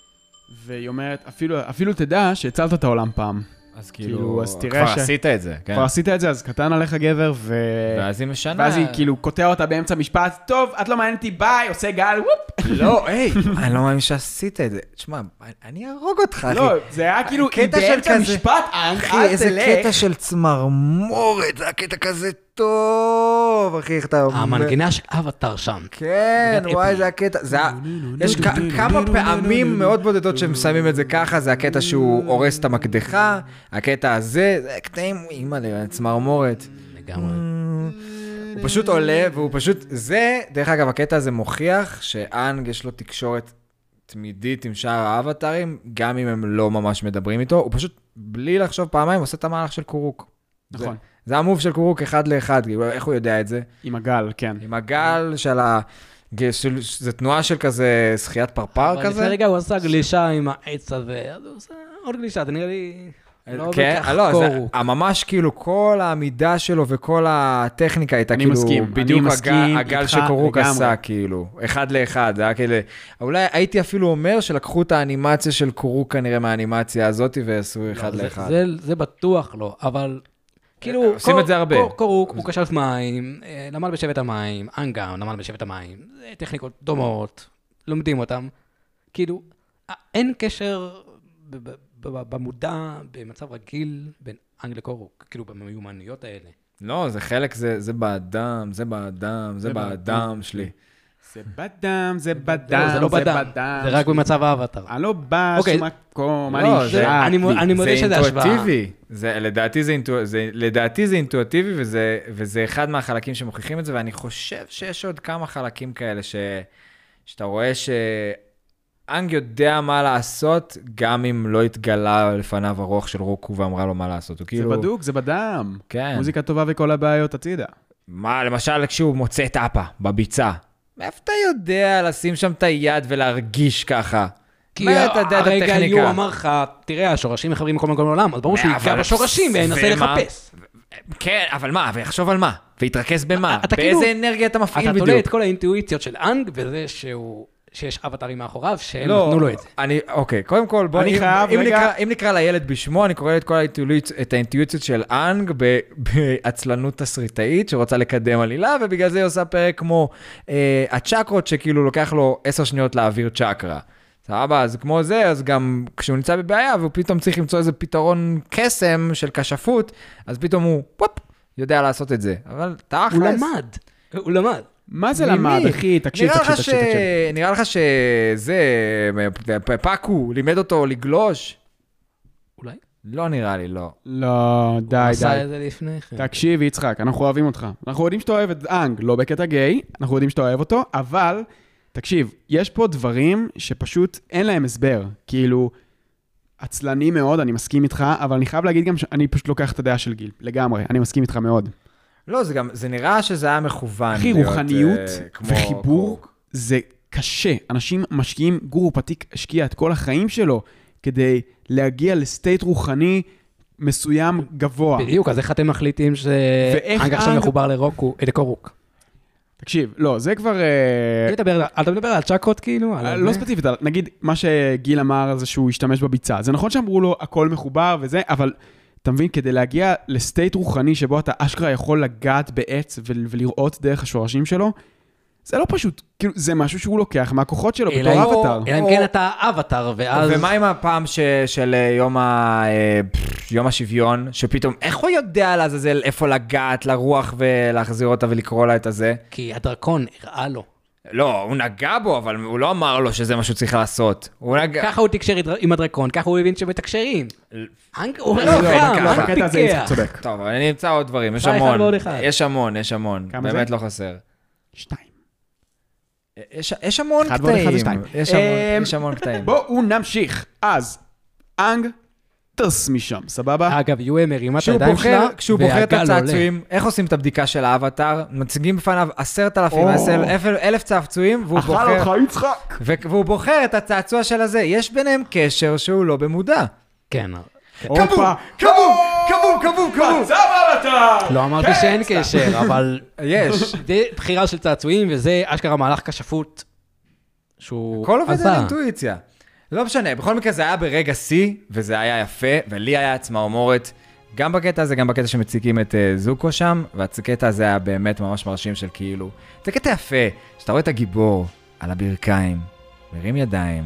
והיא אומרת, אפילו תדע שהצלת את העולם פעם. אז כאילו, אז תראה כבר עשית את זה, כן. כבר עשית את זה, אז קטן עליך גבר, ואז היא משנה. ואז היא כאילו קוטע אותה באמצע משפט, טוב, את לא מעניינת אותי, ביי, עושה גל, וופ. לא, היי, אני לא מאמין שעשית את זה. תשמע, אני ארוג אותך, אחי. לא, זה היה כאילו, היא באמצע משפט, אחי, איזה קטע של צמרמורת, זה הקטע כזה טוב, אחי, איך אתה אומר. המנגינה של אבטר שם. כן, וואי, זה הקטע. יש כמה פעמים מאוד בודדות שהם שמים את זה ככה, זה הקטע שהוא הורס את המקדחה, הקטע הזה, זה קטעים, אימא לי, צמרמורת. לגמרי. הוא פשוט עולה, והוא פשוט, זה, דרך אגב, הקטע הזה מוכיח שאנג יש לו תקשורת תמידית עם שאר האבטרים, גם אם הם לא ממש מדברים איתו, הוא פשוט, בלי לחשוב פעמיים, עושה את המהלך של קורוק. נכון. זה המוב של קורוק אחד לאחד, איך הוא יודע את זה? עם הגל, כן. עם הגל של זה תנועה של כזה שחיית פרפר כזה. אבל לפני רגע הוא עשה גלישה עם העץ הזה, אז הוא עושה עוד גלישה, זה נראה לי... כן, לא, זה ממש כאילו כל העמידה שלו וכל הטכניקה הייתה כאילו בדיוק הגל שקורוק עשה כאילו, אחד לאחד, זה היה כאלה, אולי הייתי אפילו אומר שלקחו את האנימציה של קורוק כנראה מהאנימציה הזאת ועשו אחד לאחד. זה בטוח לא, אבל כאילו, עושים את זה הרבה. קורוק הוא כשף מים, למד בשבט המים, אנגה למד בשבט המים, זה טכניקות דומות, לומדים אותם, כאילו, אין קשר במודע, במצב רגיל, בין אנג לקורוק, כאילו במיומנויות האלה. לא, זה חלק, זה באדם, זה באדם, זה באדם שלי. זה בדם, זה בדם, זה לא בדם, זה רק במצב האבטר. אני לא בא אוקיי. שום מקום, לא, אני זה- אני מודה שזה השוואה. אינטואיטיבי. לדעתי זה אינטואיטיבי, וזה אחד מהחלקים שמוכיחים את זה, ואני חושב שיש עוד כמה חלקים כאלה, שאתה רואה שאנג יודע מה לעשות, גם אם לא התגלה לפניו הרוח של רוקו ואמרה לו מה לעשות. הוא זה כאילו... בדוק, זה בדם. כן. מוזיקה טובה וכל הבעיות הצידה. מה, למשל, כשהוא מוצא את אפה בביצה, מאיפה אתה יודע לשים שם את היד ולהרגיש ככה? כי מה אתה יודע את הרגע הטכניקה? יו אמר לך, תראה, השורשים מחברים מכל מקום לעולם, אז ברור שהוא ייגע אבל- בשורשים וינסה ומה? לחפש. כן, אבל מה? ויחשוב על מה? ויתרכז במה? אתה באיזה כאילו- אנרגיה אתה מפעיל אתה בדיוק? תולה את כל האינטואיציות של אנג, וזה שיש אבטרים מאחוריו, שהם לא, נתנו לו את זה. אוקיי, קודם כל, בוא, אני חייב, רגע. אם נקרא לילד בשמו, אני קורא את כל את האינטואיציות של אנג בעצלנות תסריטאית, שרוצה לקדם עלילה, ובגלל זה היא עושה פרק כמו הצ'קרות, שכאילו לוקח לו 10 שניות להעביר צ'קרה. סבבה, אז כמו זה, אז גם כשהוא נמצא בבעיה, והוא פתאום צריך למצוא איזה פתרון קסם של כשפות, אז פתאום הוא, פופ, יודע לעשות את זה. אבל תכלס... הוא למד. מה זה ממי? למד, אחי? תקשיב. נראה לך שזה, פאקו, לימד אותו לגלוש? אולי? לא נראה לי, לא. לא, די, הוא די. עשה את זה לפני כן. תקשיב, יצחק, אנחנו אוהבים אותך. אנחנו יודעים שאתה אוהב את אנג, לא בקטע גיי, אנחנו יודעים שאתה אוהב אותו, אבל, תקשיב, יש פה דברים שפשוט אין להם הסבר. כאילו, עצלני מאוד, אני מסכים איתך, אבל אני חייב להגיד גם שאני פשוט לוקח את הדעה של גיל. לגמרי, אני מסכים איתך מאוד. לא, זה נראה שזה היה מכוון. אחי, להיות, רוחניות כמו וחיבור קורק. זה קשה. אנשים משקיעים, גורו פתיק השקיע את כל החיים שלו כדי להגיע לסטייט רוחני מסוים גבוה. בדיוק, אז איך אתם מחליטים ואיך שאנג עכשיו אנג- מחובר לקורוק? תקשיב, לא, זה כבר... אתה מדבר על צ'קרות כאילו? על לא זה? ספציפית, נגיד מה שגיל אמר זה שהוא השתמש בביצה. זה נכון שאמרו לו הכל מחובר וזה, אבל אתה מבין, כדי להגיע לסטייט רוחני שבו אתה אשכרה יכול לגעת בעץ ולראות דרך השורשים שלו, זה לא פשוט, כאילו, זה משהו שהוא לוקח מהכוחות שלו אלא בתור אם- אבטר. אלא אם כן אתה אבטר, ואז... ומה עם הפעם של יום השוויון, שפתאום, איך הוא יודע לעזאזל איפה לגעת לרוח ולהחזיר אותה ולקרוא לה את הזה? כי הדרקון הראה לו. לא, הוא נגע בו, אבל הוא לא אמר לו שזה מה שהוא צריך לעשות. הוא נגע... ככה הוא תקשר עם הדרקון, ככה הוא הבין שמתקשרים. אנג הוא לא, חכם, ככה. אנג בקטע הזה פיקח. יצחק צודק. טוב, אבל אני אמצא עוד דברים, יש אחד המון. ועוד אחד. יש המון. כמה באמת זה? לא חסר. 2. יש המון אחד ועוד אחד זה קטעים. 2. יש המון קטעים. בואו נמשיך. אז, אנג, טס משם, סבבה? אגב, יואי מרימה את הידיים שלה, כשהוא בוחר את והגל עולה. הצעצועים, איך עושים את הבדיקה של האבטר? מציגים בפניו 10,000, 1,000 צעצועים, יצחק. והוא בוחר את הצעצוע של הזה. יש ביניהם קשר שהוא לא במודע. כן, הופה. קבום. לא אמרתי שאין קשר, אבל יש. זה בחירה של צעצועים, וזה אשכרה מהלך כשפות שהוא הכל עובד עשה. על אינטואיציה. לא משנה, בכל מקרה זה היה ברגע שיא, וזה היה יפה, ולי היה צמרמורת, גם בקטע הזה, גם בקטע שמציגים את זוקו שם, והקטע הזה היה באמת ממש מרשים של כאילו, זה קטע יפה, שאתה רואה את הגיבור על הברכיים, מרים ידיים,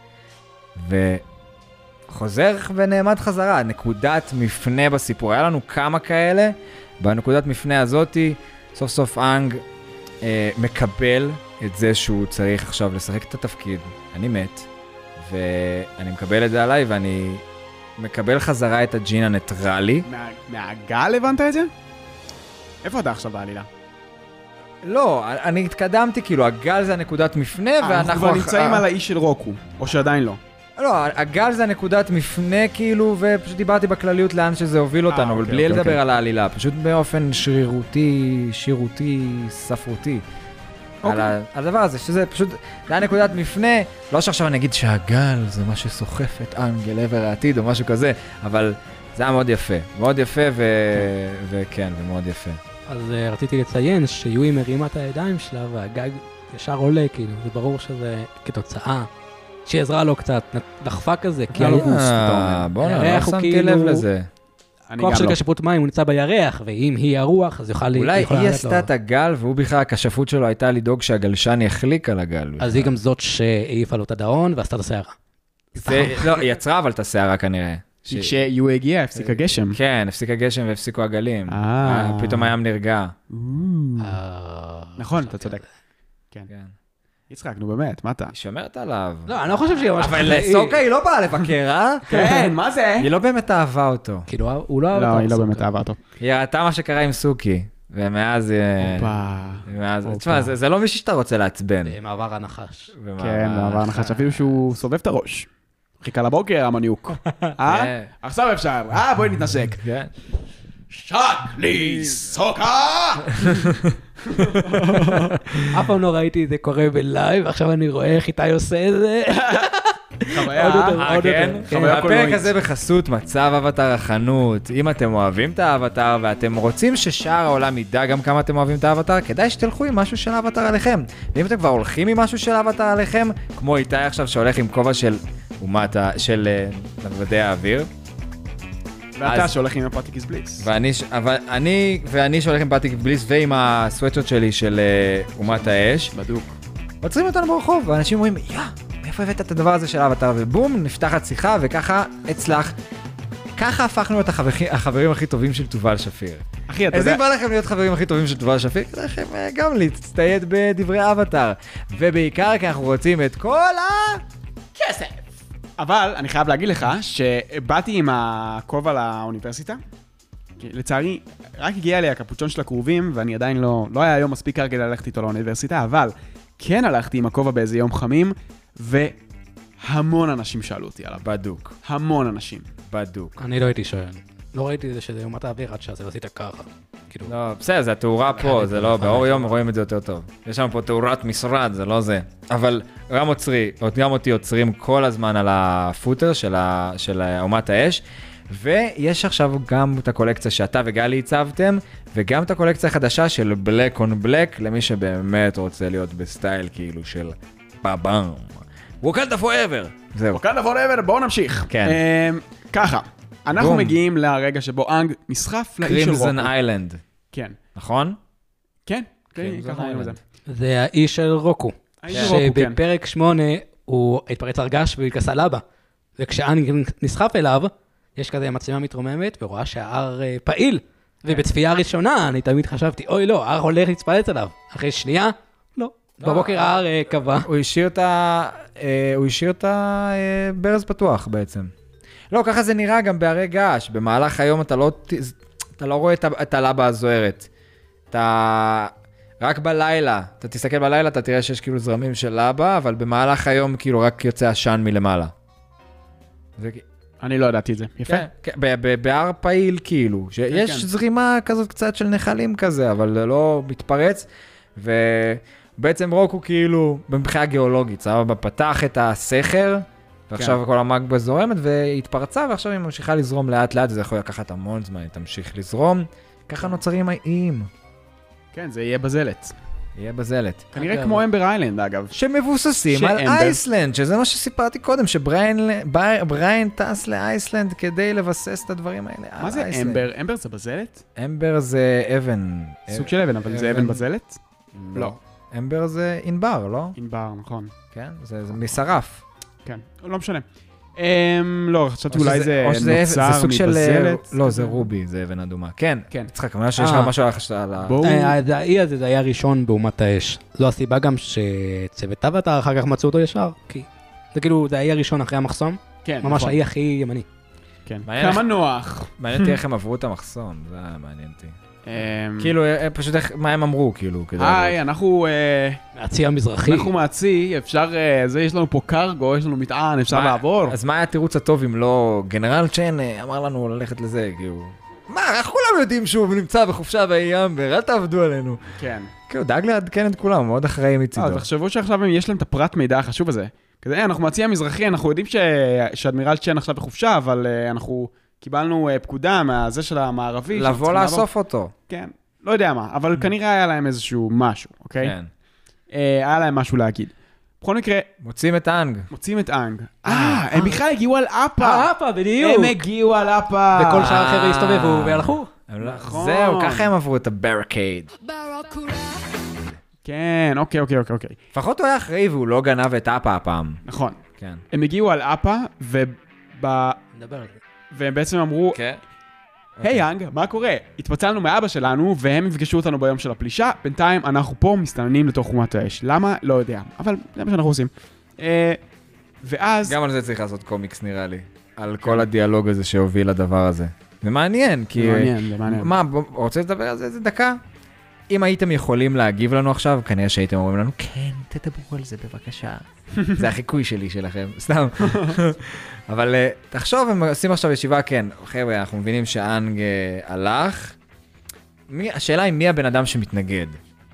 וחוזר ונעמד חזרה, נקודת מפנה בסיפור, היה לנו כמה כאלה, בנקודת מפנה הזאתי, סוף סוף אנג מקבל את זה שהוא צריך עכשיו לשחק את התפקיד, אני מת, ואני מקבל את זה עליי, ואני מקבל חזרה את הג'ין הניטרלי. מהגל הבנת את זה? איפה אתה עכשיו בעלילה? לא, אני התקדמתי, כאילו, הגל זה הנקודת מפנה, אנחנו ואנחנו... כבר נמצאים על האיש של רוקו, או שעדיין לא. לא, הגל זה הנקודת מפנה, כאילו, ופשוט דיברתי בכלליות לאן שזה הוביל אותנו, אבל אוקיי, בלי אוקיי, לדבר אוקיי. על העלילה, פשוט באופן שרירותי, שירותי, ספרותי. על הדבר הזה, שזה פשוט, זה היה נקודת מפנה, לא שעכשיו אני אגיד שהגל זה מה שסוחף את אנג אל עבר העתיד או משהו כזה, אבל זה היה מאוד יפה, וכן, ומאוד יפה. אז רציתי לציין שיואי מרימה את הידיים שלה, והגג ישר עולה, כאילו, זה ברור שזה כתוצאה, שהיא עזרה לו קצת, דחפה כזה, כי לו בוסט, אתה אומר. בוא'נה, לא הירח הוא שמתי כאילו- לב לזה. אני כוח גם של לא. כשפות מים, הוא נמצא בירח, ואם היא הרוח, אז אולי יכולה היא לתת עשתה את הגל, והוא בכלל, הכשפות שלו הייתה לדאוג שהגלשן יחליק על הגל. אז היא גם זאת שהעיפה לו את הדאון, ועשתה את השערה. לא, היא יצרה אבל את השערה כנראה. כשיו הגיע, הפסיק הגשם. כן, הפסיק הגשם והפסיקו הגלים. אה. פתאום הים נרגע. נכון, אתה צודק. כן. כן. יצחק, נו באמת, מה אתה? היא שומרת עליו. לא, אני לא חושב שהיא ממש... אבל סוקה היא לא באה לבקר, אה? כן, מה זה? היא לא באמת אהבה אותו. כאילו, הוא לא אהב לא, אותו. היא לא באמת אהבה אותו. היא ראתה מה שקרה עם סוקי, ומאז... תשמע, זה לא מישהי שאתה רוצה לעצבן. מעבר הנחש. כן, מעבר נחש, אפילו שהוא סובב את הראש. חיכה לבוקר, המניוק. עכשיו אפשר. בואי נתנשק. כן. שקלי סוקה! אף פעם לא ראיתי את זה קורה בלייב, עכשיו אני רואה איך איתי עושה את זה. חוויה, כן? חוויה הפרק קולנועית. הזה בחסות מצב אבטר החנות. אם אתם אוהבים את האבטר ואתם רוצים ששאר העולם ידע גם כמה אתם אוהבים את האבטר, כדאי שתלכו עם משהו של האבטר עליכם. ואם אתם כבר הולכים עם משהו של האבטר עליכם, כמו איתי עכשיו שהולך עם כובע של של נוודי האוויר, ואתה שהולך עם הפרטיקיס בליס. ואני שהולך עם פטיק בליס ועם הסוואטשוט שלי של אומת האש, בדוק. עוצרים אותנו ברחוב, ואנשים אומרים, מאיפה הבאת את הדבר הזה של האבטר? ובום, נפתחת שיחה, וככה הצלח. ככה הפכנו את החברים הכי טובים של תובל שפיר. אחי, אתה אז יודע... אם בא לכם להיות חברים הכי טובים של תובל שפיר, כדאי לכם גם להצטייד בדברי אבטר. ובעיקר כי אנחנו רוצים את כל כסף! אבל אני חייב להגיד לך שבאתי עם הכובע לאוניברסיטה. לצערי, רק הגיע לי הקפוצ'ון של הכרובים, ואני עדיין לא היה היום מספיק קר כדי ללכת איתו לאוניברסיטה, אבל כן הלכתי עם הכובע באיזה יום חמים, והמון אנשים שאלו אותי עליו. בדוק. המון אנשים. בדוק. אני לא הייתי שואל. לא ראיתי את זה שזה יומת האוויר עד שזה עשית ככה. כאילו... לא, בסדר, זה התאורה פה, זה לא, באור יום רואים את זה יותר טוב. יש לנו פה תאורת משרד, זה לא זה. אבל גם אותי עוצרים כל הזמן על הפוטר של אומת האש, ויש עכשיו גם את הקולקציה שאתה וגלי הצבתם, וגם את הקולקציה החדשה של בלק און בלק, למי שבאמת רוצה להיות בסטייל כאילו של בבאם. ווקנדה פוראבר. זהו. ווקנדה פוראבר, בואו נמשיך. כן. ככה, אנחנו בום. מגיעים לרגע שבו אנג נסחף לאיש של רוקו. קרימזון איילנד. כן. נכון? כן, קרימזון ככה רואים את זה. זה האיש של רוקו. האיש של רוקו, כן. שבפרק 8 הוא התפרץ הרגש והתכסה לאבא. וכשאנג נסחף אליו, יש כזה מצלמה מתרוממת ורואה שההר פעיל. ובצפייה הראשונה אני תמיד חשבתי, אוי לא, ההר הולך להתפלץ עליו. אחרי שנייה, לא. בבוקר ההר קבע. הוא השאיר את הברז פתוח בעצם. לא, ככה זה נראה גם בהרי געש. במהלך היום אתה לא רואה את הלבה הזוהרת. רק בלילה, אתה תסתכל בלילה, אתה תראה שיש כאילו זרמים של לבה, אבל במהלך היום כאילו רק יוצא עשן מלמעלה. אני לא ידעתי את זה. יפה. כן, בהר פעיל כאילו. יש זרימה כזאת קצת של נחלים כזה, אבל לא מתפרץ. ובעצם רוקו כאילו, מבחינה גיאולוגית, סבבה, פתח את הסכר, ועכשיו כל המגבה זורמת, והתפרצה, ועכשיו היא ממשיכה לזרום לאט לאט, זה יכול לקחת המון זמן, היא תמשיך לזרום. ככה נוצרים האיים. כן, זה יהיה בזלת. יהיה בזלת. כנראה כמו אמבר איילנד, אגב. שמבוססים על אייסלנד, שזה מה שסיפרתי קודם, שבריין טס לאייסלנד כדי לבסס את הדברים האלה. מה זה אמבר? אמבר זה בזלת? אמבר זה אבן. סוג של אבן, אבל זה אבן בזלת? לא. אמבר זה אינבר, לא? אינבר, נכון. כן, זה משרף. כן, לא משנה. לא, חשבתי אולי זה נוצר מבזלת. לא, זה רובי, זה אבן אדומה. כן, כן. יצחק, אני חושב שיש לך משהו על ה... האי הזה זה היה ראשון באומת האש. זו הסיבה גם שצוות אבטר אחר כך מצאו אותו ישר, כי זה כאילו, זה האי הראשון אחרי המחסום. כן, ממש נכון. האי הכי ימני. כן. כמה נוח. מעניין אותי איך הם עברו את המחסום, זה היה מעניין אותי. כאילו, פשוט מה הם אמרו, כאילו. היי, אנחנו... מהצי המזרחי. אנחנו מהצי, אפשר... יש לנו פה קרגו, יש לנו מטען, אפשר לעבור. אז מה היה התירוץ הטוב אם לא... גנרל צ'ן אמר לנו ללכת לזה, כאילו... מה, אנחנו כולם יודעים שהוא נמצא בחופשה באי אמבר, אל תעבדו עלינו. כן. כאילו, דאג לעדכן את כולם, מאוד אחראים מצידו. תחשבו שעכשיו יש להם את הפרט מידע החשוב הזה. כזה, אנחנו מהצי המזרחי, אנחנו יודעים שאדמירל צ'ן עכשיו בחופשה, אבל אנחנו... קיבלנו פקודה מהזה של המערבי. לבוא לאסוף אותו. כן, לא יודע מה, אבל כנראה היה להם איזשהו משהו, אוקיי? כן. היה להם משהו להגיד. בכל מקרה... מוצאים את אנג. מוצאים את אנג. הם בכלל הגיעו על אפה. אפה, בדיוק. הם הגיעו על אפה. וכל שאר החבר'ה הסתובבו והלכו. נכון. זהו, ככה הם עברו את הברקייד. כן, אוקיי. לפחות הוא היה אחראי והוא לא גנב את אפה הפעם. נכון. כן. הם הגיעו על אפה, נדבר על זה. והם בעצם אמרו, כן. היי יאנג, מה קורה? התפצלנו מאבא שלנו, והם יפגשו אותנו ביום של הפלישה, בינתיים אנחנו פה מסתננים לתוך חומת האש. למה? לא יודע, אבל זה מה שאנחנו עושים. ואז... גם על זה צריך לעשות קומיקס נראה לי, על כל הדיאלוג הזה שהוביל לדבר הזה. זה מעניין, כי... זה מעניין. מה, רוצה לדבר על זה איזה דקה? אם הייתם יכולים להגיב לנו עכשיו, כנראה שהייתם אומרים לנו, כן, תדברו על זה בבקשה. זה החיקוי שלי שלכם, סתם. אבל תחשוב, הם עושים עכשיו ישיבה, כן, חבר'ה, אנחנו מבינים שאנג הלך. השאלה היא מי הבן אדם שמתנגד.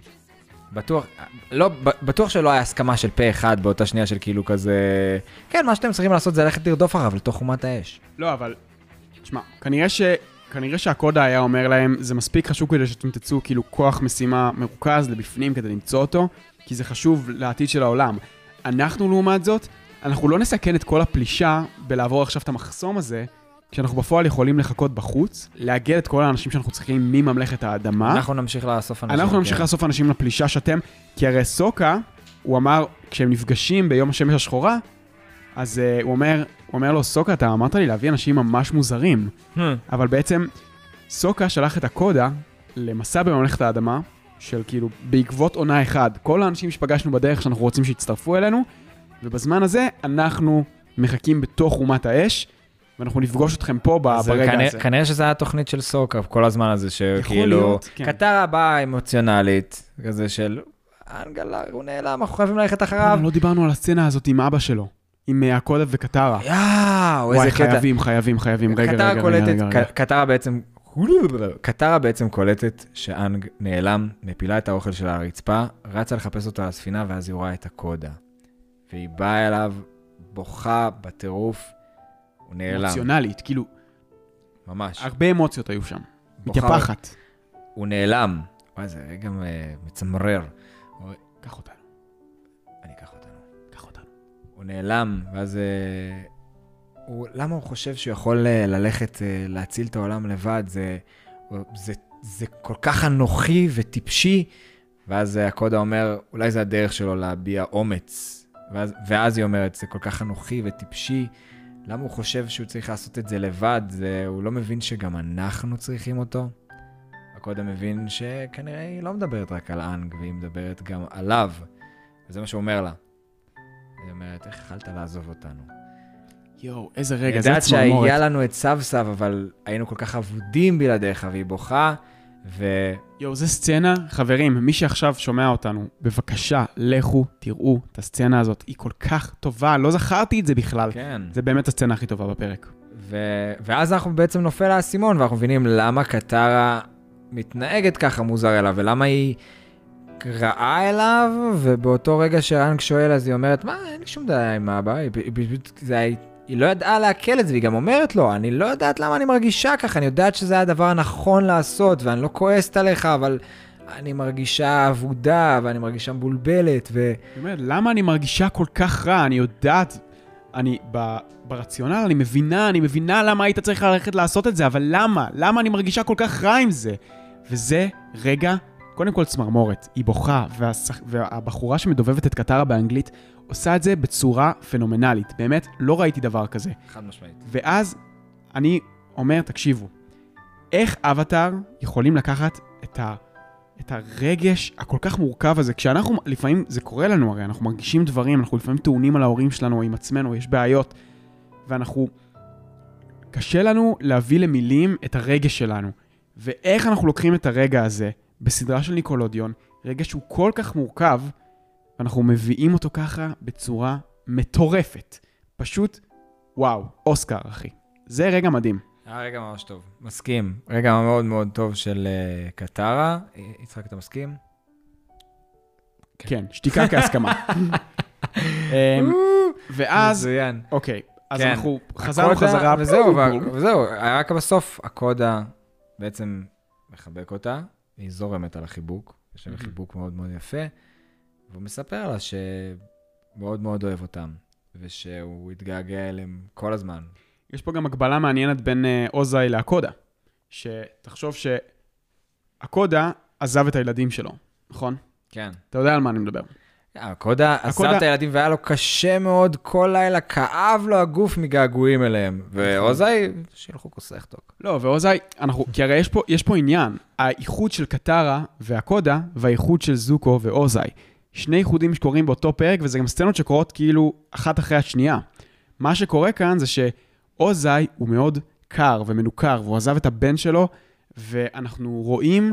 בטוח שלא היה הסכמה של פה אחד באותה שנייה של כאילו כזה, כן, מה שאתם צריכים לעשות זה ללכת לרדוף אחריו לתוך חומת האש. לא, אבל, תשמע, כנראה שהקודה היה אומר להם, זה מספיק חשוב כדי שאתם תצאו כאילו כוח משימה מרוכז לבפנים כדי למצוא אותו, כי זה חשוב לעתיד של העולם. אנחנו לעומת זאת, אנחנו לא נסכן את כל הפלישה בלעבור עכשיו את המחסום הזה, כשאנחנו בפועל יכולים לחכות בחוץ, לאגד את כל האנשים שאנחנו צריכים מממלכת האדמה. אנחנו נמשיך לאסוף אנשים. אנחנו נמשיך לאסוף אנשים לפלישה שאתם, כי הרי סוקה, הוא אמר, כשהם נפגשים ביום השמש השחורה, אז הוא אומר לו, סוקה, אתה אמרת לי להביא אנשים ממש מוזרים. אבל בעצם, סוקה שלח את הקודה למסע בממלכת האדמה, של כאילו, בעקבות עונה אחד, כל האנשים שפגשנו בדרך שאנחנו רוצים שיצטרפו אלינו, ובזמן הזה אנחנו מחכים בתוך חומת האש, ואנחנו נפגוש אתכם פה ברגע הזה. כנראה שזה היה התוכנית של סוקה, כל הזמן הזה שכאילו, קטרה באה אמוציונלית, כזה של, אנגלה, הוא נעלם, אנחנו חייבים ללכת אחריו. לא דיברנו על הסצנה הזאת עם אבא שלו, עם הקודה וקטרה. איזה קטע. חייבים, רגע. קטרה בעצם קולטת שאנג נעלם, מפילה את האוכל שלה על הרצפה, רצה לחפש אותה על הספינה, ואז היא רואה את הקודה. והיא באה אליו, בוכה בטירוף, הוא נעלם. אמוציונלית, כאילו... ממש. הרבה אמוציות היו שם. מתייפחת. הוא נעלם. וואי, זה רגע מצמרר. קח אותנו. אני אקח אותנו. קח אותנו. הוא נעלם, ואז... למה הוא חושב שהוא יכול ללכת להציל את העולם לבד? זה כל כך אנוכי וטיפשי. ואז הקודה אומר, אולי זה הדרך שלו להביע אומץ. ואז היא אומרת, זה כל כך אנוכי וטיפשי. למה הוא חושב שהוא צריך לעשות את זה לבד? הוא לא מבין שגם אנחנו צריכים אותו. הקודה מבין שכנראה היא לא מדברת רק על אנג, והיא מדברת גם עליו. וזה מה שהוא אומר לה. היא אומרת, איך יכלת לעזוב אותנו? יואו, איזה רגע, זה צמרמורת. ידעת שהיה לנו את סב, אבל היינו כל כך עבודים בלעדיך, והיא בוכה, יואו, זה סצנה, חברים, מי שעכשיו שומע אותנו, בבקשה, לכו, תראו את הסצנה הזאת, היא כל כך טובה, לא זכרתי את זה בכלל. כן. זה באמת הסצנה הכי טובה בפרק. ואז אנחנו בעצם נופל האסימון, ואנחנו מבינים למה קטרה מתנהגת ככה מוזר אליו, ולמה היא רעה אליו, ובאותו רגע שאנג שואל, אז היא אומרת, מה, אין לי שום דעה עם אבא, היא לא ידעה להקל את זה, והיא גם אומרת לו, אני לא יודעת למה אני מרגישה ככה, אני יודעת שזה הדבר הנכון לעשות, ואני לא כועסת עליך, אבל אני מרגישה עבודה, ואני מרגישה מבולבלת, היא אומרת, למה אני מרגישה כל כך רע? אני יודעת, ברציונל אני מבינה למה היית צריך ללכת לעשות את זה, אבל למה? למה אני מרגישה כל כך רע עם זה? וזה רגע, קודם כל צמרמורת, היא בוכה, והבחורה שמדובבת את קטרה באנגלית, עושה את זה בצורה פנומנלית. באמת, לא ראיתי דבר כזה. חד משמעית. ואז אני אומר, תקשיבו, איך אבטאר יכולים לקחת את הרגש הכל כך מורכב הזה, כשאנחנו, לפעמים זה קורה לנו הרי, אנחנו מרגישים דברים, אנחנו לפעמים טעונים על ההורים שלנו, עם עצמנו, יש בעיות, ואנחנו, קשה לנו להביא למילים את הרגש שלנו. ואיך אנחנו לוקחים את הרגע הזה, בסדרה של ניקולודיון, רגע שהוא כל כך מורכב, ואנחנו מביאים אותו ככה בצורה מטורפת. פשוט, וואו, אוסקר, אחי. זה רגע מדהים. היה רגע ממש טוב. מסכים. רגע מאוד מאוד טוב של קטרה. יצחק, אתה מסכים? כן, שתיקה כהסכמה. ואז, מצוין. אוקיי, אז אנחנו חזרנו חזרה. וזהו, רק בסוף הקודה בעצם מחבק אותה, היא זורמת על החיבוק, יש להם חיבוק מאוד מאוד יפה, והוא מספר לה שמאוד מאוד אוהב אותם, ושהוא התגעגע אליהם כל הזמן. יש פה גם הקבלה מעניינת בין אוזאי לאקודה, שתחשוב שאקודה עזב את הילדים שלו, נכון? כן. אתה יודע על מה אני מדבר. הקודה עשה את הילדים והיה לו קשה מאוד, כל לילה כאב לו הגוף מגעגועים אליהם. ואוזאי, שילכו כוסכתוק. לא, ואוזאי, כי הרי יש פה עניין, האיחוד של קטרה והקודה, והאיחוד של זוקו ואוזאי. שני איחודים שקורים באותו פרק, וזה גם סצנות שקורות כאילו אחת אחרי השנייה. מה שקורה כאן זה שאוזאי הוא מאוד קר ומנוכר, והוא עזב את הבן שלו, ואנחנו רואים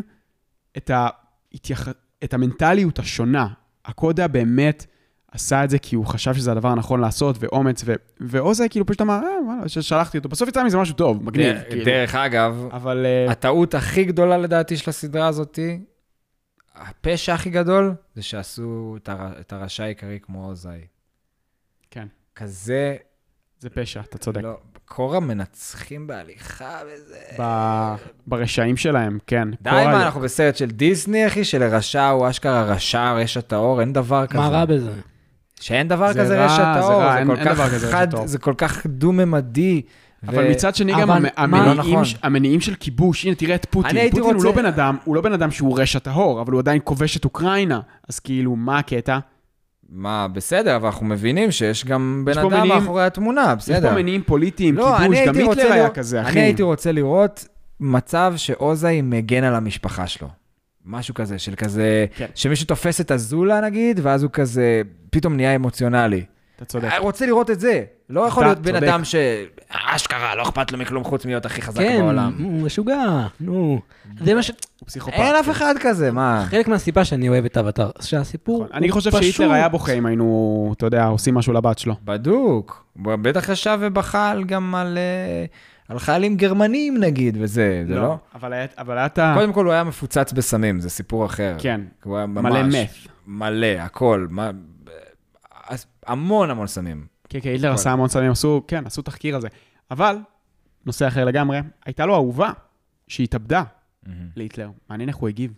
את המנטליות השונה. הקודה באמת עשה את זה כי הוא חשב שזה הדבר הנכון לעשות, ואומץ, ואוזאי כאילו פשוט אמר, שלחתי אותו. בסוף יצא מזה משהו טוב, מגניב. דרך אגב, הטעות הכי גדולה לדעתי של הסדרה הזאת, הפשע הכי גדול, זה שעשו את הרשע העיקרי כמו אוזאי. כן. כזה... זה פשע, אתה צודק. לא, קורה מנצחים בהליכה וזה... ברשעים שלהם, כן. די מה, אנחנו בסרט של דיסני, אחי, של רשע, הוא אשכרה רשע, רשת האור, אין דבר כזה. מה רע בזה? שאין דבר כזה רשת האור, זה כל כך דו-ממדי. אבל מצד שני גם המניעים של כיבוש, הנה תראה את פוטין. פוטין הוא לא בן אדם שהוא רשת האור, אבל הוא עדיין כובש את אוקראינה. אז כאילו, מה הקטע? מה, בסדר, אבל אנחנו מבינים שיש גם בן אדם מאחורי התמונה, בסדר. יש פה מניעים פוליטיים, כיבוש, גם היטלר היה כזה, אחי. אני הייתי רוצה לראות מצב שאוזאי מגן על המשפחה שלו. משהו כזה, של כזה, שמישהו תופס את הזולה נגיד, ואז הוא כזה פתאום נהיה אמוציונלי. אתה צודק. אני רוצה לראות את זה. לא יכול להיות בן אדם שאשכרה, לא אכפת לו מכלום חוץ להיות הכי חזק בעולם. כן, הוא משוגע, נו. זה מה ש... הוא פסיכופת. אין אף אחד כזה, מה? חלק מהסיבה שאני אוהב את אבטר, שהסיפור אני חושב שהיטלר היה בוכה אם היינו, אתה יודע, עושים משהו לבת שלו. בדוק. הוא בטח ישב ובחל גם על חיילים גרמנים נגיד, וזה, זה לא? אבל אתה... קודם כל הוא היה מפוצץ בסמים, זה סיפור אחר. כן, מלא מת. מלא, הכל. המון סמים. כן, היטלר עשה המון סמים, עשו תחקיר על זה. אבל, נושא אחר לגמרי, הייתה לו אהובה שהתאבדה להיטלר. מעניין איך הוא הגיב.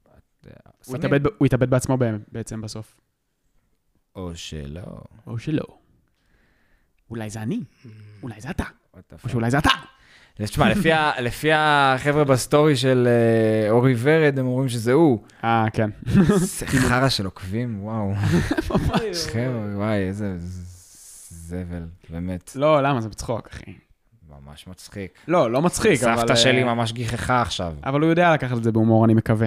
הוא התאבד בעצמו בעצם בסוף. או שלא. או שלא. אולי זה אני, אולי זה אתה. או שאולי זה אתה. תשמע, לפי החבר'ה בסטורי של אורי ורד, הם אומרים שזה הוא. כן. זה חרא של עוקבים, וואו. ממש. חבר'ה, וואי, איזה זבל, באמת. לא, למה? זה מצחוק, אחי. ממש מצחיק. לא מצחיק, אבל... סבתא שלי ממש גיחכה עכשיו. אבל הוא יודע לקחת את זה בהומור, אני מקווה.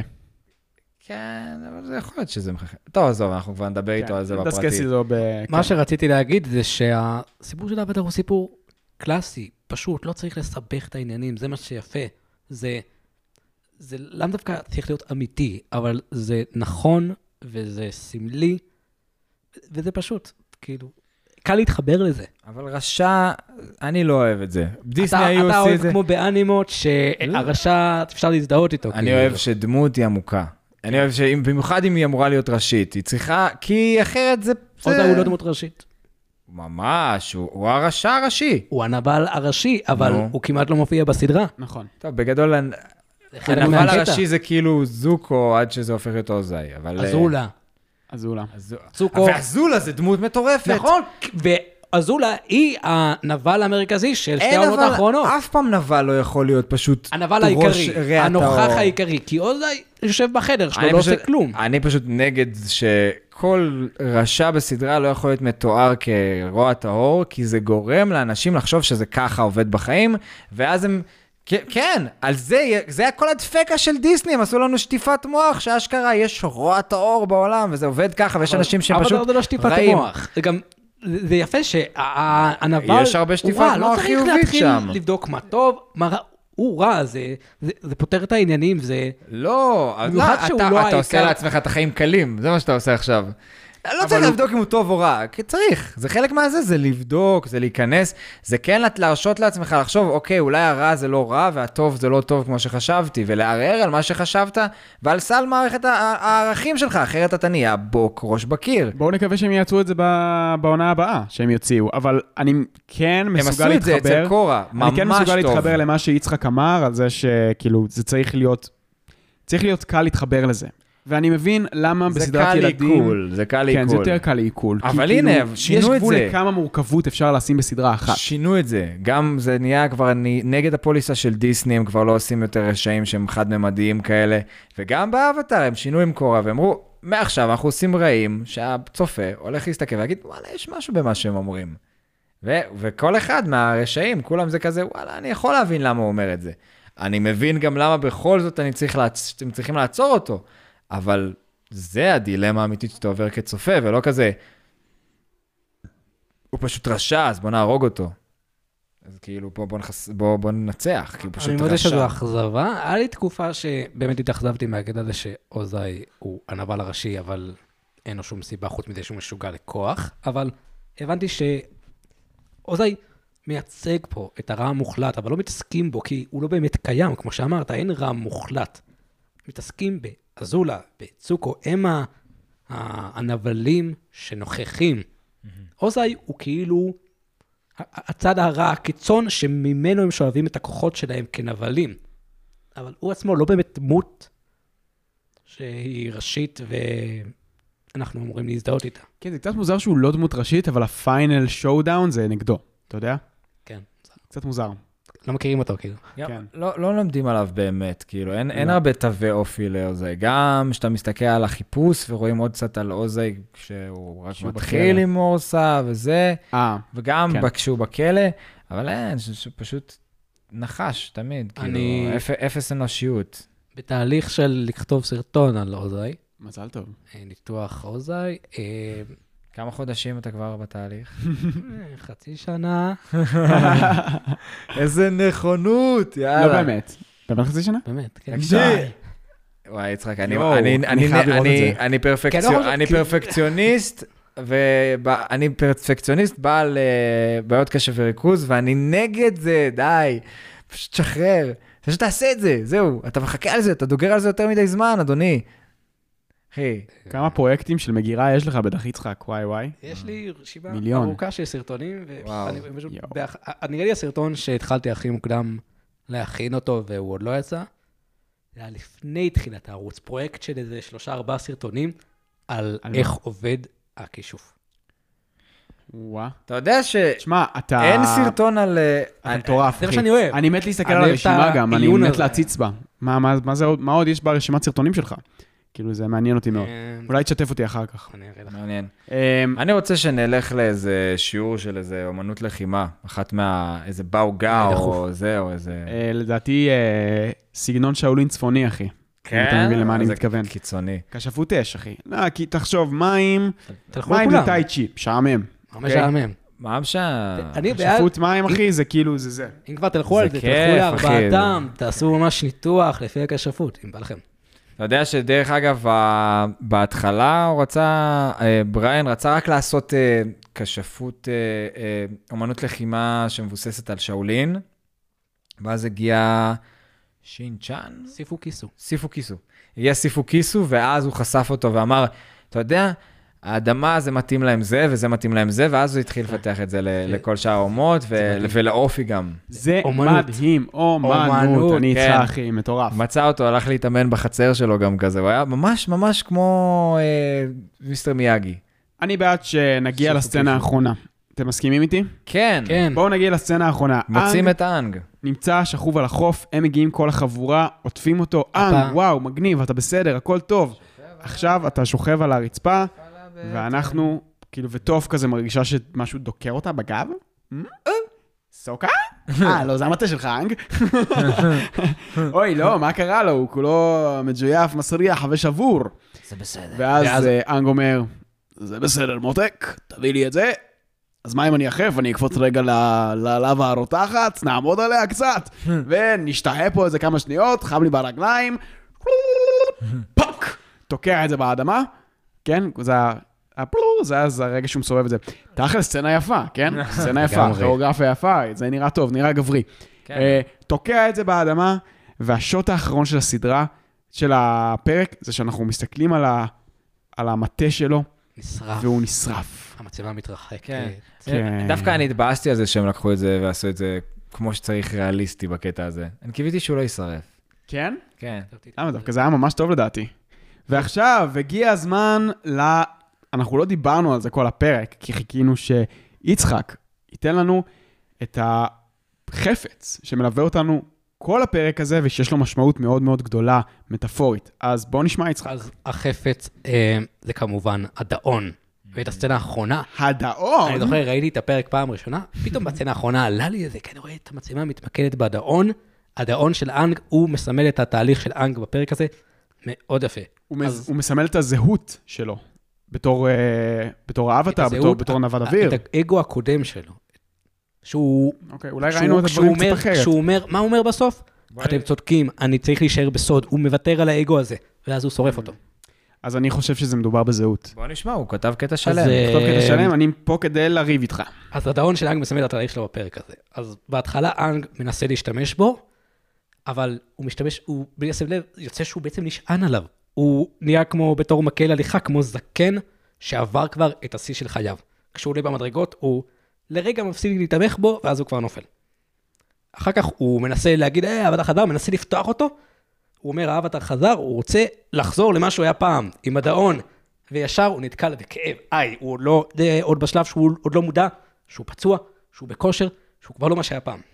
כן, אבל זה יכול להיות שזה מחכה. טוב, עזוב, אנחנו כבר נדבר איתו על זה בפרטי. מה שרציתי להגיד זה שהסיפור של אבטר הוא סיפור קלאסי, פשוט, לא צריך לסבך את העניינים, זה מה שיפה. זה לאו דווקא צריך להיות אמיתי, אבל זה נכון וזה סמלי, וזה פשוט, כאילו, קל להתחבר לזה. אבל רשע, אני לא אוהב את זה. דיסני היו עושים את זה. אתה אוהב כמו באנימות, שהרשע אפשר להזדהות איתו. אני אוהב שדמות היא עמוקה. אני אוהב שבמיוחד אם היא אמורה להיות ראשית, היא צריכה, כי אחרת זה... עוד הוא לא דמות ראשית. ממש, הוא הרשע הראשי. הוא הנבל הראשי, אבל הוא כמעט לא מופיע בסדרה. נכון. טוב, בגדול, הנבל הראשי זה כאילו זוקו עד שזה הופך להיות אוזאי. אזולה. ואזולה זה דמות מטורפת. נכון, ואזולה היא הנבל המרכזי של שתי העונות האחרונות. אף פעם נבל לא יכול להיות פשוט הנבל העיקרי, הנוכח העיקרי, כי אוזאי יושב בחדר שלו, לא עושה כלום. אני פשוט נגד שכל רשע בסדרה לא יכול להיות מתואר כרוע טהור, כי זה גורם לאנשים לחשוב שזה ככה עובד בחיים, ואז הם... כן, על זה היה כל הדפקה של דיסני, הם עשו לנו שטיפת מוח, שאשכרה יש רוע טהור בעולם, וזה עובד ככה, ויש אנשים שהם פשוט רעים. אבל זה לא שטיפת מוח, זה יפה שהנבל... יש הרבה שטיפת מוח חיובית שם. לא צריך להתחיל לבדוק מה טוב, מה רע. הוא רע, זה פותר את העניינים, זה... לא, אתה עושה לעצמך את החיים קלים, זה מה שאתה עושה עכשיו. לא צריך לבדוק אם הוא טוב או רע, כי צריך, זה חלק מהזה, זה לבדוק, זה להיכנס, זה כן להרשות לעצמך לחשוב, אוקיי, אולי הרע זה לא רע, והטוב זה לא טוב כמו שחשבתי, ולערער על מה שחשבת, ועל סל מערכת הערכים שלך, אחרת אתה נהיה בוק ראש בקיר. בואו נקווה שהם יעצו את זה בעונה הבאה, שהם יוציאו, אבל אני כן מסוגל להתחבר, הם עשו את זה אצל קורה, ממש טוב. אני כן מסוגל להתחבר למה שיצחק אמר, על זה שכאילו, זה צריך להיות קל להתחבר לזה. ואני מבין למה בסדרת ילדים... זה קל לעיכול. כן, זה יותר קל לעיכול. אבל הנה, שינו את זה. יש גבול לכמה מורכבות אפשר לשים בסדרה אחת. שינו את זה. גם זה נהיה כבר נגד הפוליסה של דיסני, הם כבר לא עושים יותר רשעים שהם חד-ממדיים כאלה. וגם באבטר הם שינו עם קורה, ואמרו, מעכשיו אנחנו עושים רעים, שהצופה הולך להסתכל ויגיד, וואלה, יש משהו במה שהם אומרים. וכל אחד מהרשעים, כולם זה כזה, וואלה, אני יכול להבין למה הוא אומר את זה. אני מבין גם למה בכל זאת אתם צריכים לעצור אותו. אבל זה הדילמה האמיתית שאתה עובר כצופה, ולא כזה, הוא פשוט רשע, אז בוא נהרוג אותו. אז כאילו, בוא ננצח, כי הוא פשוט רשע. אני מודה שזו אכזבה. היה לי תקופה שבאמת התאכזבתי מהקטע הזה שעוזאי הוא הנבל הראשי, אבל אין לו שום סיבה חוץ מזה שהוא משוגע לכוח, אבל הבנתי שעוזאי מייצג פה את הרע המוחלט, אבל לא מתעסקים בו, כי הוא לא באמת קיים, כמו שאמרת, אין רע מוחלט. מתעסקים באזולה, בצוקו, הם הנבלים שנוכחים. עוזאי הוא כאילו הצד הרע, הקיצון שממנו הם שואבים את הכוחות שלהם כנבלים. אבל הוא עצמו לא באמת דמות שהיא ראשית ואנחנו אמורים להזדהות איתה. כן, זה קצת מוזר שהוא לא דמות ראשית, אבל הפיינל שואודאון זה נגדו, אתה יודע? כן. קצת מוזר. לא מכירים אותו, כאילו. כן. לא לומדים עליו באמת, כאילו, אין הרבה תווי אופי לעוזי. גם כשאתה מסתכל על החיפוש ורואים עוד קצת על עוזי, כשהוא רק מתחיל עם אורסה וזה, וגם כשהוא בכלא, אבל אין, שפשוט נחש תמיד, כאילו, אפס אנושיות. בתהליך של לכתוב סרטון על עוזי. מזל טוב. ניתוח עוזי. כמה חודשים אתה כבר בתהליך? חצי שנה. איזה נכונות, יאללה. לא באמת. באמת חצי שנה? באמת, כן. וואי, יצחק, אני פרפקציוניסט, ואני פרפקציוניסט בעל בעיות קשב וריכוז, ואני נגד זה, די. פשוט שחרר. שתעשה את זה, זהו. אתה מחכה על זה, אתה דוגר על זה יותר מדי זמן, אדוני. אחי. כמה פרויקטים של מגירה יש לך בטח יצחק, וואי. יש לי רשימה מיליון. ארוכה של סרטונים, נראה לי הסרטון שהתחלתי הכי מוקדם להכין אותו, והוא עוד לא יצא, זה היה לפני תחילת הערוץ, פרויקט של איזה 3-4 סרטונים, על איך עובד הכישוף. וואה. אתה יודע תשמע, אתה... אין סרטון על... אתה מטורף, זה מה שאני אוהב. אני מת להסתכל על הרשימה גם, אני מת להציץ בה. מה עוד יש ברשימת סרטונים שלך? כאילו, זה מעניין אותי מאוד. אולי תשתף אותי אחר כך. מעניין. אני רוצה שנלך לאיזה שיעור של איזה אומנות לחימה, אחת איזה באו גאו, או זה, או איזה... לדעתי, סגנון שאולין צפוני, אחי. כן? אתה מבין למה אני מתכוון. זה קיצוני. כשפות אש, אחי. לא, כי תחשוב, מים זה טאי צ'י, משעמם. ממש שעמם. מה משם? כשפות מים, אחי, זה כאילו, זה. אם כבר תלכו על זה, תלכו לארבעתם, תעשו ממש ניתוח לפי הכשפות, אם בא לכם. אתה יודע שדרך אגב, בהתחלה הוא רצה, בריין רצה רק לעשות כשפות, אומנות לחימה שמבוססת על שאולין, ואז הגיע שינצ'אן? סיפו קיסו. הגיע סיפו קיסו, ואז הוא חשף אותו ואמר, אתה יודע, האדמה זה מתאים להם זה, וזה מתאים להם זה, ואז הוא התחיל לפתח את זה לכל שאר האומות, ולאופי גם. זה מדהים, אומנות, אני איתך אחי, מטורף. מצא אותו, הלך להתאמן בחצר שלו גם כזה, הוא היה ממש ממש כמו מיסטר מיאגי. אני בעד שנגיע לסצנה האחרונה. אתם מסכימים איתי? כן. בואו נגיע לסצנה האחרונה. מוצאים את האנג. נמצא שכוב על החוף, הם מגיעים כל החבורה, עוטפים אותו, אנג, וואו, מגניב, אתה בסדר, הכל טוב. עכשיו אתה שוכב על הרצפה, ואנחנו, כאילו, וטוב כזה מרגישה שמשהו דוקר אותה בגב. סוקה? לא, זה המטה שלך, אנג. אוי, לא, מה קרה לו? הוא כולו מג'ויף, מסריח ושבור. זה בסדר. ואז אנג אומר, זה בסדר, מותק, תביא לי את זה. אז מה אם אני אחף? אני אקפוץ רגע ללבה הרותחת, נעמוד עליה קצת, ונשתהה פה איזה כמה שניות, חם לי ברגליים, פאק, תוקע את זה באדמה, כן? זה הרגע שהוא מסובב את זה. תאכל סצנה יפה, כן? סצנה יפה, כוריאוגרפיה יפה, זה נראה טוב, נראה גברי. תוקע את זה באדמה, והשוט האחרון של הסדרה, של הפרק, זה שאנחנו מסתכלים על המטה שלו, והוא נשרף. המצלמה מתרחקת. דווקא אני התבאסתי על זה שהם לקחו את זה ועשו את זה כמו שצריך ריאליסטי בקטע הזה. אני קיוויתי שהוא לא ישרף. כן? כן. למה דווקא זה היה ממש טוב לדעתי. ועכשיו הגיע הזמן אנחנו לא דיברנו על זה כל הפרק, כי חיכינו שיצחק ייתן לנו את החפץ שמלווה אותנו כל הפרק הזה, ושיש לו משמעות מאוד מאוד גדולה, מטאפורית. אז בואו נשמע יצחק. אז החפץ זה כמובן הדאון. ואת הסצנה האחרונה, הדאון? אני זוכר, ראיתי את הפרק פעם ראשונה, פתאום בסצנה האחרונה עלה לי איזה, כי אני רואה את המצלמה מתמקדת בדאון, הדאון של אנג, הוא מסמל את התהליך של אנג בפרק הזה, מאוד יפה. הוא מסמל את הזהות שלו, בתור האבטר, בתור נווד אוויר. את האגו הקודם שלו. שהוא... אוקיי, אולי ראינו את הדברים קצת אחרת. כשהוא אומר, מה הוא אומר בסוף? אתם צודקים, אני צריך להישאר בסוד, הוא מוותר על האגו הזה, ואז הוא שורף אותו. אז אני חושב שזה מדובר בזהות. בוא נשמע, הוא כתב קטע שלם. כתב קטע שלם, אני פה כדי לריב איתך. אז הדאון של אנג מסמל את התהליך שלו בפרק הזה. אז בהתחלה אנג מנסה להשתמש בו, אבל הוא משתמש, הוא בלי לשים לב, יוצא שהוא בעצם נשען עליו. הוא נהיה כמו בתור מקל הליכה, כמו זקן שעבר כבר את השיא של חייו. כשהוא עולה במדרגות, הוא לרגע מפסיק להתמך בו, ואז הוא כבר נופל. אחר כך הוא מנסה להגיד, האבטר חזר, מנסה לפתוח אותו. הוא אומר, האבטר חזר, הוא רוצה לחזור למה שהוא היה פעם, עם הדאון. וישר הוא נתקל בכאב. הוא עוד בשלב שהוא עוד לא מודע, שהוא פצוע, שהוא בכושר, שהוא כבר לא מה שהיה פעם.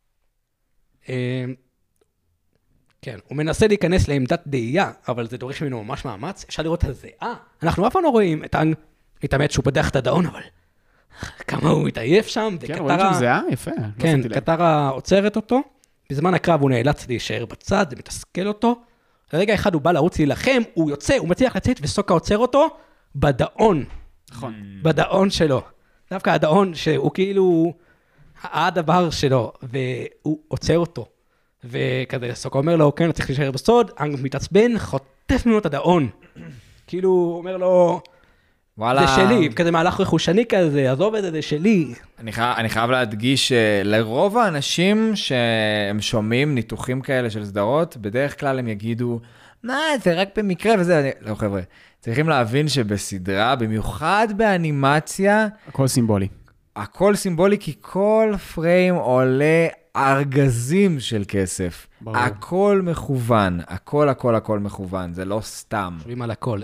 כן, הוא מנסה להיכנס לעמדת דאייה, אבל זה דורש ממנו ממש מאמץ. אפשר לראות את הזיעה. אנחנו אף פעם לא רואים את האנג מתאמץ שהוא פתח את הדאון, אבל כמה הוא מתעייף שם. כן, רואים שם זיעה? יפה. כן, קטרה עוצרת אותו. בזמן הקרב הוא נאלץ להישאר בצד, זה מתסכל אותו. לרגע אחד הוא בא לרוץ להילחם, הוא יוצא, הוא מצליח לצאת, וסוקה עוצר אותו בדאון. נכון. בדאון שלו. דווקא הדאון שהוא כאילו הדבר שלו, והוא עוצר אותו. וכזה סוקה אומר לו, כן, צריך להישאר בסוד, אנג מתעצבן, חוטף ממנו את הדאון. כאילו, הוא אומר לו, זה שלי, כזה מהלך רכושני כזה, עזוב את זה, זה שלי. אני חייב להדגיש שלרוב האנשים שהם שומעים ניתוחים כאלה של סדרות, בדרך כלל הם יגידו, מה, זה רק במקרה וזה, לא חבר'ה, צריכים להבין שבסדרה, במיוחד באנימציה, הכל סימבולי. הכל סימבולי כי כל פריים עולה ארגזים של כסף. ברור. הכל מכוון, הכל מכוון, זה לא סתם. חושבים על הכל.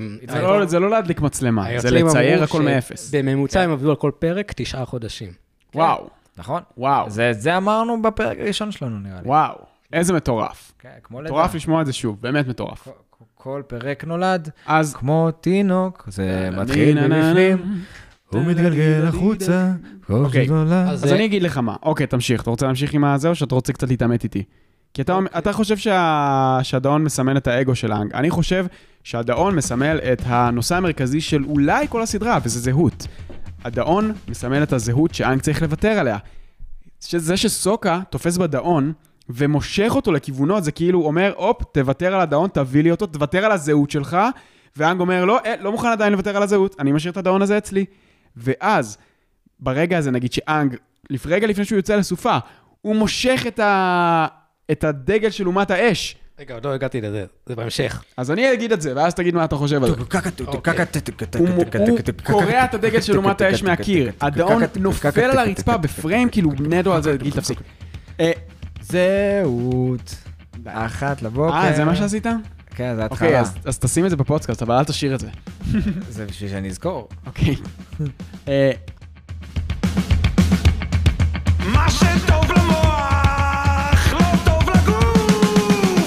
זה לא להדליק מצלמה, זה לצייר הכל מאפס. בממוצע הם עבדו על כל פרק 9 חודשים. וואו. נכון? וואו. זה אמרנו בפרק הראשון שלנו נראה לי. וואו, איזה מטורף. כן, כמו לדעת. מטורף לשמוע את זה שוב, באמת מטורף. כל פרק נולד, כמו תינוק, זה מתחיל מבפנים. הוא מתגלגל החוצה. אוקיי, אז אני אגיד לך מה. אוקיי, תמשיך. אתה רוצה להמשיך עם הזה או שאתה רוצה קצת להתאמת איתי? כי אתה חושב שהדאון מסמל את האגו של האנג. אני חושב שהדאון מסמל את הנושא המרכזי של אולי כל הסדרה, וזה זהות. הדאון מסמל את הזהות שהאנג צריך לוותר עליה. זה שסוקה תופס בדאון ומושך אותו לכיוונו, זה כאילו אומר, אופ, תוותר על הדאון, תביא לי אותו, תוותר על הזהות שלך, והאנג אומר, לא מוכן עדיין לוותר על הזהות, אני משאיר את הדאון הזה אצלי. ואז, ברגע הזה, נגיד שאנג, רגע לפני שהוא יוצא לסופה, הוא מושך את הדגל של אומת האש. רגע, עוד לא הגעתי לזה, זה בהמשך. אז אני אגיד את זה, ואז תגיד מה אתה חושב על זה. הוא קורע את הדגל של אומת האש מהקיר. הדאון נופל על הרצפה בפריים, כאילו נדו על זה, גיל תפסיק. זהות. אחת לבוקר. זה מה שעשית? כן, זה התחלה. אוקיי, אז תשים את זה בפודקאסט, אבל אל תשאיר את זה. זה בשביל שאני אזכור. אוקיי. מה שטוב למוח, לא טוב לגוף.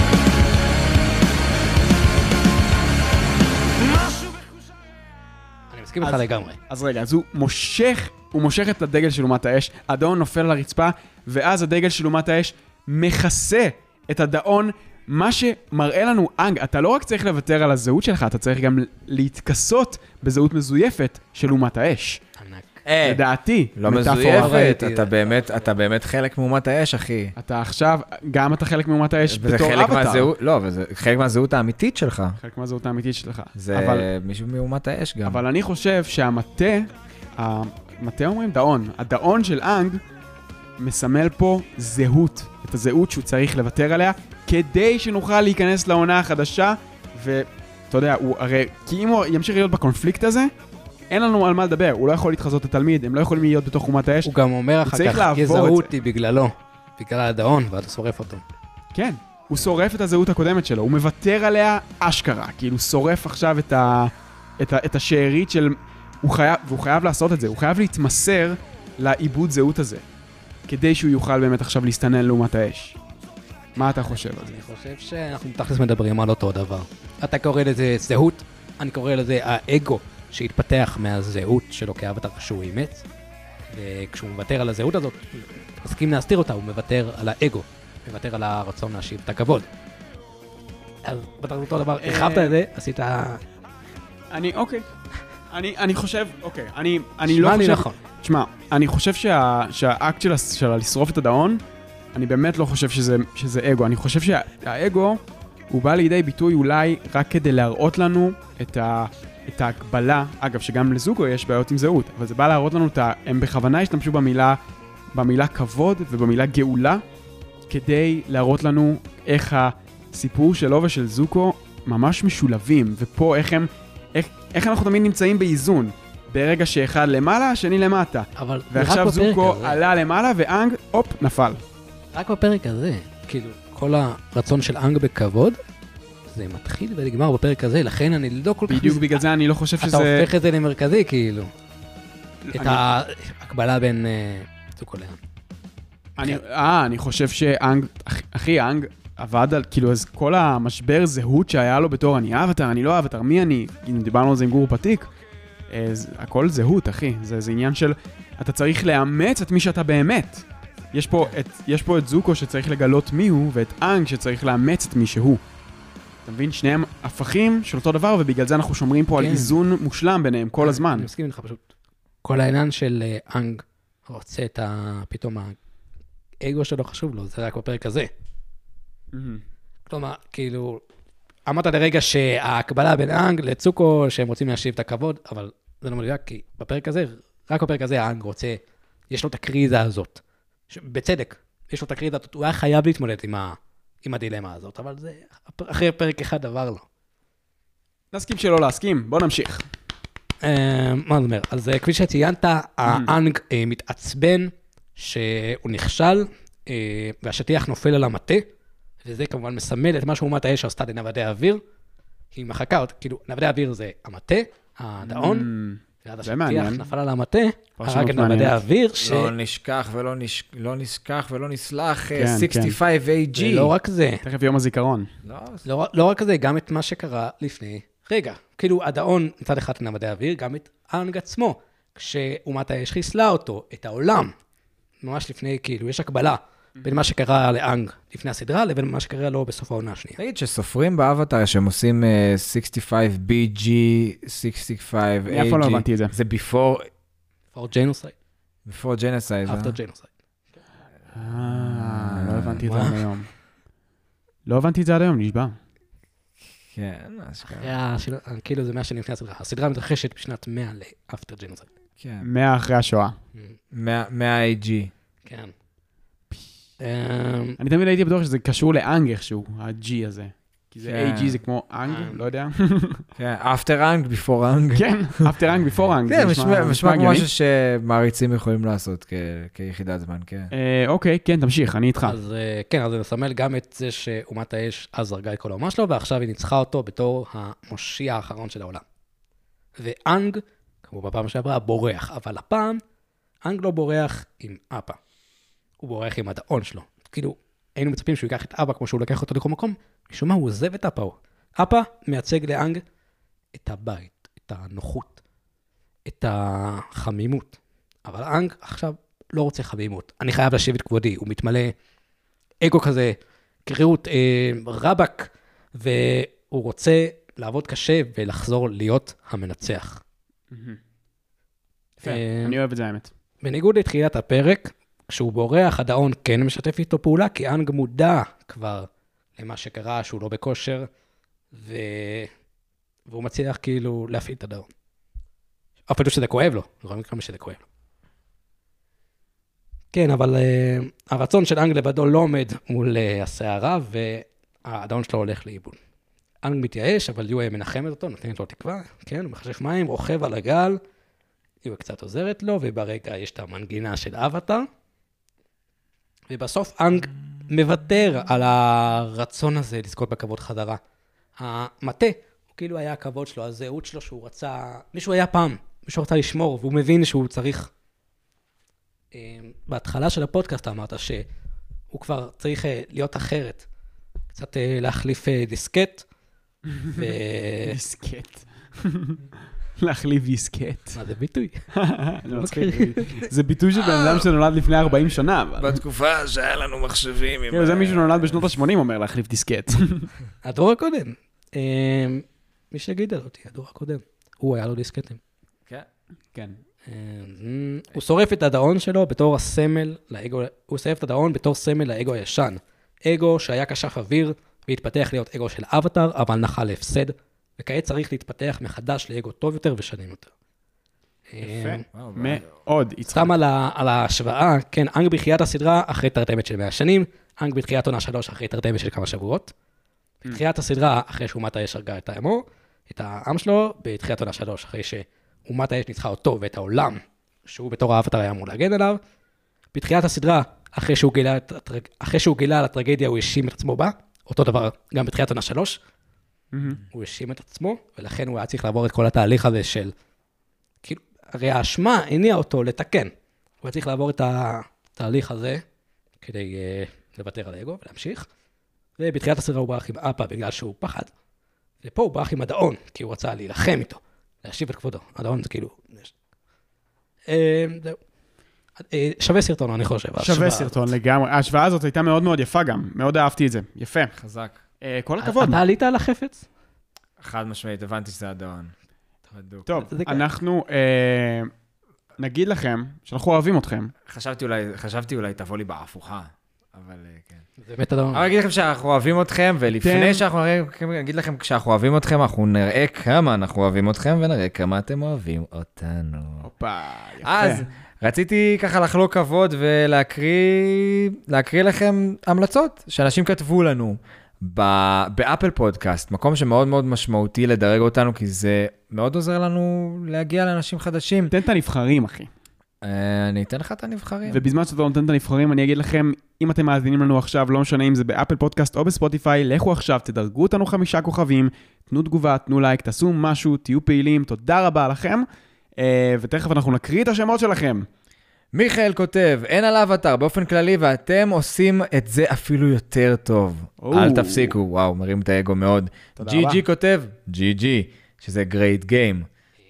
משהו בחושה... אני מסכים איתך לגמרי. אז רגע, אז הוא מושך את הדגל של אומת האש, הדאון נופל על הרצפה, ואז הדגל של אומת האש מכסה את הדאון, מה שמראה לנו, אנג, אתה לא רק צריך לוותר על הזהות שלך, אתה צריך גם להתכסות בזהות מזויפת של אומת האש. לדעתי, לא מזויפת, אתה באמת חלק מאומת האש, אחי. אתה עכשיו, גם אתה חלק מאומת האש בתור אבטר. לא, וזה חלק מהזהות האמיתית שלך. חלק מהזהות האמיתית שלך. זה מישהו מאומת האש גם. אבל אני חושב שהמטה, אומרים דאון, הדאון של אנג מסמל פה זהות, את הזהות שהוא צריך לוותר עליה, כדי שנוכל להיכנס לעונה החדשה, ואתה יודע, כי אם הוא ימשיך להיות בקונפליקט הזה, אין לנו על מה לדבר, הוא לא יכול להתחזות את התלמיד, הם לא יכולים להיות בתוך אומת האש. הוא גם אומר אחר כך, יזהו אותי בגללו, בגלל הדאון, ואתה שורף אותו. כן, הוא שורף את הזהות הקודמת שלו, הוא מוותר עליה אשכרה, כאילו הוא שורף עכשיו את השארית של... והוא חייב לעשות את זה, הוא חייב להתמסר לעיבוד זהות הזה. כדי שהוא יוכל באמת עכשיו להסתנן לעומת האש. מה אתה חושב על זה? אני חושב שאנחנו תכלס מדברים על אותו דבר. אתה קורא לזה זהות, אני קורא לזה האגו שהתפתח מהזהות שלו כאבטר שהוא אימץ, וכשהוא מוותר על הזהות הזאת, מסכים להסתיר אותה, הוא מוותר על האגו, מוותר על הרצון להשיב את הכבוד. אז בטח אותו דבר, הרחבת את זה, עשית... אוקיי. אני חושב, אוקיי, אני לא חושב... נכון. תשמע, אני חושב שהאקט של לשרוף את הדאון, אני באמת לא חושב שזה אגו. אני חושב שהאגו הוא בא לידי ביטוי אולי רק כדי להראות לנו את ההקבלה, אגב, שגם לזוגו יש בעיות עם זהות, אבל זה בא להראות לנו הם בכוונה השתמשו במילה כבוד ובמילה גאולה, כדי להראות לנו איך הסיפור שלו ושל זוקו ממש משולבים, ופה איך אנחנו תמיד נמצאים באיזון, ברגע שאחד למעלה, השני למטה. אבל ועכשיו זוקו עלה למעלה ואנג, הופ, נפל. רק בפרק הזה, כאילו, כל הרצון של אנג בכבוד, זה מתחיל ונגמר בפרק הזה, לכן אני לא כל כך... בדיוק בגלל זה אני לא חושב שזה... אתה הופך את זה למרכזי, כאילו. את ההקבלה בין זוקו לאנג. אני חושב שאנג, אחי, אנג עבד על, כאילו, אז כל המשבר זהות שהיה לו בתור אני אבטר, אני לא אבטר, מי אני? דיברנו על זה עם גור פתיק. הכל זהות, אחי. זה עניין של, אתה צריך לאמץ את מי שאתה באמת. יש פה את זוקו שצריך לגלות מי הוא, ואת אנג שצריך לאמץ את מי שהוא. אתה מבין? שניהם הפכים של אותו דבר, ובגלל זה אנחנו שומרים פה על איזון מושלם ביניהם כל הזמן. אני מסכים איתך פשוט. כל העניין של אנג רוצה את פתאום האגו שלו חשוב לו, זה רק בפרק הזה. כלומר, כאילו, אמרת לרגע שההקבלה בין אנג לצוקו, שהם רוצים להשיב את הכבוד, אבל זה לא מדויק, כי בפרק הזה, רק בפרק הזה האנג רוצה, יש לו את הקריזה הזאת. בצדק, יש לו את הקריזה הזאת, הוא היה חייב להתמודד עם הדילמה הזאת, אבל זה אחרי פרק אחד דבר לא. להסכים שלא להסכים, בוא נמשיך. מה זאת אומרת? אז כפי שציינת, האנג מתעצבן שהוא נכשל, והשטיח נופל על המטה, וזה כמובן מסמל את מה שאומת האש עשתה לנוודי האוויר. היא מחקה אותה, כאילו, נוודי האוויר זה המטה, הדאון, ואז השטיח נפל על המטה, הרג את נוודי האוויר, לא נשכח ולא נסלח, 65AG. לא רק זה. תכף יום הזיכרון. לא רק זה, גם את מה שקרה לפני רגע. כאילו, הדאון מצד אחד לנוודי האוויר, גם את האנג עצמו, כשאומת האש חיסלה אותו, את העולם. ממש לפני, כאילו, יש הקבלה בין מה שקרה לאנג לפני הסדרה, לבין מה שקרה לו בסוף העונה השנייה. תגיד, שסופרים באבטר שהם עושים 65BG, 65AG, איפה לא הבנתי את זה? זה before genocide. before genocide. after genocide. לא הבנתי את זה עד היום. לא הבנתי את זה עד היום, נשבע. כן, כאילו זה 100 שנים לפני הסדרה. הסדרה מתרחשת בשנת 100 ל-after genocide. 100 אחרי השואה. 100AG. כן. אני תמיד הייתי בטוח שזה קשור לאנג איכשהו, ה-G הזה. כי זה AG זה כמו אנג, לא יודע. כן, after אנג, before אנג. כן, after אנג, before אנג. כן, משמע כמו משהו שמעריצים יכולים לעשות כיחידת זמן, כן. אוקיי, כן, תמשיך, אני איתך. אז כן, אז זה מסמל גם את זה שאומת האש אז הרגה את כל האומה שלו, ועכשיו היא ניצחה אותו בתור המושיע האחרון של העולם. ואנג, כמו בפעם שעברה, בורח, אבל הפעם, אנג לא בורח עם אפה. הוא בורח עם הדאון שלו. כאילו, היינו מצפים שהוא ייקח את אבא כמו שהוא לקח אותו לכל מקום, משום מה הוא עוזב את אפה. אפה מייצג לאנג את הבית, את הנוחות, את החמימות. אבל אנג עכשיו לא רוצה חמימות. אני חייב להשיב את כבודי. הוא מתמלא אגו כזה, קריאות, רבק, והוא רוצה לעבוד קשה ולחזור להיות המנצח. אני אוהב את זה, האמת. בניגוד לתחילת הפרק, כשהוא בורח, הדאון כן משתף איתו פעולה, כי אנג מודע כבר למה שקרה, שהוא לא בכושר, והוא מצליח כאילו להפעיל את הדאון. אפילו שזה כואב לו, רואים כמה שזה כואב לו. כן, אבל הרצון של אנג לבדו לא עומד מול הסערה, והדאון שלו הולך לאיבוד. אנג מתייאש, אבל יואה מנחמת אותו, נותנת לו תקווה, כן, הוא מחשף מים, רוכב על הגל, יואה קצת עוזרת לו, וברגע יש את המנגינה של אבטר, ובסוף אנג מוותר על הרצון הזה לזכות בכבוד חזרה. המטה, הוא כאילו היה הכבוד שלו, הזהות שלו שהוא רצה, מישהו היה פעם, מישהו רצה לשמור, והוא מבין שהוא צריך בהתחלה של הפודקאסט אמרת שהוא כבר צריך להיות אחרת. קצת להחליף דיסקט. דיסקט. להחליף דיסקט. מה זה ביטוי? זה מצחיק. זה ביטוי של בן אדם שנולד לפני 40 שנה. בתקופה שהיה לנו מחשבים. כאילו, זה מישהו שנולד בשנות ה-80 אומר להחליף דיסקט. הדור הקודם. מי שגידל אותי, הדור הקודם. הוא היה לו דיסקטים. כן. הוא שורף את הדאון שלו בתור הסמל לאגו, הוא שורף את הדאון בתור סמל לאגו הישן. אגו שהיה כשף אוויר והתפתח להיות אגו של אבטר, אבל נחל להפסד, וכעת צריך להתפתח מחדש לאגו טוב יותר ושנים יותר. יפה. מאוד. סתם על ההשוואה, כן, אנג בתחילת הסדרה אחרי תרדמת של 100 שנים, אנג בתחילת עונה 3 אחרי תרדמת של כמה שבועות, בתחילת הסדרה אחרי שאומת האש הרגה את האמו, את העם שלו, בתחילת עונה 3 אחרי שאומת האש ניצחה אותו ואת העולם, שהוא בתור האבטר היה אמור להגן עליו, בתחילת הסדרה אחרי שהוא גילה על הטרגדיה הוא האשים את עצמו בה, אותו דבר גם בתחילת עונה 3, הוא האשים את עצמו, ולכן הוא היה צריך לעבור את כל התהליך הזה של, כאילו, הרי האשמה הניעה אותו לתקן, הוא היה צריך לעבור את התהליך הזה, כדי לוותר על האגו ולהמשיך, ובתחילת הסדרה הוא ברח עם אפה בגלל שהוא פחד, ופה הוא ברח עם הדאון, כי הוא רצה להילחם איתו, להשיב את כבודו, הדאון זה כאילו, זהו. שווה סרטון, אני חושב. שווה סרטון לגמרי. ההשוואה הזאת הייתה מאוד מאוד יפה גם. מאוד אהבתי את זה. יפה. חזק. כל הכבוד. אתה עלית על החפץ? חד משמעית, הבנתי שזה הדאון. טוב, אנחנו נגיד לכם שאנחנו אוהבים אתכם. חשבתי אולי תבוא לי בהפוכה, אבל כן. זה באמת הדאון. אבל אגיד לכם שאנחנו אוהבים אתכם, ולפני שאנחנו נגיד לכם כשאנחנו אוהבים אתכם, אנחנו נראה כמה אנחנו אוהבים אתכם, ונראה כמה אתם אוהבים אותנו. הופה, יפה. אז רציתי ככה לחלוק כבוד ולהקריא לכם המלצות שאנשים כתבו לנו באפל פודקאסט, מקום שמאוד מאוד משמעותי לדרג אותנו, כי זה מאוד עוזר לנו להגיע לאנשים חדשים. תן את הנבחרים, אחי. אני אתן לך את הנבחרים. ובזמן שאתה נותן את הנבחרים, אני אגיד לכם, אם אתם מאזינים לנו עכשיו, לא משנה אם זה באפל פודקאסט או בספוטיפיי, לכו עכשיו, תדרגו אותנו 5 כוכבים, תנו תגובה, תנו לייק, תעשו משהו, תהיו פעילים, תודה רבה לכם, ותכף אנחנו נקריא את השמות שלכם. מיכאל כותב, אין עליו אתר באופן כללי, ואתם עושים את זה אפילו יותר טוב. אל תפסיקו, וואו, מרים את האגו מאוד. GG כותב, GG, שזה great game.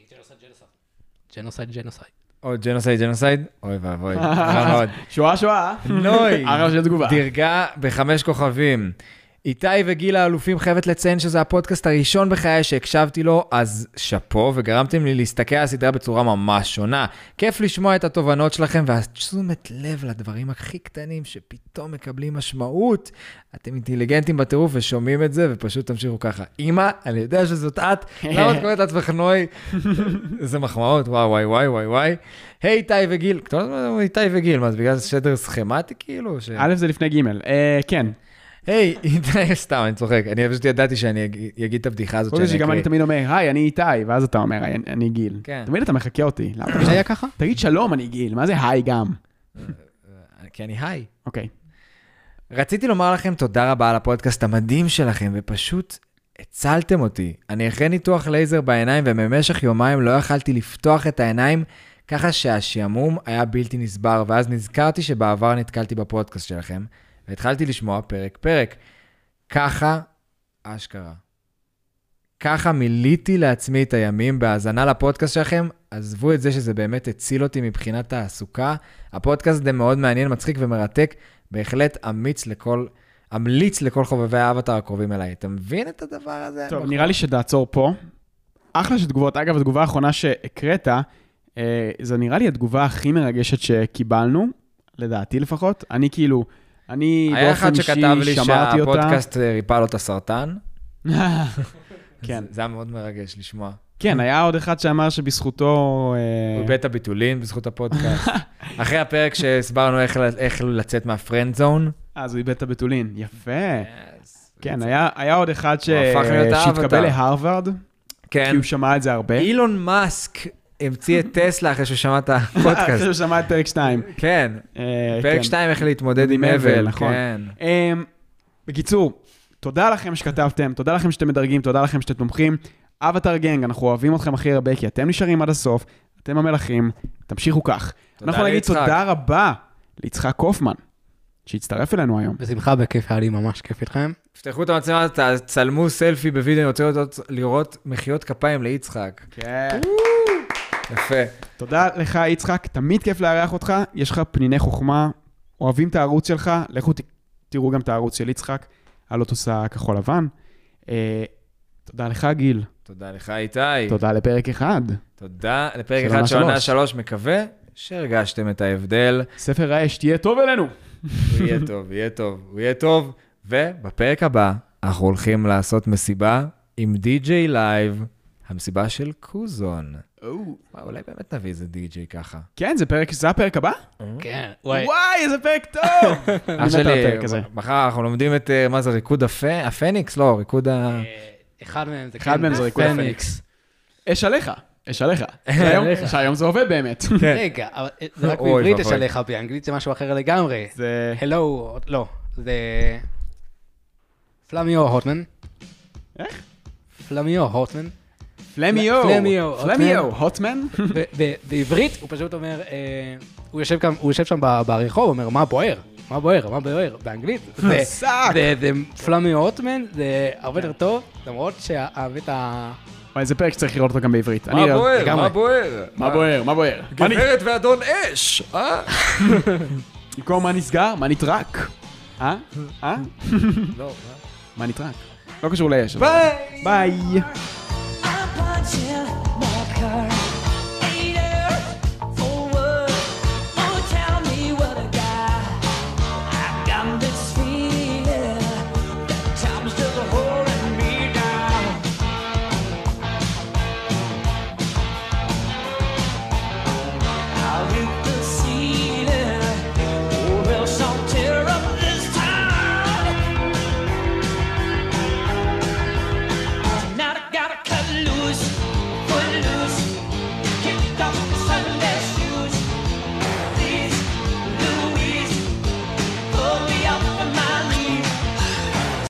ג'נוסייד. או ג'נוסייד, אוי ואבוי, רע מאוד. שואה. נוי, אחר של תגובה. דרגה ב5 כוכבים. איתי וגיל האלופים חייבת לציין שזה הפודקאסט הראשון בחיי שהקשבתי לו, אז שפו, וגרמתם לי להסתכל על הסדרה בצורה ממש שונה. כיף לשמוע את התובנות שלכם, והתשומת לב לדברים הכי קטנים שפתאום מקבלים משמעות. אתם אינטליגנטים בטירוף ושומעים את זה, ופשוט תמשיכו ככה. אמא, אני יודע שזאת את, למה את קוראת לעצמך נוי? איזה מחמאות, וואי. היי איתי וגיל, איתי וגיל, מה זה בגלל שדר סכמטי כאילו? א' זה לפני ג' כן. היי, איתי, סתם, אני צוחק. אני פשוט ידעתי שאני אגיד את הבדיחה הזאת שאני אקריא. שגם אני תמיד אומר, היי, אני איתי, ואז אתה אומר, אני גיל. תמיד אתה מחכה אותי. למה זה היה ככה? תגיד שלום, אני גיל. מה זה היי גם? כי אני היי. אוקיי. רציתי לומר לכם תודה רבה על הפודקאסט המדהים שלכם, ופשוט הצלתם אותי. אני אחרי ניתוח לייזר בעיניים, ובמשך יומיים לא יכלתי לפתוח את העיניים, ככה שהשעמום היה בלתי נסבר, ואז נזכרתי שבעבר נתקלתי בפודקאסט שלכם. והתחלתי לשמוע פרק. ככה, אשכרה. ככה מיליתי לעצמי את הימים בהאזנה לפודקאסט שלכם. עזבו את זה שזה באמת הציל אותי מבחינת תעסוקה. הפודקאסט זה מאוד מעניין, מצחיק ומרתק. בהחלט אמליץ לכל חובבי האבטר הקרובים אליי. אתה מבין את הדבר הזה? טוב, נראה לי שתעצור פה. אחלה של תגובות. אגב, התגובה האחרונה שהקראת, זו נראה לי התגובה הכי מרגשת שקיבלנו, לדעתי לפחות. אני כאילו... היה אחד שכתב לי שהפודקאסט ריפא לו את הסרטן. כן. זה היה מאוד מרגש לשמוע. כן, היה עוד אחד שאמר שבזכותו... הוא בית הביטולין בזכות הפודקאסט. אחרי הפרק שהסברנו איך לצאת מהפרנד זון. אז הוא איבד את הביטולין. יפה. כן, היה עוד אחד שהתקבל להרווארד. כן. כי הוא שמע את זה הרבה. אילון מאסק המציא את טסלה אחרי שהוא שמע את הפודקאסט. אחרי שהוא שמע את פרק 2. כן. פרק 2 איך להתמודד עם אבל. נכון. בקיצור, תודה לכם שכתבתם, תודה לכם שאתם מדרגים, תודה לכם שאתם תומכים. אבטר גנג, אנחנו אוהבים אתכם הכי הרבה, כי אתם נשארים עד הסוף, אתם המלכים, תמשיכו כך. תודה אנחנו נגיד ליצחק. תודה רבה ליצחק קופמן, שהצטרף אלינו היום. בשמחה, בכיף, היה לי ממש כיף איתכם. תפתחו את המצלמה, תצלמו סלפי בווידאו, אני רוצה לראות מחיאות כפיים ליצחק. כן. יפה. תודה לך, יצחק, תמיד כיף לארח אותך, יש לך פניני חוכמה, אוהבים את הערוץ שלך, לכו תראו גם את הערוץ של יצחק, על אוטוסה כחול לבן. תודה לך, גיל. תודה לך, איתי. תודה לפרק 1. תודה לפרק של 1 של עונה עונה 3, מקווה שהרגשתם את ההבדל. ספר האש, תהיה טוב אלינו. הוא יהיה טוב, הוא יהיה טוב, הוא יהיה טוב. ובפרק הבא אנחנו הולכים לעשות מסיבה עם די-ג'יי לייב, המסיבה של קוזון. אולי באמת נביא איזה די-ג'יי ככה. כן, זה הפרק הבא? כן. וואי, איזה פרק טוב! אני מת על הפרק הזה. מחר אנחנו לומדים את, מה זה, ריקוד הפניקס? לא, ריקוד אחד מהם זה אחד מהם זה ריקוד הפניקס. אש עליך, אש עליך. שהיום זה עובד באמת. רגע, אבל זה רק אוי, בעברית יש ואבוי. עליך, באנגלית זה משהו אחר לגמרי. זה... הלו, לא, זה... פלמיו הוטמן. איך? פלמיו הוטמן. פלמיו. פלמיו. פלמיו, הוטמן. בעברית הוא פשוט אומר, הוא יושב שם ברחוב, הוא אומר, מה בוער? מה בוער? מה בוער? באנגלית. סאק. זה פלמיו הוטמן, זה הרבה יותר טוב, למרות שהאמת ה... וואי, זה פרק שצריך לראות אותו גם בעברית. מה בוער? לגמרי. מה בוער? מה בוער? מה בוער? גברת ואדון אש! במקום מה נסגר? מה נטרק? לא, מה נטרק? לא קשור לאש. ביי! ביי!